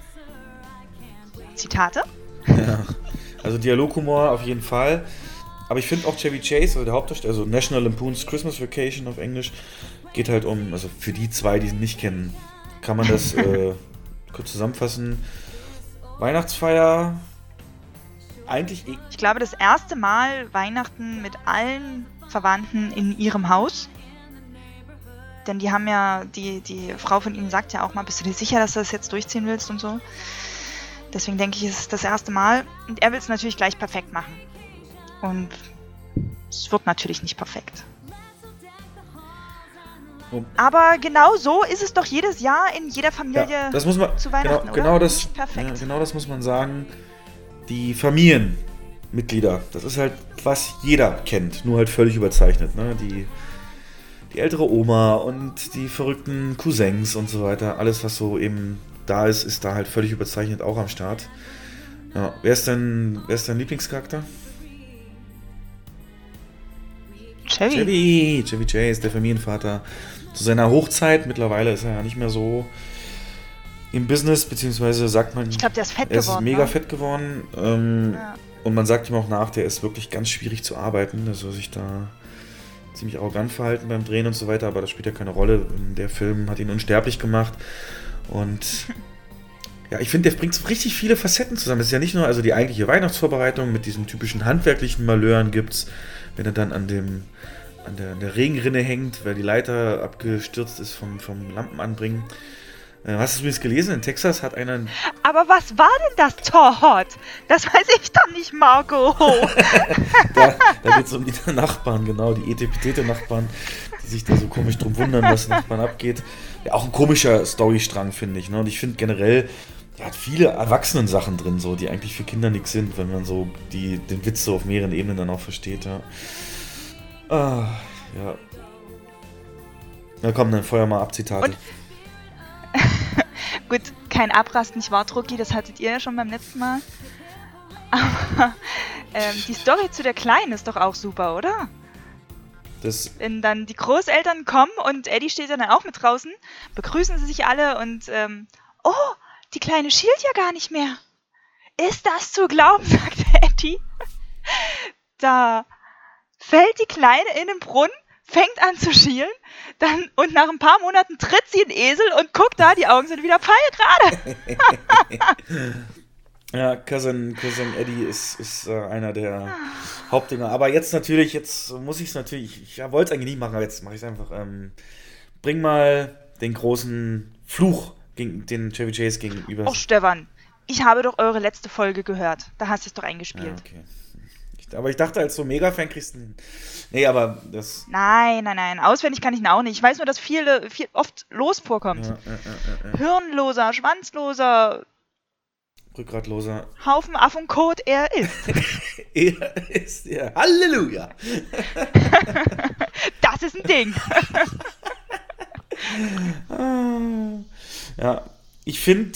A: Zitate?
B: Ja, also Dialoghumor auf jeden Fall. Aber ich finde auch Chevy Chase, also der Hauptdarsteller, also National Lampoon's Christmas Vacation auf Englisch, geht halt um, also für die zwei, die ihn nicht kennen, kann man das kurz zusammenfassen. Weihnachtsfeier, eigentlich
A: Ich glaube, das erste Mal Weihnachten mit allen Verwandten in ihrem Haus. Denn die haben ja, die Frau von ihnen sagt ja auch mal, bist du dir sicher, dass du das jetzt durchziehen willst und so. Deswegen denke ich, es ist das erste Mal. Und er will es natürlich gleich perfekt machen. Und es wird natürlich nicht perfekt. Aber genau so ist es doch jedes Jahr in jeder Familie
B: ja, das muss man,
A: zu Weihnachten,
B: genau
A: oder?
B: Das,
A: Nicht perfekt.
B: Ja, genau das muss man sagen. Die Familienmitglieder, das ist halt, was jeder kennt, nur halt völlig überzeichnet. Ne? Die ältere Oma und die verrückten Cousins und so weiter. Alles, was so eben da ist da halt völlig überzeichnet auch am Start. Ja, wer ist dein Lieblingscharakter? Chevy Chase, der Familienvater. Zu seiner Hochzeit, mittlerweile ist er ja nicht mehr so im Business, beziehungsweise sagt man,
A: Ich glaube, der ist fett
B: er ist
A: geworden.
B: mega
A: ne?
B: fett geworden.
A: Ja.
B: Und man sagt ihm auch nach, der ist wirklich ganz schwierig zu arbeiten. Der soll sich da ziemlich arrogant verhalten beim Drehen und so weiter, aber das spielt ja keine Rolle. Der Film hat ihn unsterblich gemacht. Und ja, ich finde, der bringt so richtig viele Facetten zusammen. Es ist ja nicht nur also die eigentliche Weihnachtsvorbereitung mit diesen typischen handwerklichen Malören gibt's, wenn er dann an der Regenrinne hängt, weil die Leiter abgestürzt ist vom Lampenanbringen. Hast du es übrigens gelesen? In Texas hat einer...
A: Aber was war denn das, Todd? Das weiß ich doch nicht, Marco.
B: Da geht es um die Nachbarn, genau, die Etepetete-Nachbarn, die sich da so komisch drum wundern, was Nachbarn abgeht. Ja, auch ein komischer Storystrang, finde ich. Ne? Und ich finde generell, der hat viele Erwachsenen-Sachen drin, so, die eigentlich für Kinder nichts sind, wenn man so den Witz so auf mehreren Ebenen dann auch versteht. Ja. Ja. Na komm, dann feuer mal ab, Zitate.
A: Und gut, kein Abrast, nicht wahr, Drucki, das hattet ihr ja schon beim letzten Mal. Aber die Story zu der Kleinen ist doch auch super, oder? Wenn dann die Großeltern kommen und Eddie steht dann auch mit draußen, begrüßen sie sich alle und oh, die Kleine schielt ja gar nicht mehr. Ist das zu glauben, sagt Eddie. Da fällt die Kleine in den Brunnen, fängt an zu schielen, und nach ein paar Monaten tritt sie einen Esel und guckt da, die Augen sind wieder pfeilgerade.
B: Ja, Cousin Eddie ist einer der Hauptdinger. Aber jetzt muss ich es natürlich, ich wollte es eigentlich nicht machen, aber jetzt mache ich es einfach. Bring mal den großen Fluch gegen den Chevy Chase gegenüber.
A: Oh, Stefan, ich habe doch eure letzte Folge gehört. Da hast du es doch eingespielt.
B: Ja, okay. Aber ich dachte, als so Mega-Fan kriegst du ihn. Nee, aber das...
A: Nein. Auswendig kann ich ihn auch nicht. Ich weiß nur, dass viel oft los vorkommt.
B: Ja.
A: Hirnloser, Schwanzloser,
B: Rückgratloser.
A: Haufen Affenkot, er ist.
B: Er ist, ja. Halleluja!
A: Das ist ein Ding.
B: Ja, ich finde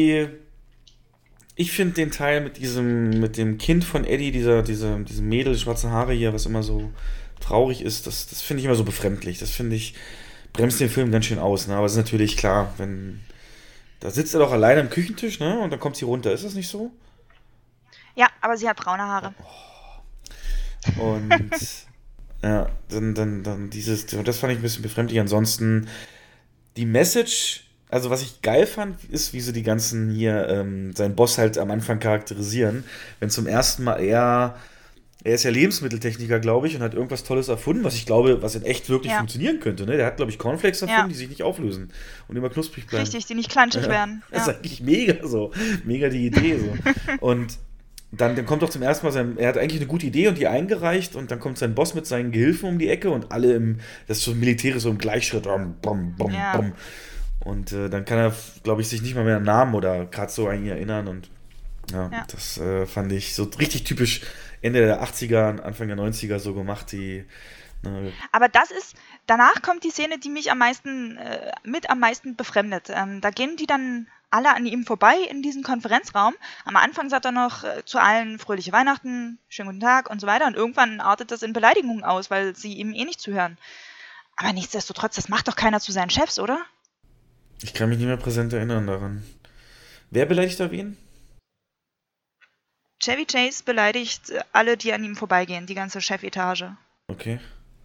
B: den Teil mit dem Kind von Eddie, diesem Mädel, schwarze Haare hier, was immer so traurig ist, das finde ich immer so befremdlich. Das finde ich, bremst den Film ganz schön aus, ne? Aber es ist natürlich klar, da sitzt er doch alleine am Küchentisch, ne? Und dann kommt sie runter. Ist das nicht so?
A: Ja, aber sie hat braune Haare.
B: Und ja, dann das fand ich ein bisschen befremdlich. Ansonsten die Message, also was ich geil fand, ist, wie sie die ganzen hier seinen Boss halt am Anfang charakterisieren. Wenn zum ersten Mal er ist ja Lebensmitteltechniker, glaube ich, und hat irgendwas Tolles erfunden, was ich glaube, was in echt wirklich funktionieren könnte. Ne? Der hat, glaube ich, Cornflakes erfunden, die sich nicht auflösen und immer knusprig bleiben.
A: Richtig, die nicht klanschig werden.
B: Das ist eigentlich mega die Idee so. Und dann kommt doch zum ersten Mal er hat eigentlich eine gute Idee und die eingereicht und dann kommt sein Boss mit seinen Gehilfen um die Ecke und alle das ist so militärisch so im Gleichschritt. Bom. Und dann kann er, glaube ich, sich nicht mal mehr an Namen oder gerade so an ihn erinnern und das fand ich so richtig typisch Ende der 80er, Anfang der 90er so gemacht,
A: Aber danach kommt die Szene, die mich am meisten befremdet. Da gehen die dann alle an ihm vorbei in diesen Konferenzraum. Am Anfang sagt er noch zu allen fröhliche Weihnachten, schönen guten Tag und so weiter. Und irgendwann artet das in Beleidigungen aus, weil sie ihm nicht zuhören. Aber nichtsdestotrotz, das macht doch keiner zu seinen Chefs, oder?
B: Ich kann mich nicht mehr präsent erinnern daran. Wer beleidigt da wen?
A: Chevy Chase beleidigt alle, die an ihm vorbeigehen, die ganze Chefetage.
B: Okay.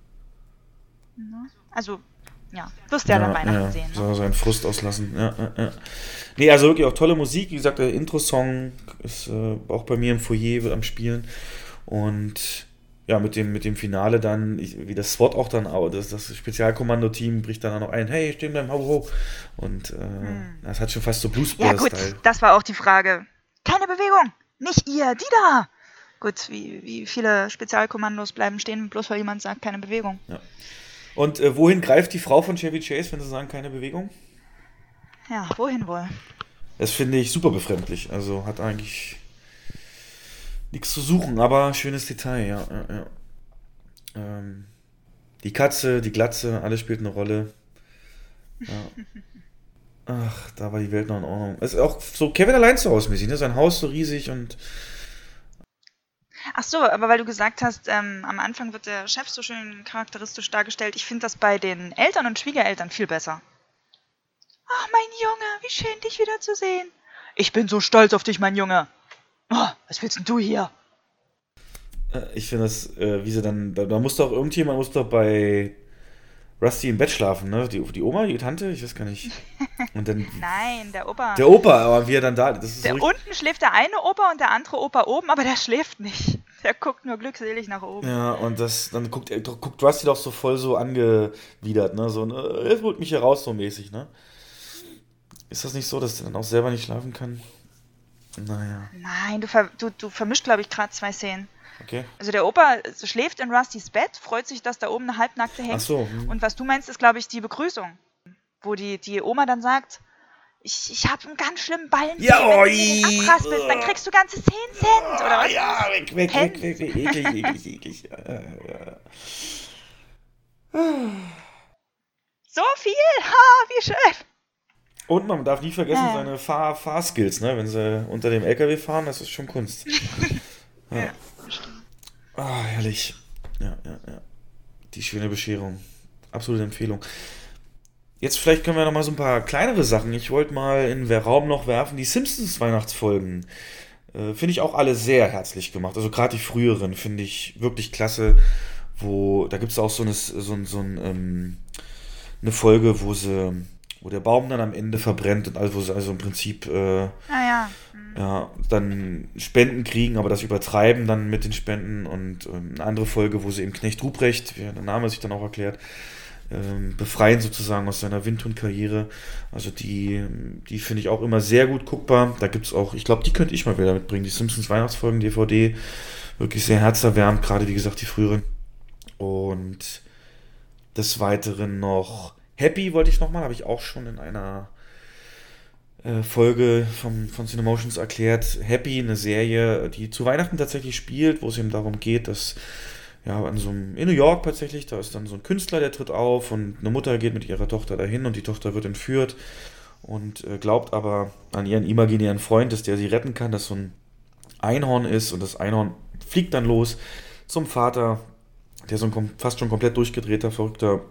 A: Also, wirst du ja dann Weihnachten sehen.
B: Soll seinen Frust auslassen. Ja. Nee, also wirklich auch tolle Musik. Wie gesagt, der Intro-Song ist auch bei mir im Foyer, wird am Spielen. Und ja, mit dem Finale dann, wie das SWAT auch dann, das Spezialkommando-Team bricht dann auch noch ein, hey, stehen bleiben, ho. Und das hat schon fast so Blues Brothers-Style.
A: Ja gut, das war auch die Frage. Keine Bewegung! Nicht ihr, die da! Gut, wie viele Spezialkommandos bleiben stehen, bloß weil jemand sagt, keine Bewegung.
B: Ja. Und wohin greift die Frau von Chevy Chase, wenn sie sagen, keine Bewegung?
A: Ja, wohin wohl?
B: Das finde ich super befremdlich. Also hat eigentlich nichts zu suchen, aber schönes Detail, ja. Die Katze, die Glatze, alles spielt eine Rolle. Ja. Ach, da war die Welt noch in Ordnung. Es ist auch so Kevin allein zu Hause mäßig, ne? Sein Haus so riesig und.
A: Ach so, aber weil du gesagt hast, am Anfang wird der Chef so schön charakteristisch dargestellt. Ich finde das bei den Eltern und Schwiegereltern viel besser. Ach, mein Junge, wie schön, dich wiederzusehen. Ich bin so stolz auf dich, mein Junge. Oh, was willst denn du hier?
B: Ich finde das, wie sie dann. Da muss doch irgendjemand muss doch bei Rusty im Bett schlafen, ne? Die Oma, die Tante, ich weiß gar nicht. Und dann.
A: Nein, der Opa.
B: Der Opa, aber wie er dann da. Das ist so
A: Unten schläft der eine Opa und der andere Opa oben, aber der schläft nicht. Der guckt nur glückselig nach oben.
B: Ja, und dann guckt Rusty doch so voll so angewidert, ne? So, er holt mich hier raus, so mäßig, ne? Ist das nicht so, dass der dann auch selber nicht schlafen kann? Naja.
A: Nein, du vermischt, glaube ich, gerade zwei Szenen.
B: Okay.
A: Also der Opa schläft in Rustys Bett, freut sich, dass da oben eine Halbnackte hängt.
B: Ach so.
A: Und was du meinst, ist, glaube ich, die Begrüßung. Wo die Oma dann sagt, ich habe einen ganz schlimmen Ballenzeh,
B: Ja,
A: wenn du mir den abraspelst, dann kriegst du ganze 10 Cent, oder was?
B: Ja, weg, eklig.
A: So viel? Ha, wie schön.
B: Und man darf nie vergessen seine Fahrskills, ne? Wenn sie unter dem LKW fahren, das ist schon Kunst. Ja. Ah, herrlich. Ja. Die schöne Bescherung. Absolute Empfehlung. Jetzt vielleicht können wir noch mal so ein paar kleinere Sachen. Ich wollte mal in den Raum noch werfen, die Simpsons-Weihnachtsfolgen. Finde ich auch alle sehr herzlich gemacht. Also gerade die früheren finde ich wirklich klasse. Da gibt es auch eine Folge, wo der Baum dann am Ende verbrennt und wo sie also im Prinzip dann Spenden kriegen, aber das übertreiben dann mit den Spenden, und eine andere Folge, wo sie eben Knecht Ruprecht, wie der Name sich dann auch erklärt, befreien sozusagen aus seiner Windhund-Karriere. Also die finde ich auch immer sehr gut guckbar. Da gibt es auch, ich glaube, die könnte ich mal wieder mitbringen, die Simpsons Weihnachtsfolgen DVD, wirklich sehr herzerwärmend, gerade wie gesagt die früheren. Und des Weiteren noch Happy wollte ich nochmal, habe ich auch schon in einer Folge von Cinemotions erklärt. Happy, eine Serie, die zu Weihnachten tatsächlich spielt, wo es eben darum geht, dass in New York tatsächlich, da ist dann so ein Künstler, der tritt auf, und eine Mutter geht mit ihrer Tochter dahin und die Tochter wird entführt und glaubt aber an ihren imaginären Freund, dass der sie retten kann, dass so ein Einhorn ist, und das Einhorn fliegt dann los zum Vater, der so ein fast schon komplett durchgedrehter, verrückter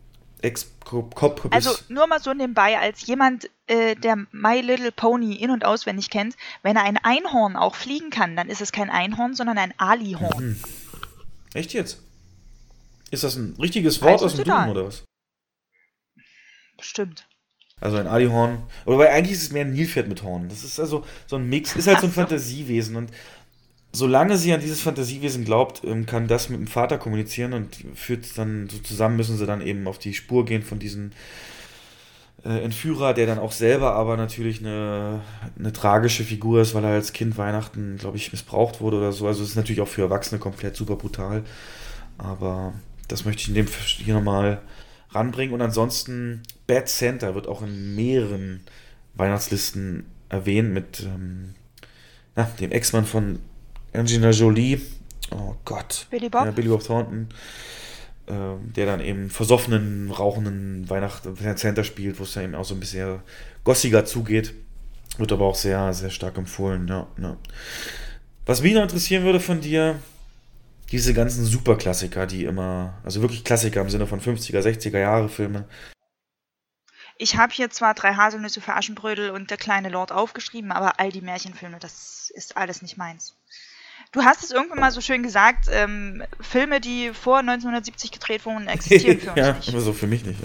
B: Ex-Cop ist.
A: Also nur mal so nebenbei, als jemand, der My Little Pony in- und auswendig kennt, wenn er ein Einhorn auch fliegen kann, dann ist es kein Einhorn, sondern ein Alihorn.
B: Echt jetzt? Ist das ein richtiges Wort aus dem Duden oder was?
A: Bestimmt.
B: Also ein Alihorn. Oder weil eigentlich ist es mehr ein Nilpferd mit Horn. Das ist also so ein Mix, ist halt so ein Fantasiewesen. Und solange sie an dieses Fantasiewesen glaubt, kann das mit dem Vater kommunizieren und führt dann so zusammen, müssen sie dann eben auf die Spur gehen von diesem Entführer, der dann auch selber aber natürlich eine tragische Figur ist, weil er als Kind Weihnachten, glaube ich, missbraucht wurde oder so. Also es ist natürlich auch für Erwachsene komplett super brutal. Aber das möchte ich in dem hier nochmal ranbringen. Und ansonsten Bad Santa wird auch in mehreren Weihnachtslisten erwähnt mit dem Ex-Mann von Angelina Jolie. Oh Gott.
A: Billy Bob?
B: Ja, Billy Bob Thornton. Der dann eben versoffenen, rauchenden Santa spielt, wo es dann eben auch so ein bisschen gossiger zugeht. Wird aber auch sehr, sehr stark empfohlen. Ja. Was mich noch interessieren würde von dir, diese ganzen Superklassiker, die immer, also wirklich Klassiker im Sinne von 50er, 60er Jahre Filme.
A: Ich habe hier zwar 3 Haselnüsse für Aschenbrödel und Der kleine Lord aufgeschrieben, aber all die Märchenfilme, das ist alles nicht meins. Du hast es irgendwann mal so schön gesagt, Filme, die vor 1970 gedreht wurden, existieren für uns
B: ja,
A: nicht.
B: also für mich nicht.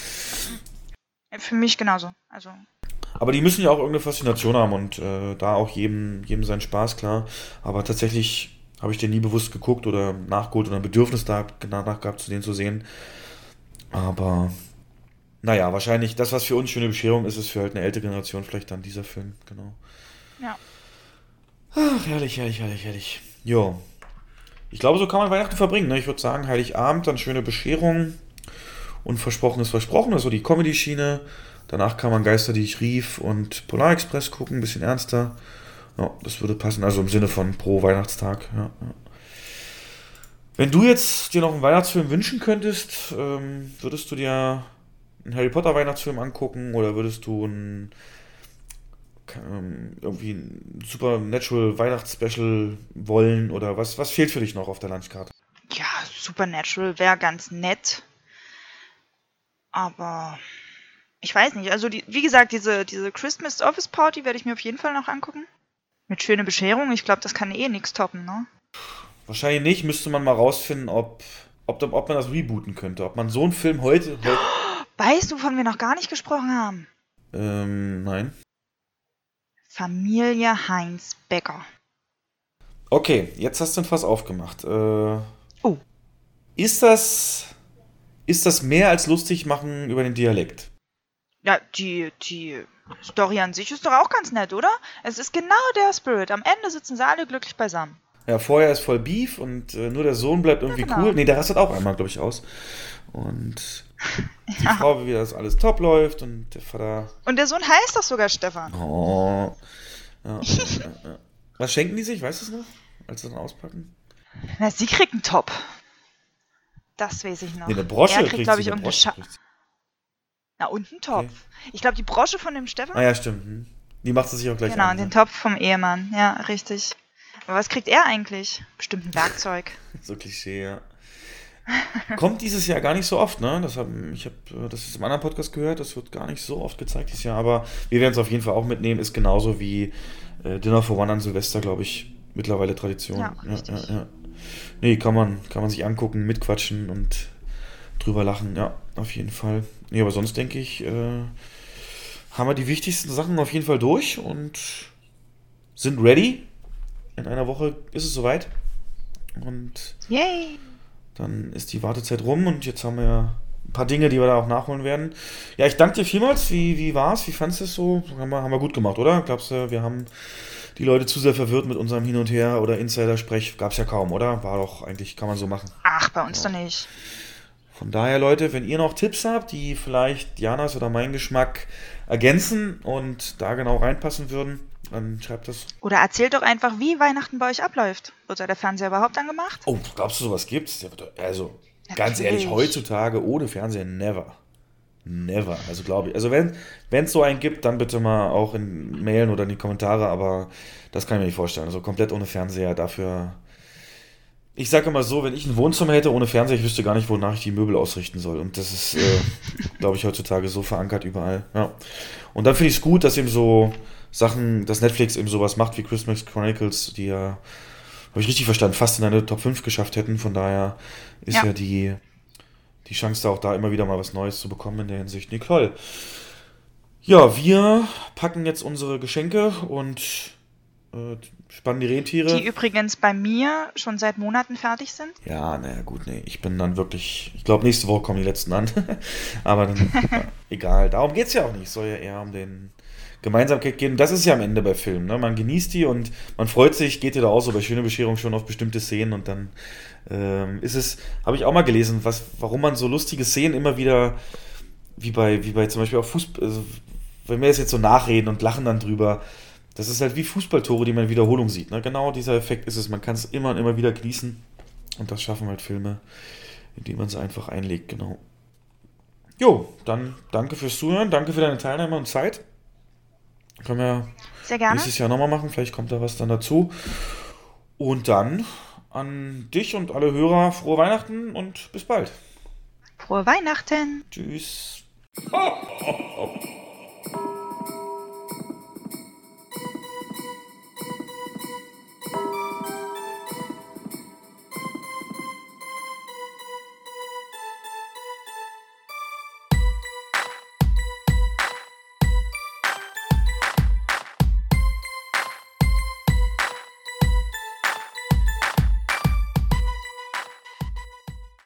B: Ja.
A: Für mich genauso. Also.
B: Aber die müssen ja auch irgendeine Faszination haben und da auch jedem seinen Spaß, klar. Aber tatsächlich habe ich den nie bewusst geguckt oder nachgeholt oder ein Bedürfnis danach gehabt, zu denen zu sehen. Aber naja, wahrscheinlich das, was für uns schöne Bescherung ist, ist für halt eine ältere Generation vielleicht dann dieser Film, genau.
A: Ja.
B: Ach, herrlich. Jo. Ich glaube, so kann man Weihnachten verbringen. Ne? Ich würde sagen, Heiligabend, dann schöne Bescherung und Versprochen ist versprochen, also die Comedy-Schiene. Danach kann man Geister, die ich rief, und Polar Express gucken, ein bisschen ernster. Ja, das würde passen, also im Sinne von pro Weihnachtstag. Ja. Wenn du jetzt dir noch einen Weihnachtsfilm wünschen könntest, würdest du dir einen Harry Potter Weihnachtsfilm angucken oder würdest du irgendwie ein Supernatural Weihnachtsspecial wollen oder was fehlt für dich noch auf der Lunchkarte?
A: Ja, Supernatural wäre ganz nett. Aber ich weiß nicht. Also, wie gesagt, diese Christmas Office Party werde ich mir auf jeden Fall noch angucken. Mit schöner Bescherung. Ich glaube, das kann eh nichts toppen, ne?
B: Wahrscheinlich nicht, müsste man mal rausfinden, ob man das rebooten könnte. Ob man so einen Film heute.
A: Weißt du, wovon wir noch gar nicht gesprochen haben?
B: Nein.
A: Familie Heinz Becker.
B: Okay, jetzt hast du ein Fass aufgemacht.
A: Oh.
B: Ist das mehr als lustig machen über den Dialekt?
A: Ja, die Story an sich ist doch auch ganz nett, oder? Es ist genau der Spirit. Am Ende sitzen sie alle glücklich beisammen.
B: Ja, vorher ist voll Beef und nur der Sohn bleibt irgendwie
A: genau.
B: cool. Nee, der rastet auch einmal, glaube ich, aus. Und die Frau, wie das alles top läuft und der Vater...
A: Und der Sohn heißt doch sogar Stefan.
B: Oh. Ja. Was schenken die sich? Weißt du es noch? Als sie dann auspacken?
A: Na, sie kriegt einen Top. Das weiß ich noch.
B: Nee, eine Brosche
A: er kriegt, glaube ich,
B: eine
A: irgendeine
B: Brosche.
A: Na, und einen Topf.
B: Okay.
A: Ich glaube, die Brosche von dem Stefan.
B: Ah ja, stimmt. Die macht sie sich auch gleich
A: Genau,
B: an.
A: und den Topf vom Ehemann. Ja, richtig. Aber was kriegt er eigentlich? Bestimmt ein Werkzeug.
B: So Klischee, ja. Kommt dieses Jahr gar nicht so oft, ne? Ich habe das ist im anderen Podcast gehört, das wird gar nicht so oft gezeigt dieses Jahr, aber wir werden es auf jeden Fall auch mitnehmen, ist genauso wie Dinner for One an Silvester, glaube ich, mittlerweile Tradition.
A: Ja, richtig.
B: Ja. Nee, kann man sich angucken, mitquatschen und drüber lachen, ja, auf jeden Fall. Nee, aber sonst denke ich, haben wir die wichtigsten Sachen auf jeden Fall durch und sind ready. In einer Woche ist es soweit. Und
A: Yay!
B: dann ist die Wartezeit rum und jetzt haben wir ja ein paar Dinge, die wir da auch nachholen werden. Ja, ich danke dir vielmals. Wie war's? Wie fandest du es so? Haben wir gut gemacht, oder? Glaubst du, wir haben die Leute zu sehr verwirrt mit unserem Hin und Her oder Insider-Sprech? Gab's ja kaum, oder? War doch eigentlich, kann man so machen.
A: Ach, bei uns doch nicht.
B: Von daher, Leute, wenn ihr noch Tipps habt, die vielleicht Janas oder meinen Geschmack ergänzen und da genau reinpassen würden, dann schreibt das.
A: Oder erzählt doch einfach, wie Weihnachten bei euch abläuft. Wird da der Fernseher überhaupt angemacht?
B: Oh, glaubst du, sowas gibt's? Ja, also, ganz
A: Natürlich.
B: ehrlich, heutzutage ohne Fernseher never. Never. Also glaube ich. Also wenn es so einen gibt, dann bitte mal auch in Mailen oder in die Kommentare, aber das kann ich mir nicht vorstellen. Also komplett ohne Fernseher, dafür. Ich sage immer so, wenn ich ein Wohnzimmer hätte ohne Fernseher, ich wüsste gar nicht, wonach ich die Möbel ausrichten soll. Und das ist, glaube ich, heutzutage so verankert überall. Ja. Und dann finde ich es gut, dass eben so Sachen, dass Netflix eben sowas macht wie Christmas Chronicles, die ja, habe ich richtig verstanden, fast in eine Top 5 geschafft hätten. Von daher ist ja die Chance da auch da immer wieder mal was Neues zu bekommen in der Hinsicht. Nicole. Ja, wir packen jetzt unsere Geschenke und spannen die Rentiere.
A: Die übrigens bei mir schon seit Monaten fertig sind.
B: Ja, naja, gut, nee. Ich bin dann wirklich, ich glaube, nächste Woche kommen die letzten an. Aber dann, egal. Darum geht es ja auch nicht. Es soll ja eher um den Gemeinsamkeit gehen. Das ist ja am Ende bei Filmen. Ne? Man genießt die und man freut sich, geht dir da auch so bei Schöne Bescherung schon auf bestimmte Szenen und dann ist es, habe ich auch mal gelesen, warum man so lustige Szenen immer wieder, wie bei zum Beispiel auch Fußball, also, wenn wir das jetzt so nachreden und lachen dann drüber, das ist halt wie Fußballtore, die man in Wiederholung sieht. Ne? Genau dieser Effekt ist es. Man kann es immer und immer wieder genießen. Und das schaffen halt Filme, indem man sie einfach einlegt. Genau. Jo, dann danke fürs Zuhören. Danke für deine Teilnahme und Zeit. Können wir
A: Sehr gerne.
B: nächstes Jahr nochmal machen. Vielleicht kommt da was dann dazu. Und dann an dich und alle Hörer frohe Weihnachten und bis bald.
A: Frohe Weihnachten.
B: Tschüss.